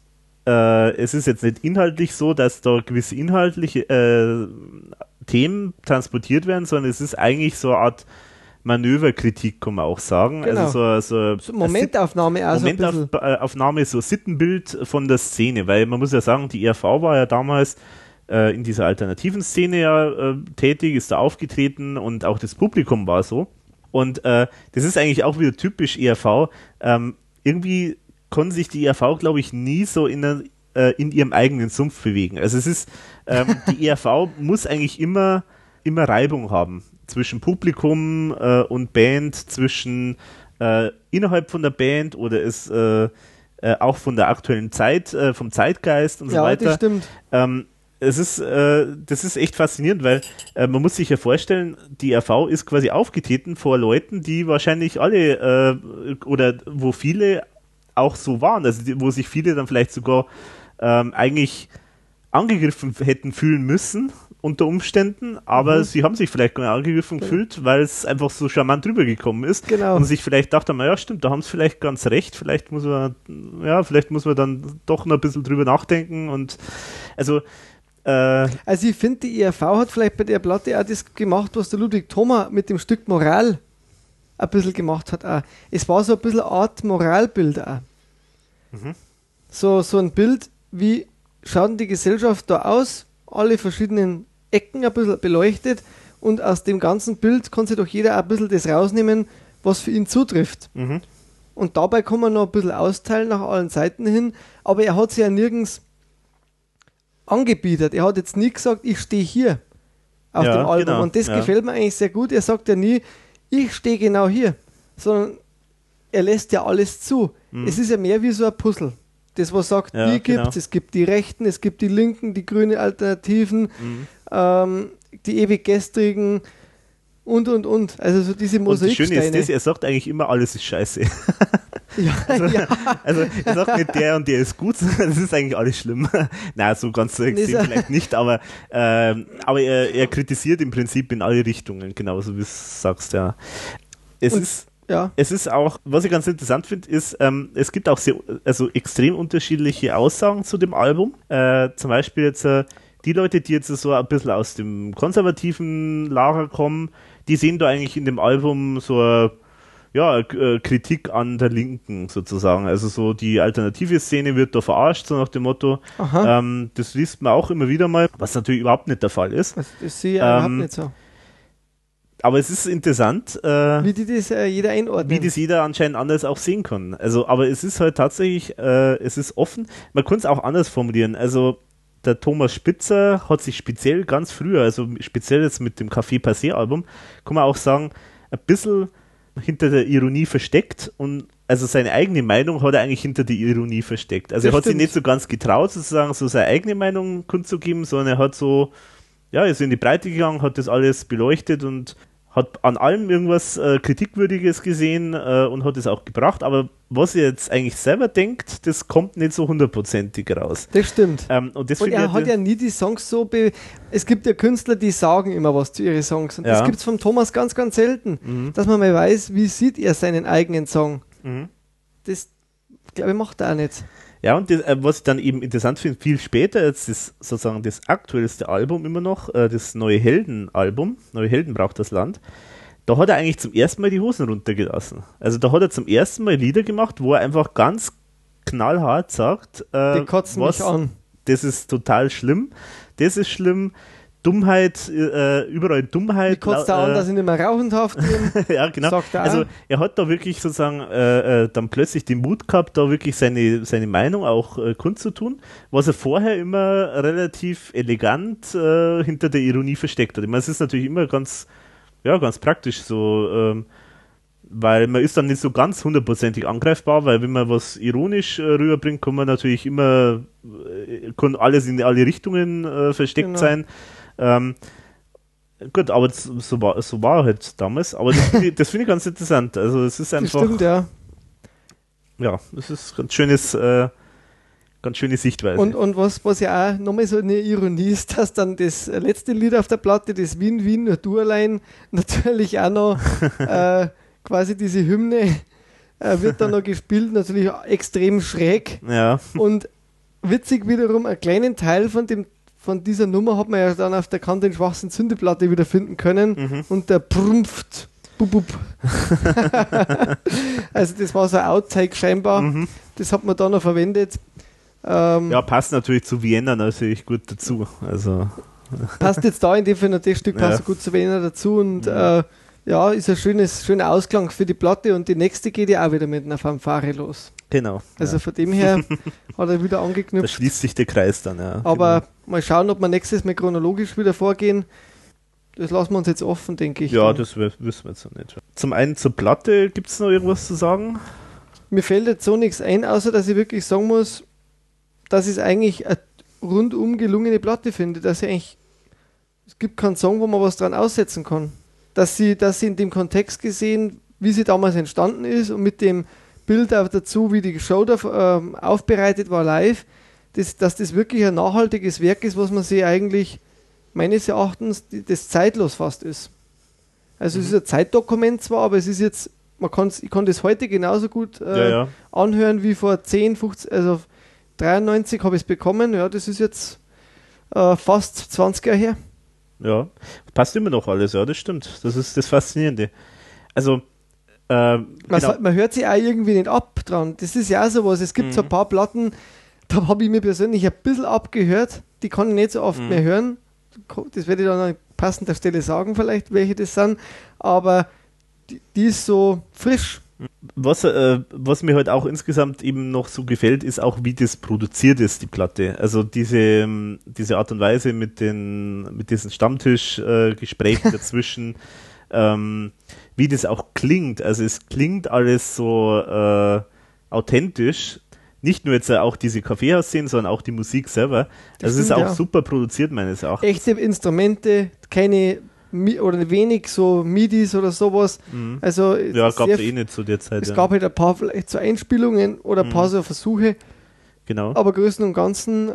inhaltlich so, dass da gewisse inhaltliche Themen transportiert werden, sondern es ist eigentlich so eine Art Manöverkritik, kann man auch sagen. Genau. Also so Momentaufnahme. Momentaufnahme, so Sittenbild von der Szene, weil man muss ja sagen, die ERV war ja damals in dieser alternativen Szene tätig, ist da aufgetreten und auch das Publikum war so. Und das ist eigentlich auch wieder typisch ERV. Irgendwie konnte sich die ERV, glaube ich, nie so in ihrem eigenen Sumpf bewegen. Also es ist, die ERV muss eigentlich immer Reibung haben zwischen Publikum und Band, zwischen innerhalb von der Band oder auch von der aktuellen Zeit, vom Zeitgeist und so weiter. Ja, das stimmt. Das ist echt faszinierend, weil man muss sich ja vorstellen, die ERV ist quasi aufgetreten vor Leuten, die wahrscheinlich alle oder wo viele auch so waren, also wo sich viele dann vielleicht sogar eigentlich angegriffen hätten fühlen müssen unter Umständen, aber sie haben sich vielleicht gar nicht angegriffen gefühlt, weil es einfach so charmant rübergekommen ist und sich vielleicht dachte, ja stimmt, da haben sie vielleicht ganz recht, vielleicht muss man dann doch noch ein bisschen drüber nachdenken und also ich finde, die ERV hat vielleicht bei der Platte auch das gemacht, was der Ludwig Thoma mit dem Stück Moral ein bisschen gemacht hat auch. Es war so ein bisschen eine Art Moralbild auch. So ein Bild, wie schaut denn die Gesellschaft da aus? Alle verschiedenen Ecken ein bisschen beleuchtet und aus dem ganzen Bild kann sich doch jeder ein bisschen das rausnehmen, was für ihn zutrifft. Und dabei kann man noch ein bisschen austeilen nach allen Seiten hin, aber er hat sich ja nirgends angebietet. Er hat jetzt nie gesagt, ich stehe hier auf dem Album. Genau, und das gefällt mir eigentlich sehr gut. Er sagt ja nie, ich stehe genau hier, sondern er lässt ja alles zu. Es ist ja mehr wie so ein Puzzle. Das, was sagt, die gibt es gibt die Rechten, es gibt die Linken, die grünen Alternativen, die ewig Gestrigen und. Also so diese Mosaiksteine. Und das Schöne ist er sagt eigentlich immer, alles ist scheiße. Also er sagt nicht, der und der ist gut, sondern es ist eigentlich alles schlimm. Nein, so ganz so extrem vielleicht nicht, aber er kritisiert im Prinzip in alle Richtungen, genauso wie du sagst, ja. Es ist auch, was ich ganz interessant finde, ist, es gibt auch extrem unterschiedliche Aussagen zu dem Album. Zum Beispiel jetzt die Leute, die jetzt so ein bisschen aus dem konservativen Lager kommen, die sehen da eigentlich in dem Album so Kritik an der Linken sozusagen. Also so die alternative Szene wird da verarscht, so nach dem Motto. Das liest man auch immer wieder mal, was natürlich überhaupt nicht der Fall ist. Das sehe ich überhaupt nicht so. Aber es ist interessant, wie die das jeder einordnet. Wie das jeder anscheinend anders auch sehen kann. Also, aber es ist halt tatsächlich, es ist offen. Man kann es auch anders formulieren. Also der Thomas Spitzer hat sich speziell ganz früher, also speziell jetzt mit dem Café Passé Album, kann man auch sagen, ein bisschen hinter der Ironie versteckt und also seine eigene Meinung hat er eigentlich hinter der Ironie versteckt. Also er hat sich nicht so ganz getraut, sozusagen so seine eigene Meinung kundzugeben, sondern er hat so, ist in die Breite gegangen, hat das alles beleuchtet und hat an allem irgendwas Kritikwürdiges gesehen und hat es auch gebracht, aber was er jetzt eigentlich selber denkt, das kommt nicht so hundertprozentig raus. Das stimmt. Und er hat ja nie die Songs so es gibt ja Künstler, die sagen immer was zu ihren Songs und das gibt es vom Thomas ganz, ganz selten, dass man mal weiß, wie sieht er seinen eigenen Song. Das, glaube ich, macht er auch nicht. Ja, und das, was ich dann eben interessant finde, viel später, jetzt ist sozusagen das aktuellste Album immer noch, das Neue Helden-Album, Neue Helden braucht das Land, da hat er eigentlich zum ersten Mal die Hosen runtergelassen. Also da hat er zum ersten Mal Lieder gemacht, wo er einfach ganz knallhart sagt, die kotzen mich an. Das ist total schlimm, das ist schlimm, Dummheit, überall Dummheit. Wie kotzt er an, dass ich nicht mehr rauchend haft bin? Ja, genau. Sagt er also er hat da wirklich sozusagen dann plötzlich den Mut gehabt, da wirklich seine Meinung auch kundzutun, was er vorher immer relativ elegant hinter der Ironie versteckt hat. Ich meine, es ist natürlich immer ganz praktisch so, weil man ist dann nicht so ganz hundertprozentig angreifbar, weil wenn man was ironisch rüberbringt, kann man natürlich immer, kann alles in alle Richtungen versteckt sein. Gut, aber so war halt damals, aber das finde ich ganz interessant. Also es ist einfach. Das stimmt, ja. Ja, es ist ganz schöne Sichtweise. Und was ja auch nochmal so eine Ironie ist, dass dann das letzte Lied auf der Platte, das Wien, Wien, nur du allein, natürlich auch noch quasi diese Hymne wird dann noch gespielt, natürlich extrem schräg. Ja. Und witzig wiederum, einen kleinen Teil von dieser Nummer hat man ja dann auf der Kante den schwachsten Zündeplatte wieder finden können und der prumpft. Bub. Also das war so ein Outtake scheinbar. Das hat man da noch verwendet. Passt natürlich zu Vienna natürlich gut dazu. Also passt jetzt da in dem Fall noch das Stück passt gut zu Vienna dazu und ist ein schöner Ausklang für die Platte und die nächste geht ja auch wieder mit einer Fanfare los. Genau. Also von dem her hat er wieder angeknüpft. Da schließt sich der Kreis dann, ja. Aber mal schauen, ob wir nächstes Mal chronologisch wieder vorgehen. Das lassen wir uns jetzt offen, denke ich. Ja, das wissen wir jetzt noch nicht. Zum einen zur Platte, gibt es noch irgendwas zu sagen? Mir fällt jetzt so nichts ein, außer dass ich wirklich sagen muss, dass ich es eigentlich eine rundum gelungene Platte finde. Dass ich eigentlich, es gibt keinen Song, wo man was dran aussetzen kann. Dass sie in dem Kontext gesehen, wie sie damals entstanden ist und mit dem Bild auch dazu, wie die Show da aufbereitet war live, dass das wirklich ein nachhaltiges Werk ist, was man sich eigentlich meines Erachtens das zeitlos fast ist. Also es ist ein Zeitdokument zwar, aber es ist jetzt, ich kann das heute genauso gut anhören wie vor 10, 15, also 93 habe ich es bekommen, ja, das ist jetzt fast 20 Jahre her. Ja, passt immer noch alles, ja, das stimmt. Das ist das Faszinierende. Also, man hört sich auch irgendwie nicht ab dran. Das ist ja auch sowas. Es gibt so ein paar Platten, da habe ich mir persönlich ein bisschen abgehört. Die kann ich nicht so oft mehr hören. Das werde ich dann an passender Stelle sagen, vielleicht, welche das sind. Aber die ist so frisch. Was mir halt auch insgesamt eben noch so gefällt, ist auch, wie das produziert ist, die Platte. Also diese Art und Weise mit diesen Stammtischgesprächen dazwischen, wie das auch klingt. Also es klingt alles so authentisch. Nicht nur jetzt auch diese Kaffeehausszenen, sondern auch die Musik selber. Also es ist auch super produziert, meines Erachtens. Echte Instrumente, keine oder wenig so MIDIs oder sowas. Also ja, gab es nicht zu der Zeit. Es gab halt ein paar vielleicht so Einspielungen oder ein paar so Versuche. Genau. Aber Größen und Ganzen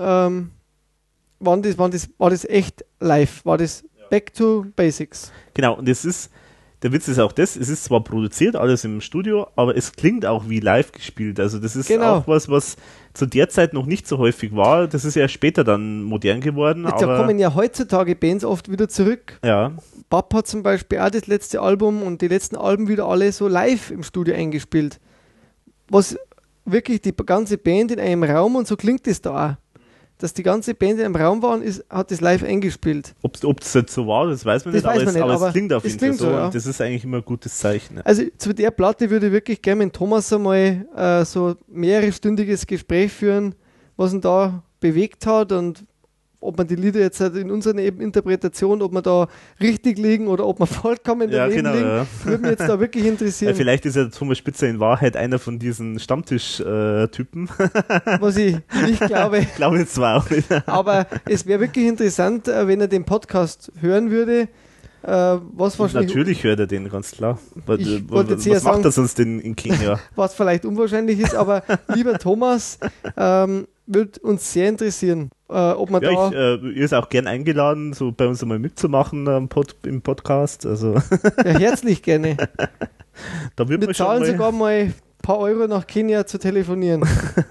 war das echt live. War das back to basics. Genau, und der Witz ist auch das, es ist zwar produziert, alles im Studio, aber es klingt auch wie live gespielt. Also das ist auch was zu der Zeit noch nicht so häufig war. Das ist ja später dann modern geworden. Da kommen ja heutzutage Bands oft wieder zurück. Ja. Bab hat zum Beispiel auch das letzte Album und die letzten Alben wieder alle so live im Studio eingespielt. Was wirklich die ganze Band in einem Raum, und so klingt es da auch. Dass die ganze Band in einem Raum war, hat das live eingespielt. Ob das jetzt so war, das weiß man nicht, aber es klingt auf jeden Fall so. Ja. Und das ist eigentlich immer ein gutes Zeichen. Ja. Also zu der Platte würde ich wirklich gerne mit Thomas einmal so mehrerstündiges Gespräch führen, was ihn da bewegt hat und ob man die Lieder jetzt halt in unserer Interpretation, ob man da richtig liegen oder ob man vollkommen daneben liegen, würde mich jetzt da wirklich interessieren. Ja, vielleicht ist ja Thomas Spitzer in Wahrheit einer von diesen Stammtisch-Typen. Was ich nicht glaube. Ich glaube zwar auch nicht. Aber es wäre wirklich interessant, wenn er den Podcast hören würde. Was wahrscheinlich natürlich hört er den, ganz klar. Was macht er sonst in Kenia? Was vielleicht unwahrscheinlich ist, aber lieber Thomas, würde uns sehr interessieren, ob man ihr ist auch gern eingeladen, so bei uns einmal mitzumachen im Podcast. Also. Ja, herzlich gerne. Da wird wir zahlen sogar mal ein paar Euro nach Kenia zu telefonieren.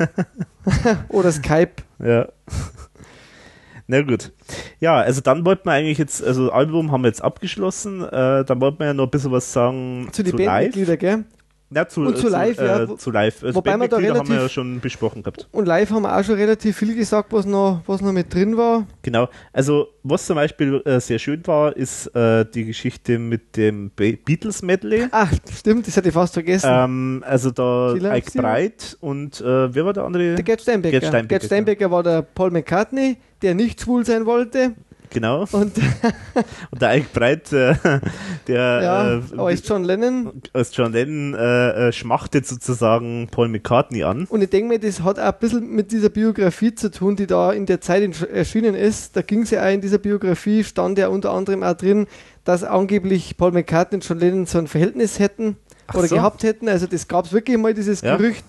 Oder Skype. Ja. Na gut. Ja, also dann wollten wir eigentlich jetzt, also Album haben wir jetzt abgeschlossen, dann wollten wir ja noch ein bisschen was sagen zu den Bandmitgliedern, gell? Ja, zu live, ja. Zu live. Also wobei wir da relativ, haben wir ja schon besprochen gehabt. Und live haben wir auch schon relativ viel gesagt, was noch mit drin war. Genau. Also, was zum Beispiel sehr schön war, ist die Geschichte mit dem Beatles-Medley. Ach, stimmt, das hatte ich fast vergessen. Also da Ike Breit und wer war der andere? Der Gerd Steinbecker. Gerd Steinbecker war der Paul McCartney, der nicht schwul sein wollte. Genau. Und der Ike Breit, als John Lennon schmachtet sozusagen Paul McCartney an. Und ich denke mir, das hat auch ein bisschen mit dieser Biografie zu tun, die da in der Zeit erschienen ist. Da ging es ja auch in dieser Biografie, stand ja unter anderem auch drin, dass angeblich Paul McCartney und John Lennon so ein Verhältnis hätten gehabt hätten. Also das gab es wirklich mal, dieses Gerücht,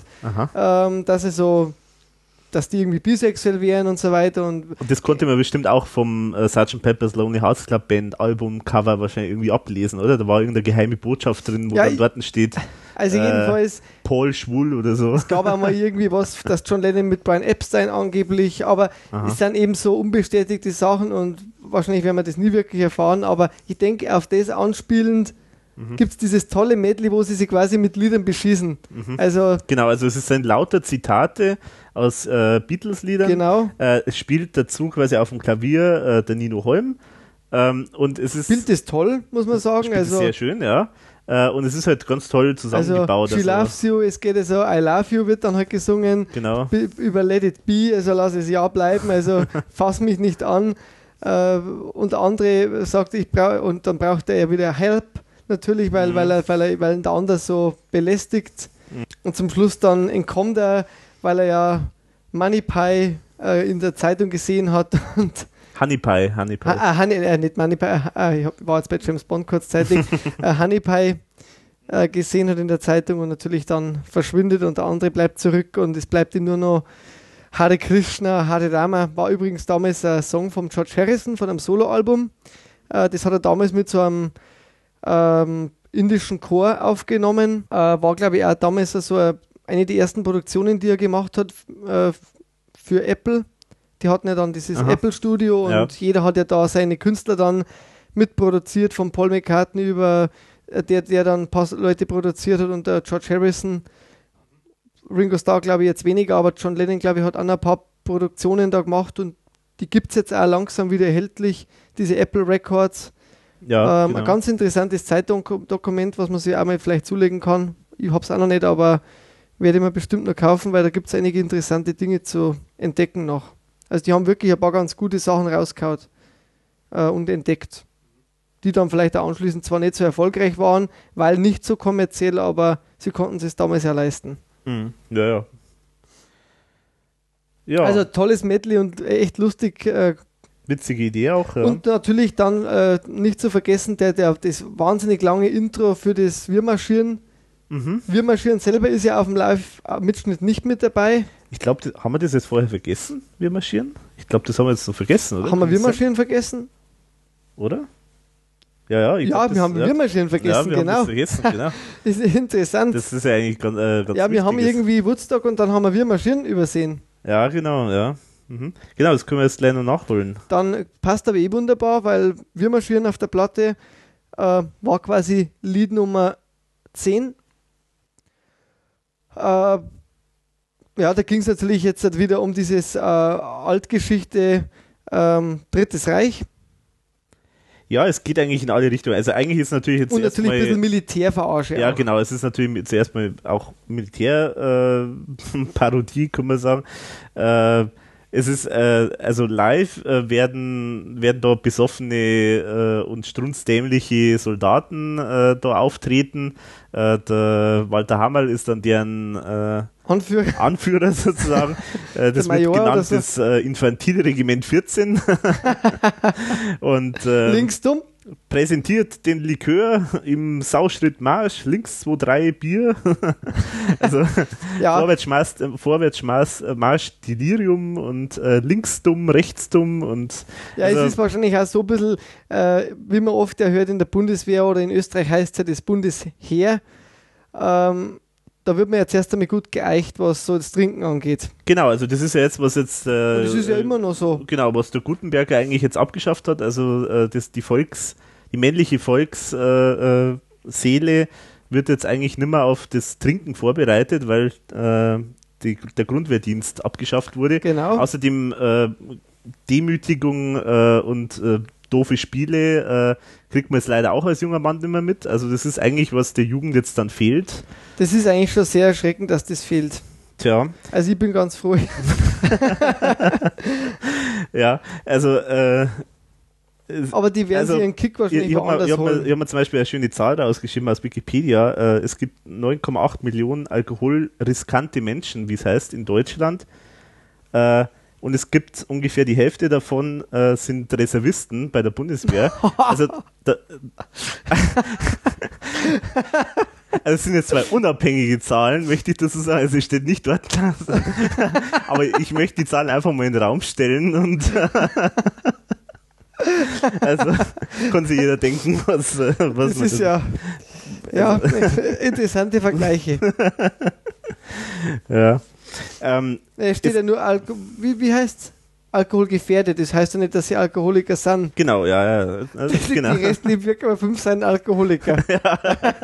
dass die irgendwie bisexuell wären und so weiter. Und das konnte man bestimmt auch vom Sgt. Pepper's Lonely Hearts Club Band Albumcover wahrscheinlich irgendwie ablesen, oder? Da war irgendeine geheime Botschaft drin, wo dann dort steht, also jedenfalls Paul schwul oder so. Es gab auch mal irgendwie was, dass John Lennon mit Brian Epstein angeblich, aber es sind eben so unbestätigte Sachen und wahrscheinlich werden wir das nie wirklich erfahren, aber ich denke, auf das anspielend gibt es dieses tolle Medley, wo sie sich quasi mit Liedern beschießen. Also genau, also es sind lauter Zitate aus Beatles-Liedern. Genau. Es spielt dazu quasi auf dem Klavier der Nino Holm. Und es ist spielt das toll, muss man sagen. Spielt also sehr schön, ja. Und es ist halt ganz toll zusammengebaut. Also, She loves you, es geht so, I love you wird dann halt gesungen. Genau. Über Let it be, also lass es ja bleiben, also fass mich nicht an. Und der andere sagt, und dann braucht er ja wieder Help. Natürlich, weil ihn der andere so belästigt. Und zum Schluss dann entkommt er, weil er ja Money Pie in der Zeitung gesehen hat. Und Honey Pie. nicht Money Pie, ich war jetzt bei James Bond kurzzeitig. Honey Pie gesehen hat in der Zeitung und natürlich dann verschwindet und der andere bleibt zurück und es bleibt ihm nur noch Hare Krishna, Hare Rama. War übrigens damals ein Song von George Harrison, von einem Soloalbum. Das hat er damals mit so einem indischen Chor aufgenommen. War, glaube ich, auch damals so eine der ersten Produktionen, die er gemacht hat für Apple. Die hatten ja dann dieses Apple-Studio und jeder hat ja da seine Künstler dann mitproduziert, von Paul McCartney über der dann ein paar Leute produziert hat und der George Harrison. Ringo Starr, glaube ich, jetzt weniger, aber John Lennon, glaube ich, hat auch noch ein paar Produktionen da gemacht und die gibt es jetzt auch langsam wieder erhältlich, diese Apple Records. Ja, genau. Ein ganz interessantes Zeitdokument, was man sich auch mal vielleicht zulegen kann. Ich habe es auch noch nicht, aber werde ich mir bestimmt noch kaufen, weil da gibt es einige interessante Dinge zu entdecken noch. Also die haben wirklich ein paar ganz gute Sachen rausgehauen und entdeckt, die dann vielleicht auch anschließend zwar nicht so erfolgreich waren, weil nicht so kommerziell, aber sie konnten es damals ja leisten. Mhm. Ja. Also tolles Medley und echt lustig. Witzige Idee auch. Ja. Und natürlich dann nicht zu vergessen, das wahnsinnig lange Intro für das Wir-Marschieren. Wir-Marschieren selber ist ja auf dem Live-Mitschnitt nicht mit dabei. Ich glaube, haben wir das jetzt vorher vergessen, Wir-Marschieren? Ich glaube, das haben wir jetzt so vergessen, oder? Haben wir Wir-Marschieren vergessen? Oder? Ja, wir haben Wir-Marschieren vergessen, wir genau. Haben das vergessen, genau. Das ist interessant. Das ist ja eigentlich ganz ja, wir haben irgendwie Woodstock und dann haben wir Wir-Marschieren übersehen. Ja, genau, ja. Genau, das können wir jetzt gleich noch nachholen. Dann passt aber wunderbar, weil Wir-Marschieren auf der Platte war quasi Lied Nummer 10. Ja, da ging es natürlich jetzt wieder um dieses Altgeschichte Drittes Reich. Ja, es geht eigentlich in alle Richtungen. Also eigentlich ist natürlich jetzt und natürlich ein bisschen Militärverarsche. Ja, auch. Genau. Es ist natürlich zuerst mal auch Militärparodie, kann man sagen. Es ist, also live werden da besoffene und strunzdämliche Soldaten da auftreten. Der Walter Hammerl ist dann deren Anführer sozusagen. Das wird genannt so. Das Infanterieregiment 14. Und links dumm. Präsentiert den Likör im Sauschritt Marsch, links 2, 3 Bier. Also ja. Vorwärts Marsch Delirium und links dumm, rechts dumm. Und ja, also, es ist wahrscheinlich auch so ein bisschen, wie man oft ja hört in der Bundeswehr oder in Österreich heißt es ja das Bundesheer. Da wird man ja zuerst einmal gut geeicht, was so das Trinken angeht. Genau, also das ist ja jetzt, was jetzt... das ist ja immer noch so. Genau, was der Gutenberger eigentlich jetzt abgeschafft hat, also die männliche Volksseele wird jetzt eigentlich nicht mehr auf das Trinken vorbereitet, weil der Grundwehrdienst abgeschafft wurde. Genau. Außerdem Demütigung und doofe Spiele kriegt man jetzt leider auch als junger Mann nicht mehr mit. Also das ist eigentlich, was der Jugend jetzt dann fehlt. Das ist eigentlich schon sehr erschreckend, dass das fehlt. Tja. Also ich bin ganz froh. Ja, also aber die werden sich ihren Kick wahrscheinlich woanders holen. Ich habe mir zum Beispiel eine schöne Zahl da ausgeschrieben aus Wikipedia. Es gibt 9,8 Millionen alkoholriskante Menschen, wie es heißt, in Deutschland. Und es gibt ungefähr die Hälfte davon sind Reservisten bei der Bundeswehr. Also es sind jetzt zwei unabhängige Zahlen, möchte ich dazu sagen. Also es steht nicht dort. Aber ich möchte die Zahlen einfach mal in den Raum stellen und also kann sich jeder denken, was das ist ja interessante Vergleiche. Ja. Steht ja nur, wie heißt's? Alkoholgefährdet, das heißt ja nicht, dass sie Alkoholiker sind. Genau, ja. Also, genau. Die restlichen 4,5 sind Alkoholiker. Ja.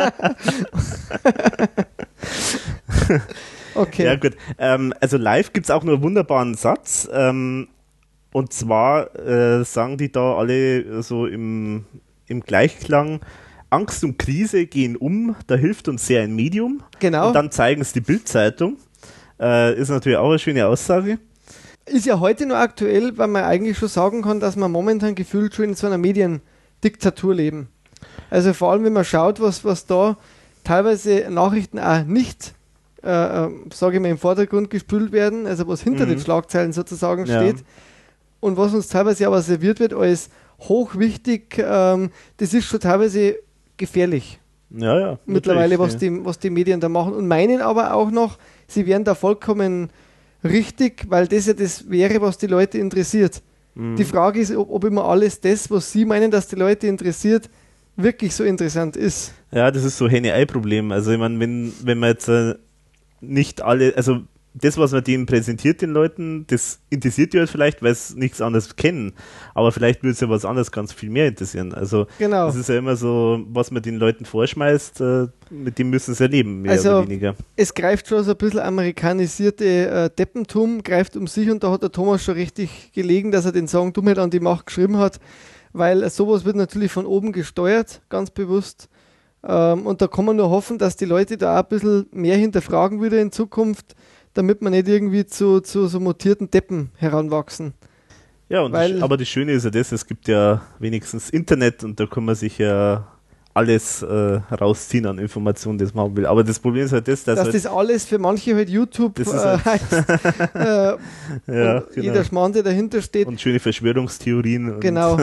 Okay. Ja, gut. Also live gibt es auch noch einen wunderbaren Satz. Und zwar sagen die da alle so im Gleichklang: Angst und Krise gehen um, da hilft uns sehr ein Medium. Genau. Und dann zeigen es die Bild-Zeitung. Ist natürlich auch eine schöne Aussage. Ist ja heute noch aktuell, weil man eigentlich schon sagen kann, dass wir momentan gefühlt schon in so einer Mediendiktatur leben. Also vor allem, wenn man schaut, was da teilweise Nachrichten auch nicht, sage ich mal, im Vordergrund gespült werden, also was hinter den Schlagzeilen sozusagen steht und was uns teilweise aber serviert wird als hochwichtig, das ist schon teilweise gefährlich. Ja, ja. Mittlerweile, natürlich, was die Medien da machen. Und meinen aber auch noch, sie wären da vollkommen richtig, weil das ja das wäre, was die Leute interessiert. Die Frage ist, ob immer alles das, was sie meinen, dass die Leute interessiert, wirklich so interessant ist. Ja, das ist so Henne-Ei-Problem. Also ich meine, wenn man jetzt nicht alle, also das, was man denen präsentiert, den Leuten, das interessiert die halt vielleicht, weil sie nichts anderes kennen. Aber vielleicht würde es ja was anderes ganz viel mehr interessieren. Also Genau. das ist ja immer so, was man den Leuten vorschmeißt, mit dem müssen sie ja leben, mehr oder weniger. Es greift schon so ein bisschen amerikanisierte Deppentum, greift um sich und da hat der Thomas schon richtig gelegen, dass er den Song Dummheit an die Macht geschrieben hat, weil sowas wird natürlich von oben gesteuert, ganz bewusst. Und da kann man nur hoffen, dass die Leute da auch ein bisschen mehr hinterfragen wieder in Zukunft, damit man nicht irgendwie zu so mutierten Deppen heranwachsen. Ja, aber das Schöne ist ja das, es gibt ja wenigstens Internet und da kann man sich ja alles rausziehen an Informationen, das man will. Aber das Problem ist halt dass das alles für manche halt YouTube heißt. Ja, genau. Jeder Schmarrn, der dahinter steht. Und schöne Verschwörungstheorien. Genau.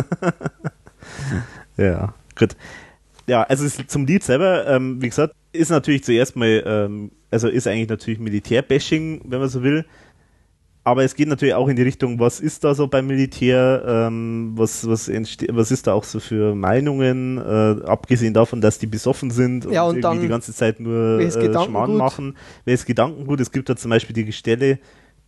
Ja, gut. Ja, also zum Lied selber, wie gesagt, ist natürlich zuerst mal, also ist eigentlich natürlich Militärbashing, wenn man so will. Aber es geht natürlich auch in die Richtung, was ist da so beim Militär, was ist da auch so für Meinungen, abgesehen davon, dass die besoffen sind und dann irgendwie die ganze Zeit nur Schmarrn machen. Wer ist Gedankengut? Es gibt da zum Beispiel die Stelle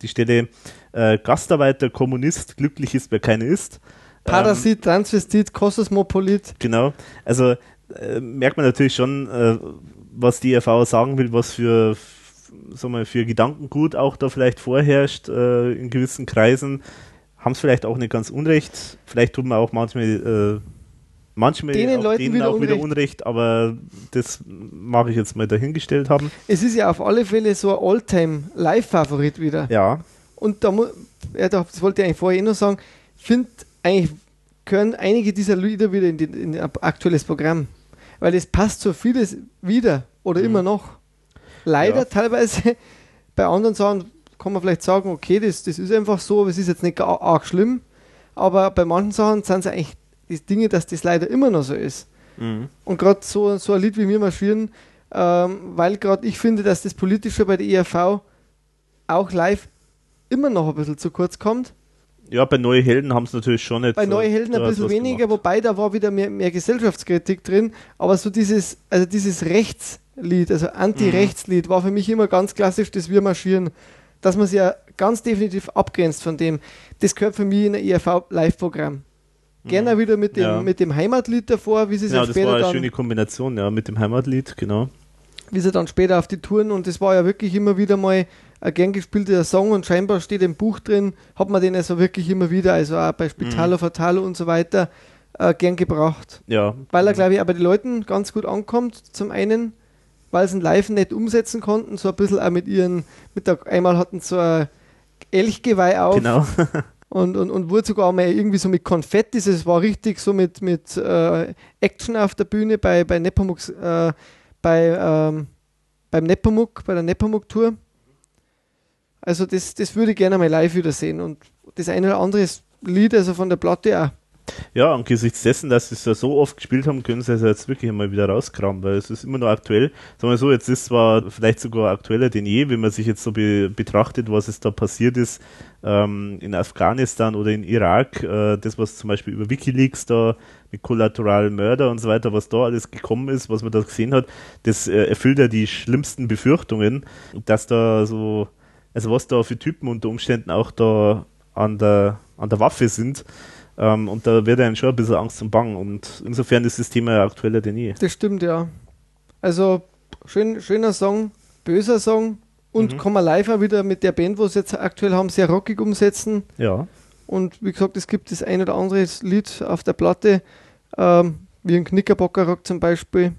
Gastarbeiter, Kommunist, glücklich ist, wer keine ist. Parasit, Transvestit, Kosmosmopolit. Genau, also merkt man natürlich schon, was die RV sagen will, was für Gedankengut auch da vielleicht vorherrscht in gewissen Kreisen. Haben es vielleicht auch nicht ganz unrecht. Vielleicht tut man auch manchmal denen auch wieder Unrecht, aber das mag ich jetzt mal dahingestellt haben. Es ist ja auf alle Fälle so ein All-Time-Live-Favorit wieder. Ja. Und das wollte ich eigentlich vorher noch sagen, finde eigentlich gehören einige dieser Lieder wieder in ein aktuelles Programm. Weil es passt so vieles wieder oder immer noch. Leider teilweise, bei anderen Sachen kann man vielleicht sagen, okay, das ist einfach so, aber es ist jetzt nicht arg schlimm. Aber bei manchen Sachen sind es eigentlich die Dinge, dass das leider immer noch so ist. Und gerade so ein Lied wie wir marschieren, weil gerade ich finde, dass das Politische bei der ERV auch live immer noch ein bisschen zu kurz kommt. Ja, bei Neue Helden haben es natürlich schon nicht. Bei Neue Helden ein bisschen weniger, gemacht. Wobei da war wieder mehr Gesellschaftskritik drin. Aber so dieses Rechtslied, also Anti-Rechtslied, war für mich immer ganz klassisch, das Wir marschieren. Dass man sich ja ganz definitiv abgrenzt von dem. Das gehört für mich in ein ERV-Live-Programm. Gerne wieder mit dem Heimatlied davor, wie sie es ja später das war eine schöne Kombination, ja, mit dem Heimatlied, genau. Wie sie dann später auf die Touren, und das war ja wirklich immer wieder mal ein gern gespielter Song und scheinbar steht im Buch drin, hat man den also wirklich immer wieder, also auch bei Spitalo, Fatalo und so weiter, gern gebracht. Ja. Weil er, glaube ich, auch bei den Leuten ganz gut ankommt, zum einen, weil sie ihn live nicht umsetzen konnten, so ein bisschen auch einmal hatten sie so ein Elchgeweih auf. Genau. und wurde sogar mal irgendwie so mit Konfetti, es war richtig so mit Action auf der Bühne bei Nepomuk, beim Nepomuk, bei der Nepomuk-Tour. Also das würde ich gerne mal live wieder sehen und das eine oder andere Lied, also von der Platte auch. Ja, angesichts dessen, dass sie es ja so oft gespielt haben, können sie es jetzt wirklich mal wieder rauskramen, weil es ist immer noch aktuell. Sagen wir so, jetzt ist zwar vielleicht sogar aktueller denn je, wenn man sich jetzt so betrachtet, was es da passiert ist in Afghanistan oder in Irak, das, was zum Beispiel über WikiLeaks da mit Collateral Murder und so weiter, was da alles gekommen ist, was man da gesehen hat, das erfüllt ja die schlimmsten Befürchtungen, dass da so, also was da für Typen unter Umständen auch da an der Waffe sind. Und da wird einem schon ein bisschen Angst und Bang. Und insofern ist das Thema ja aktueller denn je. Das stimmt, ja. Also schöner Song, böser Song und kann man live auch wieder mit der Band, wo sie jetzt aktuell haben, sehr rockig umsetzen. Ja. Und wie gesagt, es gibt das ein oder andere Lied auf der Platte, wie ein Knickerbockerrock zum Beispiel.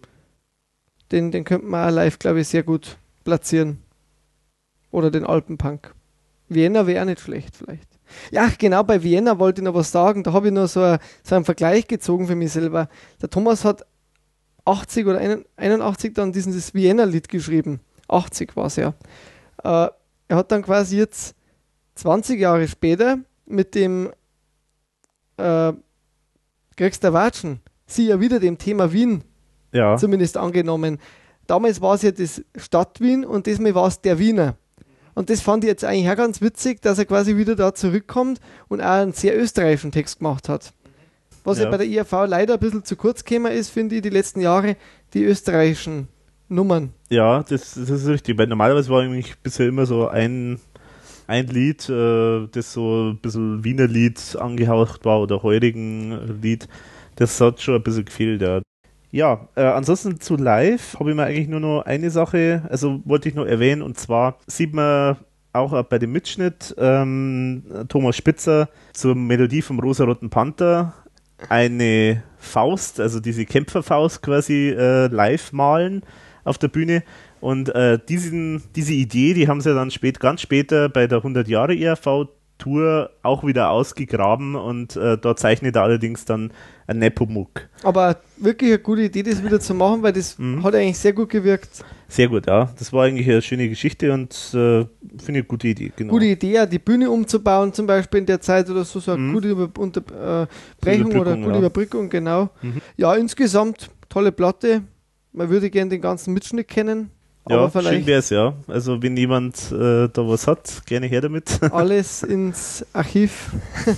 Den könnte man auch live, glaube ich, sehr gut platzieren. Oder den Alpenpunk. Vienna wäre nicht schlecht vielleicht. Ja, genau, bei Vienna wollte ich noch was sagen. Da habe ich noch so einen Vergleich gezogen für mich selber. Der Thomas hat 80 oder 81 dann dieses Vienna-Lied geschrieben. 80 war es ja. Er hat dann quasi jetzt 20 Jahre später mit dem Kriegst der Watschen, sie ja wieder dem Thema Wien Ja, zumindest angenommen. Damals war es ja das Stadt-Wien und diesmal war es der Wiener. Und das fand ich jetzt eigentlich auch ganz witzig, dass er quasi wieder da zurückkommt und auch einen sehr österreichischen Text gemacht hat. Was ja bei der IAV leider ein bisschen zu kurz gekommen ist, finde ich, die letzten Jahre, die österreichischen Nummern. ja, das ist richtig, weil normalerweise war eigentlich bisher immer so ein Lied, das so ein bisschen Wiener Lied angehaucht war oder heurigen Lied. Das hat schon ein bisschen gefehlt, ja. Ja, ansonsten zu live habe ich mir eigentlich nur noch eine Sache, also wollte ich noch erwähnen, und zwar sieht man auch bei dem Mitschnitt Thomas Spitzer zur Melodie vom Rosaroten Panther eine Faust, also diese Kämpferfaust quasi live malen auf der Bühne. Und diese Idee, die haben sie dann ganz später bei der 100 Jahre ERV-Tour auch wieder ausgegraben und da zeichnet er allerdings dann ein Nepomuk. Aber wirklich eine gute Idee, das wieder zu machen, weil das hat eigentlich sehr gut gewirkt. Sehr gut, ja. Das war eigentlich eine schöne Geschichte und finde ich eine gute Idee. Genau. Gute Idee, auch die Bühne umzubauen, zum Beispiel in der Zeit oder so eine gute Unterbrechung oder gute Überbrückung, genau. Ja, insgesamt tolle Platte. Man würde gerne den ganzen Mitschnitt kennen. Ja, schön wäre es, ja. Also wenn jemand da was hat, gerne her damit. Alles ins Archiv.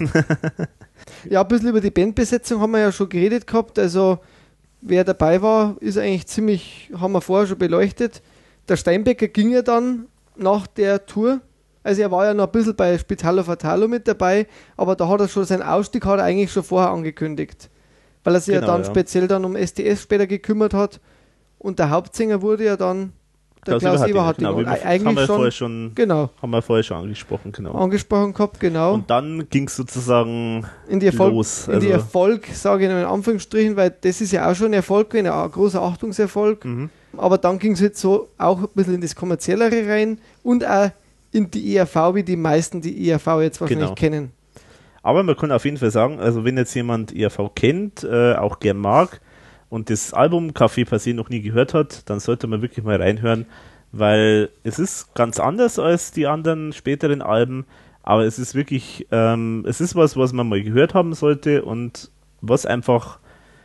Ja, ein bisschen über die Bandbesetzung haben wir ja schon geredet gehabt. Also wer dabei war, ist eigentlich ziemlich, haben wir vorher schon beleuchtet. Der Steinbecker ging ja dann nach der Tour. Also er war ja noch ein bisschen bei Spitalo Fatalo mit dabei, aber da hat er schon seinen Ausstieg hat er eigentlich schon vorher angekündigt. Weil er sich ja dann speziell dann um STS später gekümmert hat. Und der Hauptsänger wurde ja dann der Klaus Eberhardt. Genau, haben wir vorher schon angesprochen, genau. Angesprochen gehabt, genau. Und dann ging es sozusagen in die los. In die Erfolg, sage ich in Anführungsstrichen, weil das ist ja auch schon ein Erfolg, ein großer Achtungserfolg. Aber dann ging es jetzt so auch ein bisschen in das Kommerziellere rein und auch in die ERV, wie die meisten die ERV jetzt wahrscheinlich kennen. Aber man kann auf jeden Fall sagen, also wenn jetzt jemand ERV kennt, auch gern mag, und das Album Café Passé noch nie gehört hat, dann sollte man wirklich mal reinhören, weil es ist ganz anders als die anderen späteren Alben, aber es ist wirklich, es ist was man mal gehört haben sollte und was einfach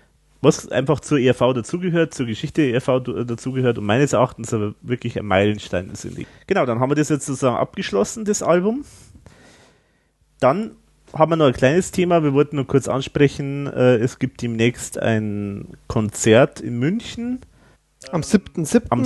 zur ERV dazugehört, zur Geschichte der ERV dazugehört und meines Erachtens aber wirklich ein Meilenstein ist. Genau, dann haben wir das jetzt sozusagen abgeschlossen, das Album. Dann haben wir noch ein kleines Thema, wir wollten nur kurz ansprechen, es gibt demnächst ein Konzert in München. Am 7.7. Am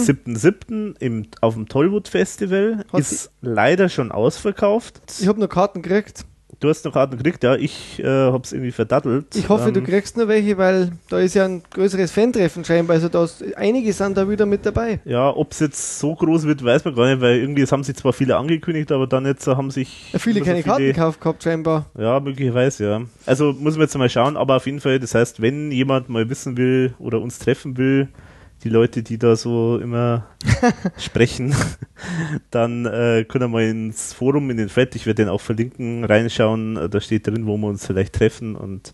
7.7. auf dem Tollwood Festival. Ist leider schon ausverkauft. Ich habe noch Karten gekriegt. Du hast noch Karten gekriegt, ja. Ich habe es irgendwie verdattelt. Ich hoffe, du kriegst noch welche, weil da ist ja ein größeres Fan-Treffen scheinbar. Also einige sind da wieder mit dabei. Ja, ob es jetzt so groß wird, weiß man gar nicht, weil irgendwie, es haben sich zwar viele angekündigt, aber dann jetzt haben sich... Ja, viele keine Karten gekauft gehabt scheinbar. Ja, möglicherweise, ja. Also muss man jetzt mal schauen, aber auf jeden Fall, das heißt, wenn jemand mal wissen will oder uns treffen will, die Leute, die da so immer sprechen, dann können wir mal ins Forum, in den Thread, ich werde den auch verlinken, reinschauen, da steht drin, wo wir uns vielleicht treffen und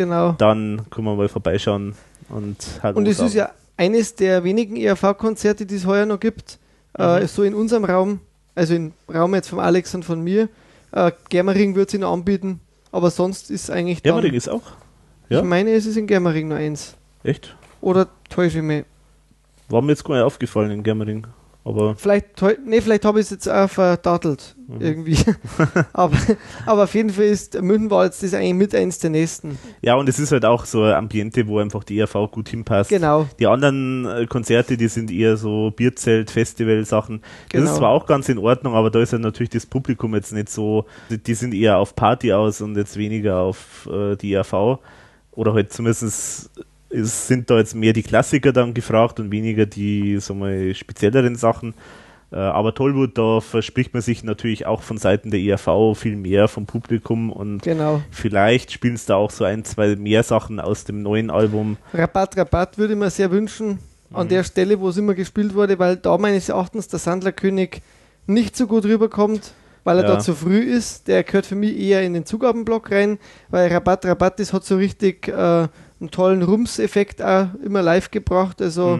dann können wir mal vorbeischauen und halt. Und es ist ja eines der wenigen ERV-Konzerte, die es heuer noch gibt, so in unserem Raum, also im Raum jetzt von Alex und von mir. Germering wird sie noch anbieten, aber sonst ist eigentlich dann... Germering ist auch? Ja? Ich meine, es ist in Germering nur eins. Echt? Oder täusche ich mich? War mir jetzt gar nicht aufgefallen in Germering. Aber vielleicht habe ich es jetzt auch verdattelt. Irgendwie. aber auf jeden Fall ist München war jetzt das eigentlich mit eins der nächsten. Ja, und es ist halt auch so ein Ambiente, wo einfach die ERV gut hinpasst. Genau. Die anderen Konzerte, die sind eher so Bierzelt, Festival-Sachen. Das ist zwar auch ganz in Ordnung, aber da ist ja natürlich das Publikum jetzt nicht so, die sind eher auf Party aus und jetzt weniger auf die ERV. Oder halt zumindest sind da jetzt mehr die Klassiker dann gefragt und weniger die, sagen wir, spezielleren Sachen. Aber Tollwood, da verspricht man sich natürlich auch von Seiten der ERV viel mehr vom Publikum und vielleicht spielen es da auch so ein, zwei mehr Sachen aus dem neuen Album. Rabatt würde ich mir sehr wünschen, an der Stelle, wo es immer gespielt wurde, weil da meines Erachtens der Sandlerkönig nicht so gut rüberkommt, weil er da zu früh ist. Der gehört für mich eher in den Zugabenblock rein, weil Rabatt, das hat so richtig einen tollen Rums-Effekt auch immer live gebracht. Also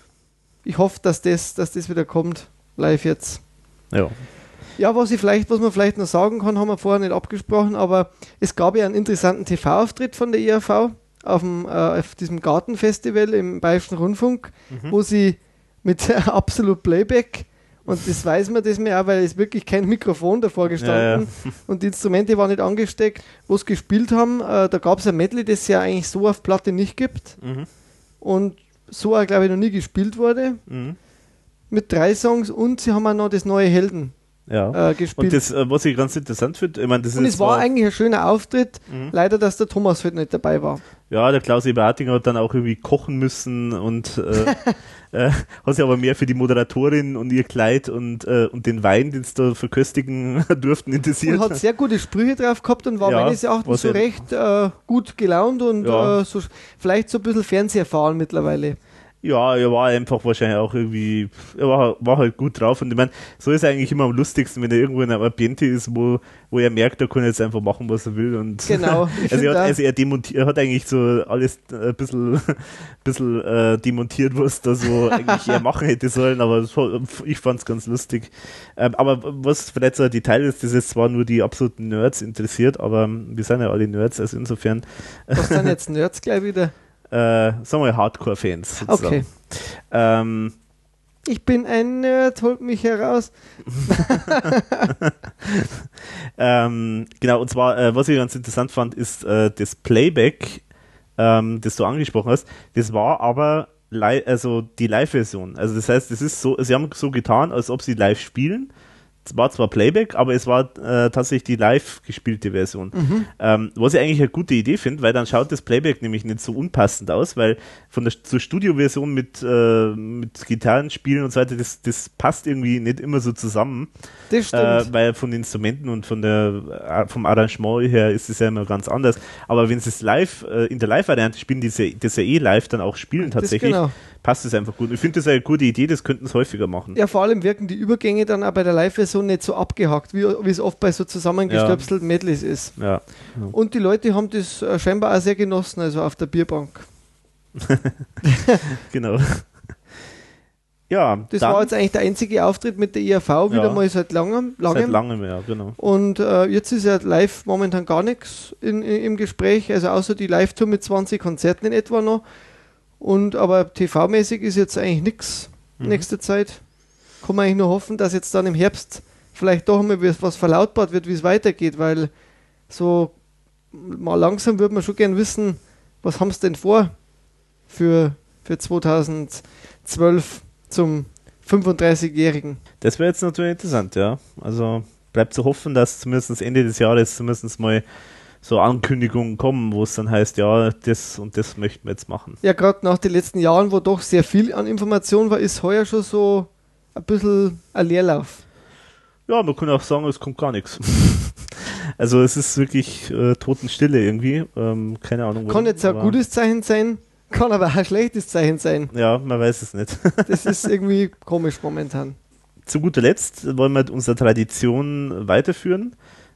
ich hoffe, dass das wieder kommt, live jetzt. Ja, was man vielleicht noch sagen kann, haben wir vorher nicht abgesprochen, aber es gab ja einen interessanten TV-Auftritt von der ERV auf diesem Gartenfestival im Bayerischen Rundfunk, wo sie mit Absolut Playback, und das weiß man das mir auch, weil es wirklich kein Mikrofon davor gestanden und die Instrumente waren nicht angesteckt, wo sie gespielt haben. Da gab es ein Medley, das es ja eigentlich so auf Platte nicht gibt und so auch, glaube ich, noch nie gespielt wurde. Mit 3 Songs, und sie haben auch noch das neue Helden gespielt. Und das, was ich ganz interessant finde, ich meine, das und ist es war eigentlich ein schöner Auftritt, leider, dass der Thomas halt nicht dabei war. Ja, der Klaus Eberhardinger hat dann auch irgendwie kochen müssen und hat sich aber mehr für die Moderatorin und ihr Kleid und den Wein, den sie da verköstigen durften, interessiert. Und hat sehr gute Sprüche drauf gehabt und war meines Erachtens so recht gut gelaunt und so, vielleicht so ein bisschen Fernseherfahren mittlerweile. Ja, er war einfach wahrscheinlich auch irgendwie, er war halt gut drauf, und ich meine, so ist er eigentlich immer am lustigsten, wenn er irgendwo in einem Ambiente ist, wo er merkt, er kann jetzt einfach machen, was er will, und genau. Er hat eigentlich so alles ein bisschen demontiert, was da so eigentlich er machen hätte sollen, aber ich fand es ganz lustig. Aber was vielleicht so ein Detail ist, das jetzt zwar nur die absoluten Nerds interessiert, aber wir sind ja alle Nerds, also insofern. Was sind jetzt Nerds gleich wieder? Sagen wir Hardcore-Fans sozusagen. Okay. Ich bin ein Nerd, holt mich heraus. Genau, und zwar, was ich ganz interessant fand, ist das Playback, das du angesprochen hast. Das war aber also die Live-Version. Also das heißt, es ist so, sie haben so getan, als ob sie live spielen. Es war zwar Playback, aber es war tatsächlich die live gespielte Version. Was ich eigentlich eine gute Idee finde, weil dann schaut das Playback nämlich nicht so unpassend aus, weil zur Studioversion mit Gitarrenspielen und so weiter, das passt irgendwie nicht immer so zusammen. Das stimmt. Weil von den Instrumenten und vom Arrangement her ist es ja immer ganz anders. Aber wenn sie es live, in der Live-Variante spielen, das ja eh live dann auch spielen tatsächlich, passt es einfach gut. Ich finde das eine gute Idee, das könnten es häufiger machen. Ja, vor allem wirken die Übergänge dann auch bei der Live-Version nicht so abgehackt, wie es oft bei so zusammengestöpselten Medleys ist. Ja. Und die Leute haben das scheinbar auch sehr genossen, also auf der Bierbank. Genau. Ja, das war jetzt eigentlich der einzige Auftritt mit der IAV, wieder mal seit langem. Seit langem, ja, genau. Und jetzt ist ja live momentan gar nichts im Gespräch, also außer die Live-Tour mit 20 Konzerten in etwa noch. Aber TV-mäßig ist jetzt eigentlich nichts nächste Zeit. Kann man eigentlich nur hoffen, dass jetzt dann im Herbst vielleicht doch mal was verlautbart wird, wie es weitergeht, weil so mal langsam würde man schon gern wissen, was haben sie denn vor für 2012 zum 35-Jährigen. Das wäre jetzt natürlich interessant, ja. Also bleibt zu hoffen, dass zumindest Ende des Jahres zumindest mal so Ankündigungen kommen, wo es dann heißt, ja, das und das möchten wir jetzt machen. Ja, gerade nach den letzten Jahren, wo doch sehr viel an Informationen war, ist heuer schon so ein bisschen ein Leerlauf. Ja, man kann auch sagen, es kommt gar nichts. Also es ist wirklich Totenstille irgendwie. Keine Ahnung. Kann jetzt ein gutes Zeichen sein, kann aber auch ein schlechtes Zeichen sein. Ja, man weiß es nicht. Das ist irgendwie komisch momentan. Zu guter Letzt wollen wir unsere Tradition weiterführen.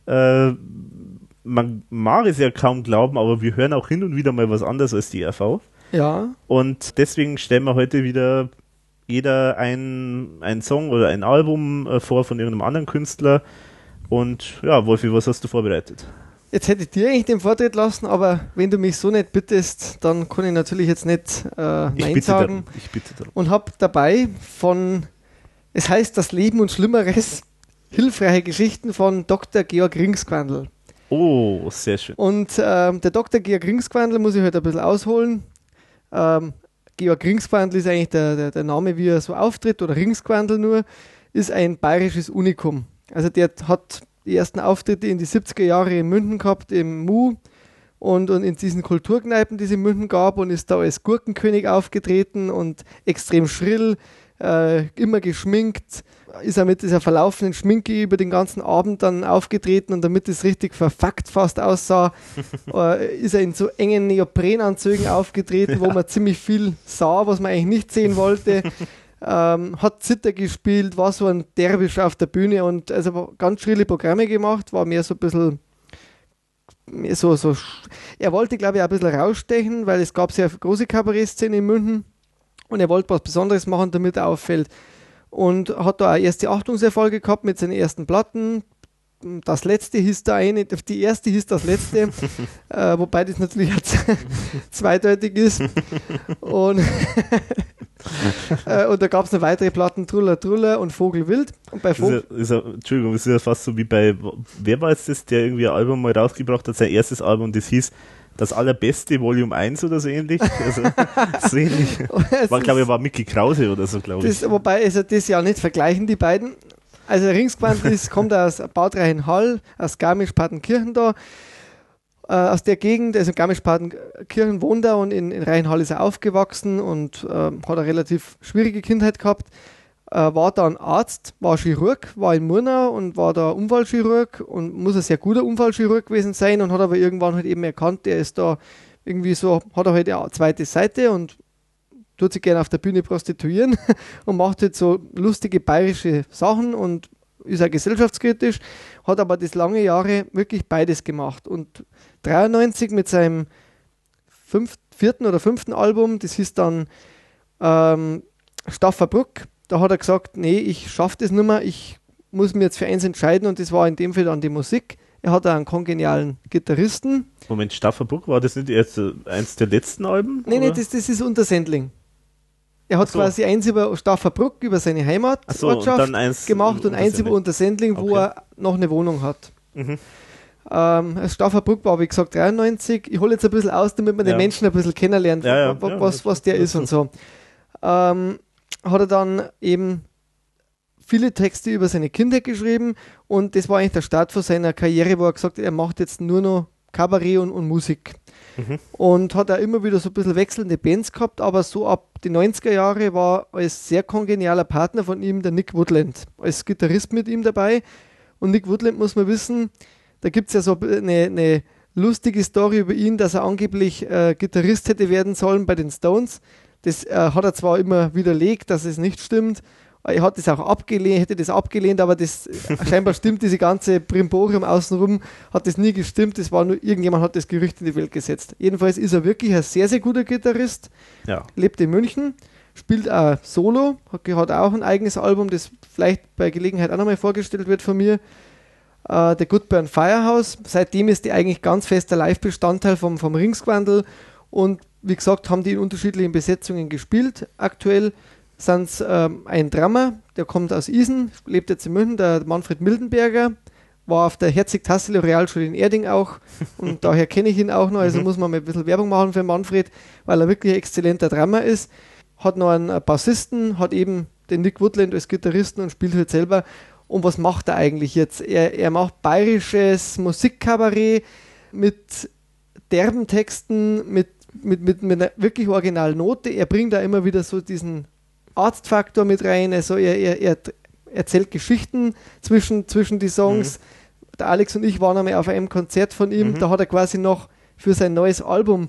Man mag es ja kaum glauben, aber wir hören auch hin und wieder mal was anderes als die RV. Ja. Und deswegen stellen wir heute wieder jeder einen Song oder ein Album vor von irgendeinem anderen Künstler. Und ja, Wolfi, was hast du vorbereitet? Jetzt hätte ich dir eigentlich den Vortritt lassen, aber wenn du mich so nicht bittest, dann kann ich natürlich jetzt nicht Nein sagen. Ich bitte darum. Und habe dabei es heißt Das Leben und Schlimmeres, hilfreiche Geschichten von Dr. Georg Ringsquandl. Oh, sehr schön. Und der Dr. Georg Ringsquandl muss ich heute ein bisschen ausholen. Georg Ringsquandl ist eigentlich der Name, wie er so auftritt, oder Ringsquandl nur, ist ein bayerisches Unikum. Also der hat die ersten Auftritte in die 70er Jahre in München gehabt, im Mu und in diesen Kulturkneipen, die es in München gab, und ist da als Gurkenkönig aufgetreten und extrem schrill, immer geschminkt, ist er mit dieser verlaufenden Schminke über den ganzen Abend dann aufgetreten, und damit es richtig verfuckt fast aussah, ist er in so engen Neoprenanzügen aufgetreten, wo man ziemlich viel sah, was man eigentlich nicht sehen wollte. Hat Zither gespielt, war so ein Derwisch auf der Bühne und also ganz schrille Programme gemacht, war mehr so ein bisschen er wollte, glaube ich, auch ein bisschen rausstechen, weil es gab sehr große Kabarettszene in München und er wollte was Besonderes machen, damit er auffällt, und hat da auch erste Achtungserfolge gehabt mit seinen ersten Platten, das letzte hieß da eine, die erste hieß das letzte, wobei das natürlich zweideutig ist. Und, und da gab es noch weitere Platten, Truller Truller und Vogelwild. Und bei Entschuldigung, das ist ja fast so wie bei, wer war jetzt das, der irgendwie ein Album mal rausgebracht hat, sein erstes Album, das hieß Das Allerbeste Volume 1 oder so ähnlich. Also, so ähnlich. War Mickey Krause oder so, glaube ich. Wobei, also das ja nicht vergleichen, die beiden. Also Ringsquandl kommt aus Bad Reichenhall, aus Garmisch-Partenkirchen da, aus der Gegend, also Garmisch-Partenkirchen wohnt er und in Reichenhall ist er aufgewachsen und hat eine relativ schwierige Kindheit gehabt. War dann Arzt, war Chirurg, war in Murnau und war da Unfallchirurg und muss ein sehr guter Unfallchirurg gewesen sein und hat aber irgendwann halt eben erkannt, der ist da irgendwie so, hat er halt eine zweite Seite und tut sich gerne auf der Bühne prostituieren und macht halt so lustige bayerische Sachen und ist auch gesellschaftskritisch, hat aber das lange Jahre wirklich beides gemacht und 93 mit seinem vierten oder fünften Album, das hieß dann Staffelbruck. Da hat er gesagt, nee, ich schaffe das nicht mehr, ich muss mir jetzt für eins entscheiden und das war in dem Fall dann die Musik. Er hat auch einen kongenialen Gitarristen. Moment, Staffelbruck, war das nicht erst eins der letzten Alben? Nee, das ist Untersendling. Er hat quasi eins über Staffelbruck, über seine Heimatortschaft gemacht und eins über Untersendling, wo er noch eine Wohnung hat. Mhm. Staffelbruck war, wie gesagt, 93. Ich hole jetzt ein bisschen aus, damit man den Menschen ein bisschen kennenlernt, was der ist und so. Hat er dann eben viele Texte über seine Kindheit geschrieben und das war eigentlich der Start von seiner Karriere, wo er gesagt hat, er macht jetzt nur noch Kabarett und Musik. Mhm. Und hat er immer wieder so ein bisschen wechselnde Bands gehabt, aber so ab die 90er Jahre war als sehr kongenialer Partner von ihm der Nick Woodland, als Gitarrist mit ihm dabei. Und Nick Woodland, muss man wissen, da gibt es ja so eine lustige Story über ihn, dass er angeblich Gitarrist hätte werden sollen bei den Stones. Das hat er zwar immer widerlegt, dass es nicht stimmt. Er hat das auch abgelehnt, hätte das abgelehnt, aber das scheinbar stimmt, diese ganze Brimborium außenrum hat das nie gestimmt. Das war nur, irgendjemand hat das Gerücht in die Welt gesetzt. Jedenfalls ist er wirklich ein sehr, sehr guter Gitarrist. Ja. Lebt in München, spielt auch Solo, hat auch ein eigenes Album, das vielleicht bei Gelegenheit auch nochmal vorgestellt wird von mir. The Good Burn Firehouse. Seitdem ist die eigentlich ganz fester Live-Bestandteil vom Ringsquandl und wie gesagt, haben die in unterschiedlichen Besetzungen gespielt. Aktuell sind es ein Drummer, der kommt aus Isen, lebt jetzt in München, der Manfred Mildenberger, war auf der Herzig-Tassilo Realschule in Erding auch und daher kenne ich ihn auch noch, also muss man mal ein bisschen Werbung machen für Manfred, weil er wirklich ein exzellenter Drummer ist. Hat noch einen Bassisten, hat eben den Nick Woodland als Gitarristen und spielt halt selber. Und was macht er eigentlich jetzt? Er macht bayerisches Musikkabarett mit derben Texten, mit einer wirklich originalen Note. Er bringt da immer wieder so diesen Arztfaktor mit rein. Also er erzählt Geschichten zwischen die Songs. Mhm. Der Alex und ich waren einmal auf einem Konzert von ihm. Mhm. Da hat er quasi noch für sein neues Album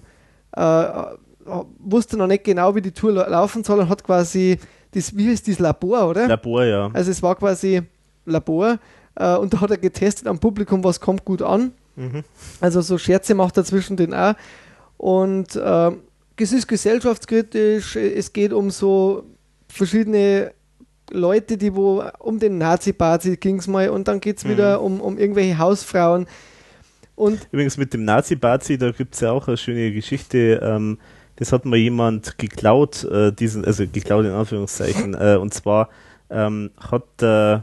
wusste noch nicht genau, wie die Tour laufen soll und hat quasi wie heißt das, Labor, oder? Labor, ja. Also es war quasi Labor und da hat er getestet am Publikum, was kommt gut an. Mhm. Also so Scherze macht er zwischendrin auch. Und es ist gesellschaftskritisch, es geht um so verschiedene Leute, die um den Nazi-Bazi ging es mal und dann geht es wieder um irgendwelche Hausfrauen. Und übrigens mit dem Nazi-Bazi, da gibt es ja auch eine schöne Geschichte, das hat mal jemand geklaut, geklaut in Anführungszeichen, und zwar hat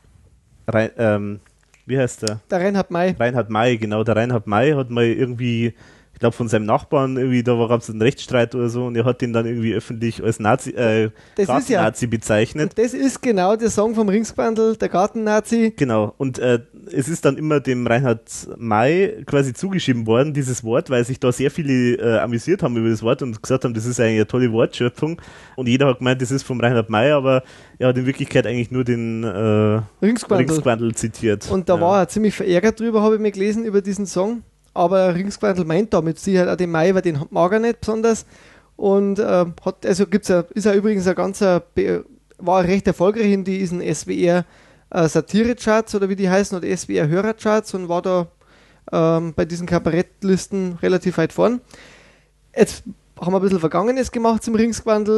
wie heißt der? Der Reinhard May. Reinhard May, genau. Der Reinhard May hat mal irgendwie, ich glaube von seinem Nachbarn irgendwie, da gab es einen Rechtsstreit oder so und er hat ihn dann irgendwie öffentlich als Garten-Nazi bezeichnet. Und das ist genau der Song vom Ringsquandl, der Garten-Nazi. Genau. Und es ist dann immer dem Reinhard May quasi zugeschrieben worden, dieses Wort, weil sich da sehr viele amüsiert haben über das Wort und gesagt haben, das ist eigentlich eine tolle Wortschöpfung. Und jeder hat gemeint, das ist vom Reinhard May, aber er hat in Wirklichkeit eigentlich nur den Ringsquandl zitiert. Und da war er ziemlich verärgert drüber, habe ich mir gelesen, über diesen Song. Aber Ringsquandl meint damit Sicherheit auch den Mai, weil den mag er nicht besonders. Und ist er übrigens war recht erfolgreich in diesen SWR Satire-Charts oder wie die heißen, oder SWR Hörer-Charts und war da bei diesen Kabarettlisten relativ weit vorn. Jetzt haben wir ein bisschen Vergangenes gemacht zum Ringsquandl.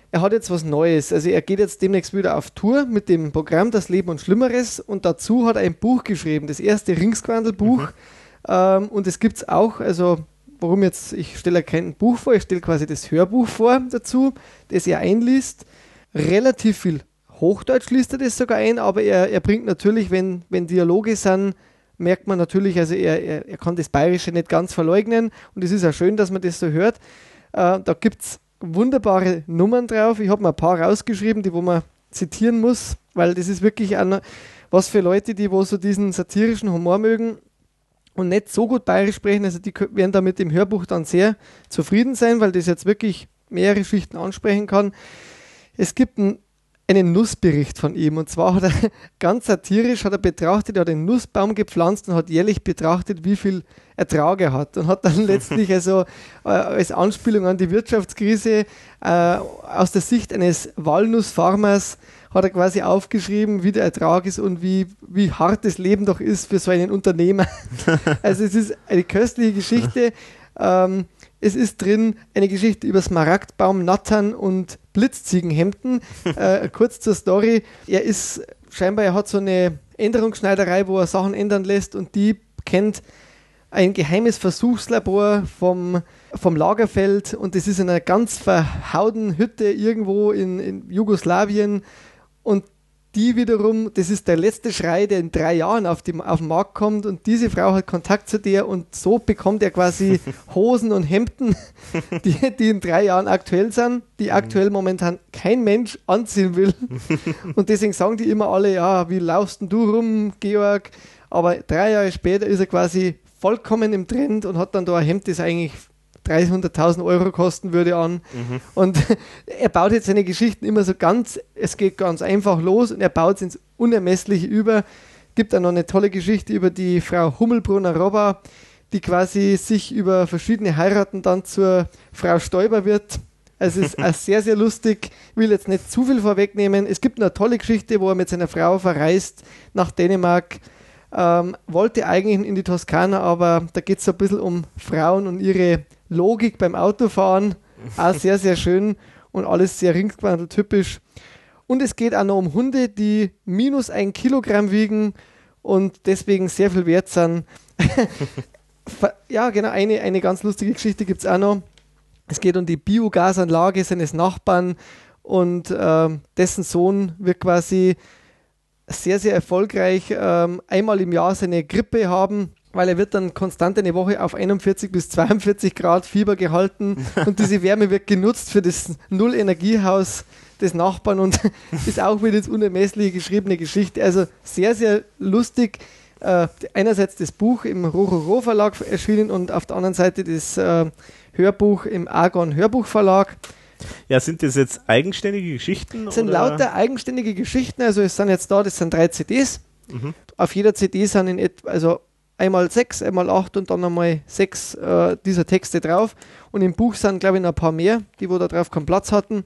er hat jetzt was Neues. Also er geht jetzt demnächst wieder auf Tour mit dem Programm Das Leben und Schlimmeres und dazu hat er ein Buch geschrieben, das erste Ringsquandl-Buch. Und es gibt es auch, also warum jetzt, ich stelle kein Buch vor, ich stelle quasi das Hörbuch vor dazu, das er einliest. Relativ viel Hochdeutsch liest er das sogar ein, aber er bringt natürlich, wenn Dialoge sind, merkt man natürlich, also er kann das Bayerische nicht ganz verleugnen und es ist auch schön, dass man das so hört. Da gibt es wunderbare Nummern drauf. Ich habe mir ein paar rausgeschrieben, die wo man zitieren muss, weil das ist wirklich was für Leute, die wo so diesen satirischen Humor mögen und nicht so gut Bayerisch sprechen, also die werden da mit dem Hörbuch dann sehr zufrieden sein, weil das jetzt wirklich mehrere Schichten ansprechen kann. Es gibt einen Nussbericht von ihm und zwar hat er ganz satirisch betrachtet, er hat einen Nussbaum gepflanzt und hat jährlich betrachtet, wie viel Ertrag er hat und hat dann letztlich also als Anspielung an die Wirtschaftskrise aus der Sicht eines Walnussfarmers hat er quasi aufgeschrieben, wie der Ertrag ist und wie hart das Leben doch ist für so einen Unternehmer. Also es ist eine köstliche Geschichte. Es ist drin eine Geschichte über Smaragdbaum, Nattern und Blitzziegenhemden. Kurz zur Story. Er hat so eine Änderungsschneiderei, wo er Sachen ändern lässt und die kennt ein geheimes Versuchslabor vom Lagerfeld und das ist in einer ganz verhauten Hütte irgendwo in Jugoslawien und die wiederum, das ist der letzte Schrei, der in 3 Jahren auf den Markt kommt und diese Frau hat Kontakt zu der und so bekommt er quasi Hosen und Hemden, die in 3 Jahren aktuell sind, die aktuell momentan kein Mensch anziehen will und deswegen sagen die immer alle, ja, wie laufst denn du rum, Georg? Aber 3 Jahre später ist er quasi vollkommen im Trend und hat dann da ein Hemd, das eigentlich 300.000 Euro kosten würde an. Und er baut jetzt seine Geschichten immer so es geht ganz einfach los und er baut es ins Unermessliche über. Gibt dann noch eine tolle Geschichte über die Frau Hummelbrunner-Robber, die quasi sich über verschiedene Heiraten dann zur Frau Stoiber wird. Also es ist auch sehr, sehr lustig. Ich will jetzt nicht zu viel vorwegnehmen. Es gibt eine tolle Geschichte, wo er mit seiner Frau verreist nach Dänemark. Wollte eigentlich in die Toskana, aber da geht es so ein bisschen um Frauen und ihre Logik beim Autofahren. Auch sehr, sehr schön und alles sehr Ringsquandl-typisch. Und es geht auch noch um Hunde, die minus 1 Kilogramm wiegen und deswegen sehr viel wert sind. Ja, genau, eine ganz lustige Geschichte gibt es auch noch. Es geht um die Biogasanlage seines Nachbarn und dessen Sohn wird quasi sehr, sehr erfolgreich einmal im Jahr seine Grippe haben, weil er wird dann konstant eine Woche auf 41 bis 42 Grad Fieber gehalten und diese Wärme wird genutzt für das Null-Energiehaus des Nachbarn und ist auch wieder das unermessliche geschriebene Geschichte. Also sehr, sehr lustig. Einerseits das Buch im Rororo Verlag erschienen und auf der anderen Seite das Hörbuch im Argon Hörbuchverlag. Ja, sind das jetzt eigenständige Geschichten? Das sind lauter eigenständige Geschichten, also es sind jetzt das sind 3 CDs. Auf jeder CD sind in etwa, also einmal 6, einmal 8 und dann einmal 6 dieser Texte drauf. Und im Buch sind, glaube ich, noch ein paar mehr, die wo da drauf keinen Platz hatten.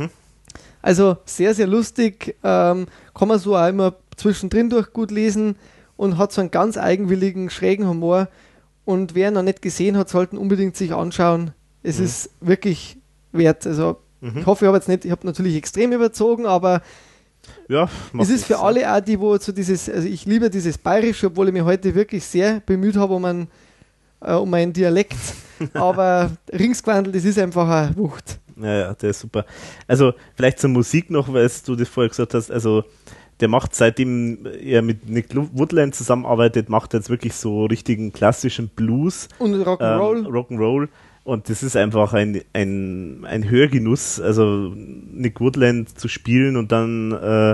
Also sehr, sehr lustig. Kann man so auch immer zwischendrin durch gut lesen und hat so einen ganz eigenwilligen, schrägen Humor. Und wer ihn noch nicht gesehen hat, sollten unbedingt sich anschauen. Es ist wirklich wert. Also ich hoffe, ich habe natürlich extrem überzogen, aber ja, es ist für alle auch, die wo so dieses, also ich liebe dieses Bayerische, obwohl ich mich heute wirklich sehr bemüht habe um meinen Dialekt, aber Ringsquandl, das ist einfach eine Wucht. Ja, der ist super. Also vielleicht zur Musik noch, weil du das vorher gesagt hast, also der macht, seitdem er mit Nick Woodland zusammenarbeitet, macht er jetzt wirklich so richtigen klassischen Blues. Und Rock'n'Roll. Rock'n'Roll. Und das ist einfach ein Hörgenuss, also Nick Woodland zu spielen und dann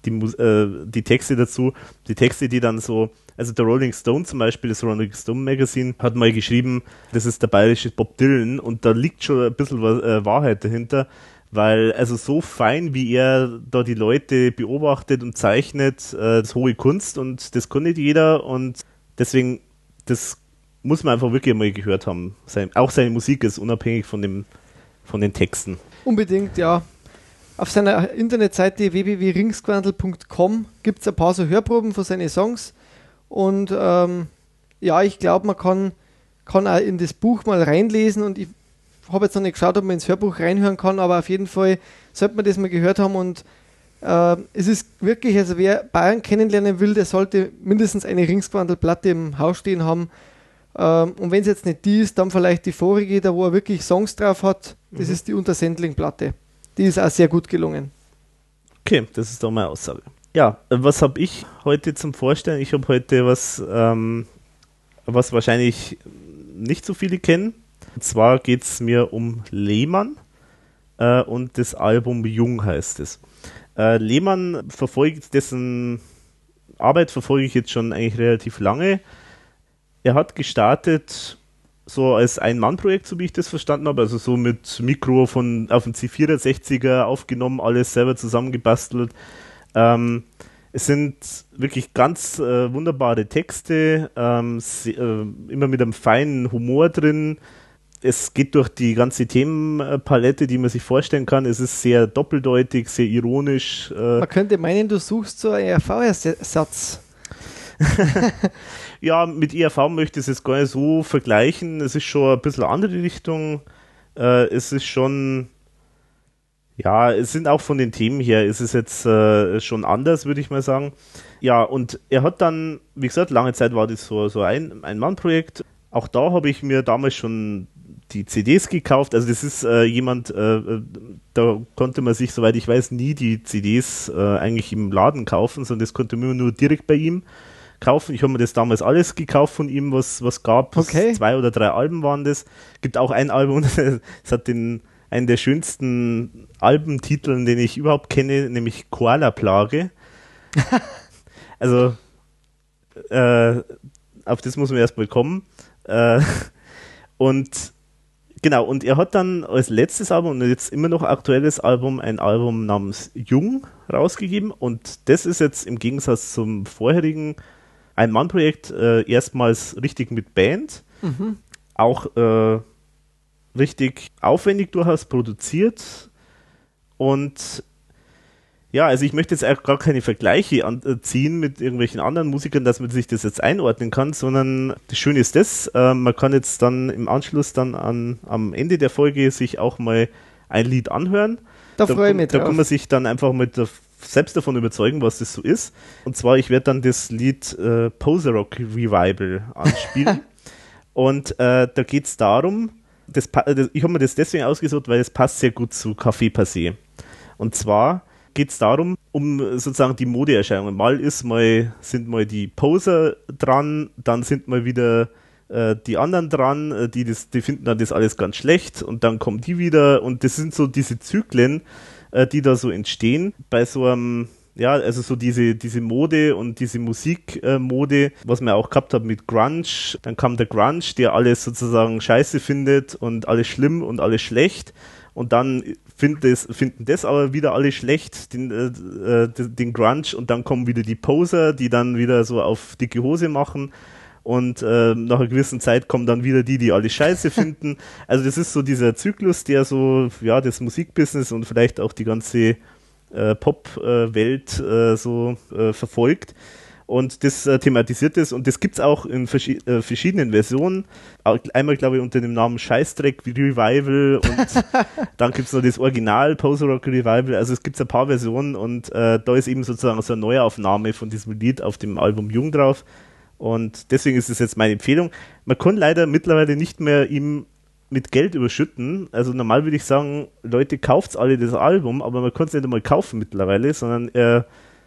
die Texte dazu. Die Texte, die dann so, also der Rolling Stone zum Beispiel, das Rolling Stone Magazine, hat mal geschrieben, das ist der bayerische Bob Dylan und da liegt schon ein bisschen Wahrheit dahinter, weil also so fein, wie er da die Leute beobachtet und zeichnet, das hohe Kunst und das kann nicht jeder und deswegen, das muss man einfach wirklich mal gehört haben. Auch seine Musik ist unabhängig von den Texten. Unbedingt, ja. Auf seiner Internetseite www.ringsquandl.com gibt es ein paar so Hörproben von seinen Songs und ja, ich glaube, man kann auch in das Buch mal reinlesen und habe jetzt noch nicht geschaut, ob man ins Hörbuch reinhören kann, aber auf jeden Fall sollte man das mal gehört haben und es ist wirklich, also wer Bayern kennenlernen will, der sollte mindestens eine Ringsquandl-Platte im Haus stehen haben. Und wenn es jetzt nicht die ist, dann vielleicht die vorige, da wo er wirklich Songs drauf hat. Das ist die Untersendling-Platte. Die ist auch sehr gut gelungen. Okay, das ist doch meine Aussage. Ja, was habe ich heute zum Vorstellen? Ich habe heute was wahrscheinlich nicht so viele kennen. Und zwar geht es mir um Lehmann und das Album Jung heißt es. Lehmann dessen Arbeit verfolge ich jetzt schon eigentlich relativ lange. Er hat gestartet so als Ein-Mann-Projekt, so wie ich das verstanden habe, also so mit Mikro auf dem C64er aufgenommen, alles selber zusammengebastelt. Es sind wirklich ganz wunderbare Texte, immer mit einem feinen Humor drin. Es geht durch die ganze Themenpalette, die man sich vorstellen kann. Es ist sehr doppeldeutig, sehr ironisch. Man könnte meinen, du suchst so einen ERV-Ersatz. Ja, mit ERV möchte ich es jetzt gar nicht so vergleichen. Es ist schon ein bisschen eine andere Richtung. Es ist schon, ja, es sind auch von den Themen her, es ist jetzt schon anders, würde ich mal sagen. Ja, und er hat dann, wie gesagt, lange Zeit war das so ein Mann-Projekt. Auch da habe ich mir damals schon die CDs gekauft. Also das ist jemand, da konnte man sich, soweit ich weiß, nie die CDs eigentlich im Laden kaufen, sondern das konnte man nur direkt bei ihm kaufen. Ich habe mir das damals alles gekauft von ihm, was gab. Okay. 2 oder 3 Alben waren das. Gibt auch ein Album, das hat einen der schönsten Albentiteln, den ich überhaupt kenne, nämlich Koala-Plage. Also auf das muss man erstmal kommen. Und genau, und er hat dann als letztes Album und jetzt immer noch aktuelles Album ein Album namens Jung rausgegeben und das ist jetzt im Gegensatz zum vorherigen Ein-Mann-Projekt erstmals richtig mit Band, auch richtig aufwendig durchaus produziert und ja, also ich möchte jetzt auch gar keine Vergleiche ziehen mit irgendwelchen anderen Musikern, dass man sich das jetzt einordnen kann, sondern das Schöne ist das, man kann jetzt dann im Anschluss dann am Ende der Folge sich auch mal ein Lied anhören. Da freue ich mich drauf. Da kann man sich dann einfach mal selbst davon überzeugen, was das so ist. Und zwar, ich werde dann das Lied Poser Rock Revival anspielen. Und da geht es darum, ich habe mir das deswegen ausgesucht, weil es passt sehr gut zu Café Passé. Und zwar geht es darum, um sozusagen die Modeerscheinungen. Sind mal die Poser dran, dann sind mal wieder die anderen dran, die finden dann das alles ganz schlecht und dann kommen die wieder und das sind so diese Zyklen, die da so entstehen bei so einem, ja, also so diese Mode und diese Musikmode, was man auch gehabt hat mit Grunge. Dann kam der Grunge, der alles sozusagen scheiße findet und alles schlimm und alles schlecht. Und dann finden das aber wieder alle schlecht, den Grunge. Und dann kommen wieder die Poser, die dann wieder so auf dicke Hose machen. Und nach einer gewissen Zeit kommen dann wieder die alles scheiße finden. Also das ist so dieser Zyklus, der so, ja, das Musikbusiness und vielleicht auch die ganze Pop-Welt verfolgt. Und das thematisiert es und das gibt es auch in verschiedenen Versionen. Einmal, glaube ich, unter dem Namen Scheißdreck Revival und dann gibt es noch das Original Poser Rock Revival. Also es gibt ein paar Versionen und da ist eben sozusagen so eine Neuaufnahme von diesem Lied auf dem Album Jung drauf. Und deswegen ist es jetzt meine Empfehlung. Man kann leider mittlerweile nicht mehr ihm mit Geld überschütten. Also normal würde ich sagen, Leute, kauft alle das Album, aber man kann es nicht einmal kaufen mittlerweile, sondern er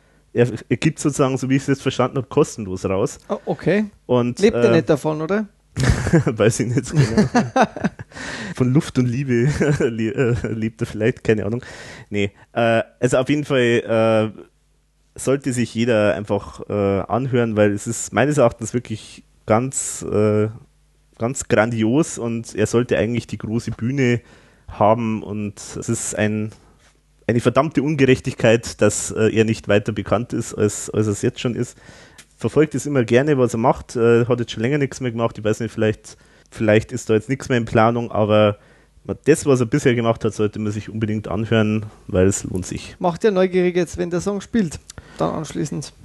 gibt sozusagen, so wie ich es jetzt verstanden habe, kostenlos raus. Oh, okay. Und, lebt er nicht davon, oder? Weiß ich nicht so genau. Von Luft und Liebe lebt er vielleicht, keine Ahnung. Nee, also auf jeden Fall sollte sich jeder einfach anhören, weil es ist meines Erachtens wirklich ganz grandios und er sollte eigentlich die große Bühne haben und es ist eine verdammte Ungerechtigkeit, dass er nicht weiter bekannt ist, als es jetzt schon ist. Verfolgt es immer gerne, was er macht. Hat jetzt schon länger nichts mehr gemacht. Ich weiß nicht, vielleicht ist da jetzt nichts mehr in Planung, aber das, was er bisher gemacht hat, sollte man sich unbedingt anhören, weil es lohnt sich. Macht ja neugierig jetzt, wenn der Song spielt, dann anschließend.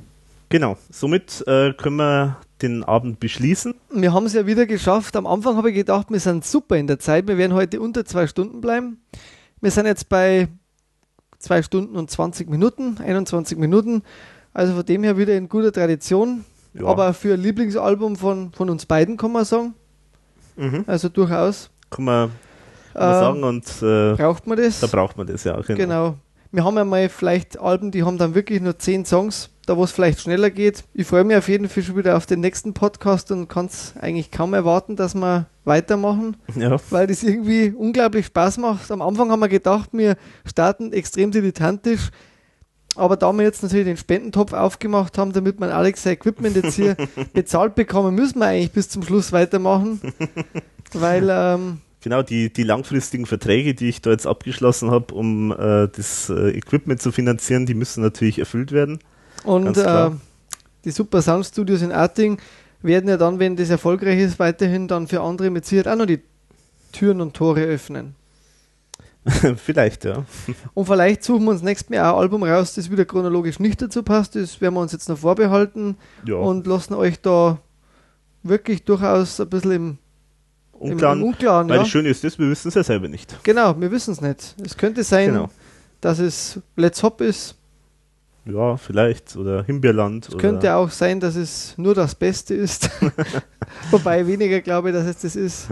Genau, somit können wir den Abend beschließen. Wir haben es ja wieder geschafft. Am Anfang habe ich gedacht, wir sind super in der Zeit. Wir werden heute unter 2 Stunden bleiben. Wir sind jetzt bei 2 Stunden und 20 Minuten, 21 Minuten. Also von dem her wieder in guter Tradition. Ja. Aber für ein Lieblingsalbum von uns beiden kann man sagen. Also durchaus. Kann man sagen und braucht man das? da braucht man das, ja. Genau. Wir haben ja mal vielleicht Alben, die haben dann wirklich nur 10 Songs, da wo es vielleicht schneller geht. Ich freue mich auf jeden Fall schon wieder auf den nächsten Podcast und kann es eigentlich kaum erwarten, dass wir weitermachen, Ja. weil das irgendwie unglaublich Spaß macht. Am Anfang haben wir gedacht, wir starten extrem dilettantisch, aber da wir jetzt natürlich den Spendentopf aufgemacht haben, damit man Alex sein Equipment jetzt hier bezahlt bekommen, müssen wir eigentlich bis zum Schluss weitermachen, weil Genau, die langfristigen Verträge, die ich da jetzt abgeschlossen habe, um das Equipment zu finanzieren, die müssen natürlich erfüllt werden. und die Super Sound Studios in Arting werden ja dann, wenn das erfolgreich ist, weiterhin dann für andere mit Sicherheit auch noch die Türen und Tore öffnen. Vielleicht, ja. Und vielleicht suchen wir uns nächstes Mal auch ein Album raus, das wieder chronologisch nicht dazu passt. Das werden wir uns jetzt noch vorbehalten Ja. und lassen euch da wirklich durchaus ein bisschen im Unklaren. Weil Ja. das Schöne ist, wir wissen es ja selber nicht. Genau, wir wissen es nicht. Es könnte sein, Genau. dass es Let's Hop ist. Ja, vielleicht. Oder Himbeerland. Es könnte auch sein, dass es nur das Beste ist. Wobei weniger glaube ich, dass es das ist.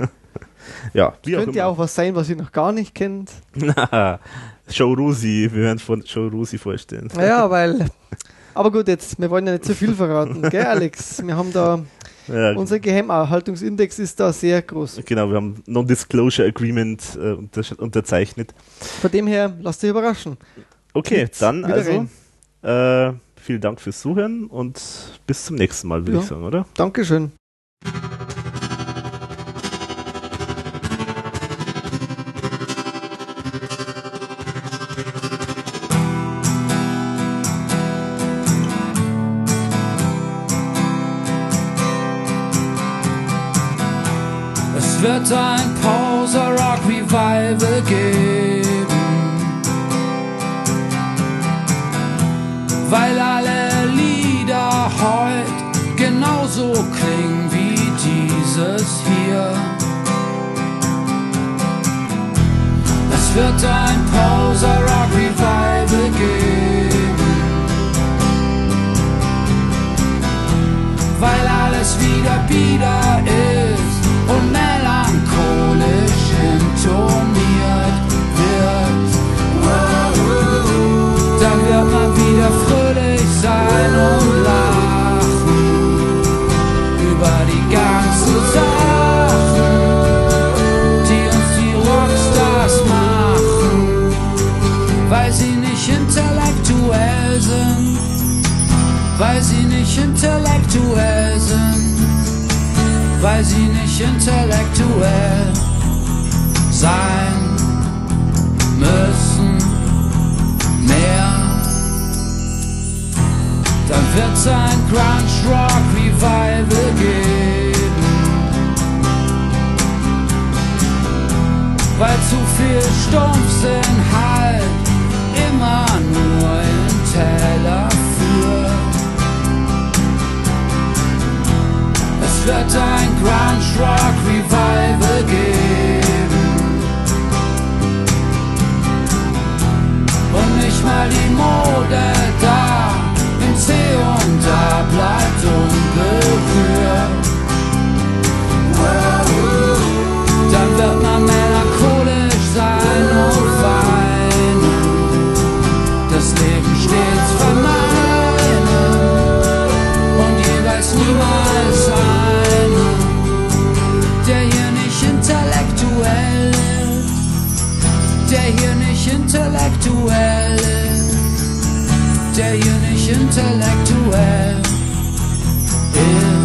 Ja, wie Könnte ja auch was sein, was ihr noch gar nicht kennt. Joe Rusi, wir werden von Joe Rusi vorstellen. Naja, weil. Aber gut, jetzt, wir wollen ja nicht zu viel verraten, gell, Alex? Wir haben da. Ja, Unser Geheimerhaltungsindex ist da sehr groß. genau, wir haben Non-Disclosure Agreement unterzeichnet. Von dem her, lasst dich überraschen. Okay, Jetzt dann wieder also rein. vielen Dank fürs Zuhören und bis zum nächsten Mal, würde Ja. ich sagen, oder? Dankeschön. Es wird ein Poser-Rock-Revival geben, weil alle Lieder heute genauso klingen wie dieses hier. Es wird ein Poser-Rock-Revival geben, weil alles wieder bieder ist und melancholisch intoniert wird. Dann wird man wieder fröhlich sein und lachen über die ganzen Sachen, die uns die Rockstars machen, weil sie nicht intellektuell sind, weil sie nicht intellektuell sind, weil sie nicht intellektuell sein müssen mehr. Dann wird's ein Grunge-Rock-Revival geben, weil zu viel Stumpfsinn halt immer nur in Teller führt. Es wird ein Grunge-Rock-Revival geben und nicht mal die Mode da im C und da bleibt unberührt. Dann wird man melancholisch sein und weinen, das Leben stets verneinen und jeweils niemals einen, der hier nicht intellektuell ist, der hier nicht intellektuell ist, der hier nicht intellektuell ist.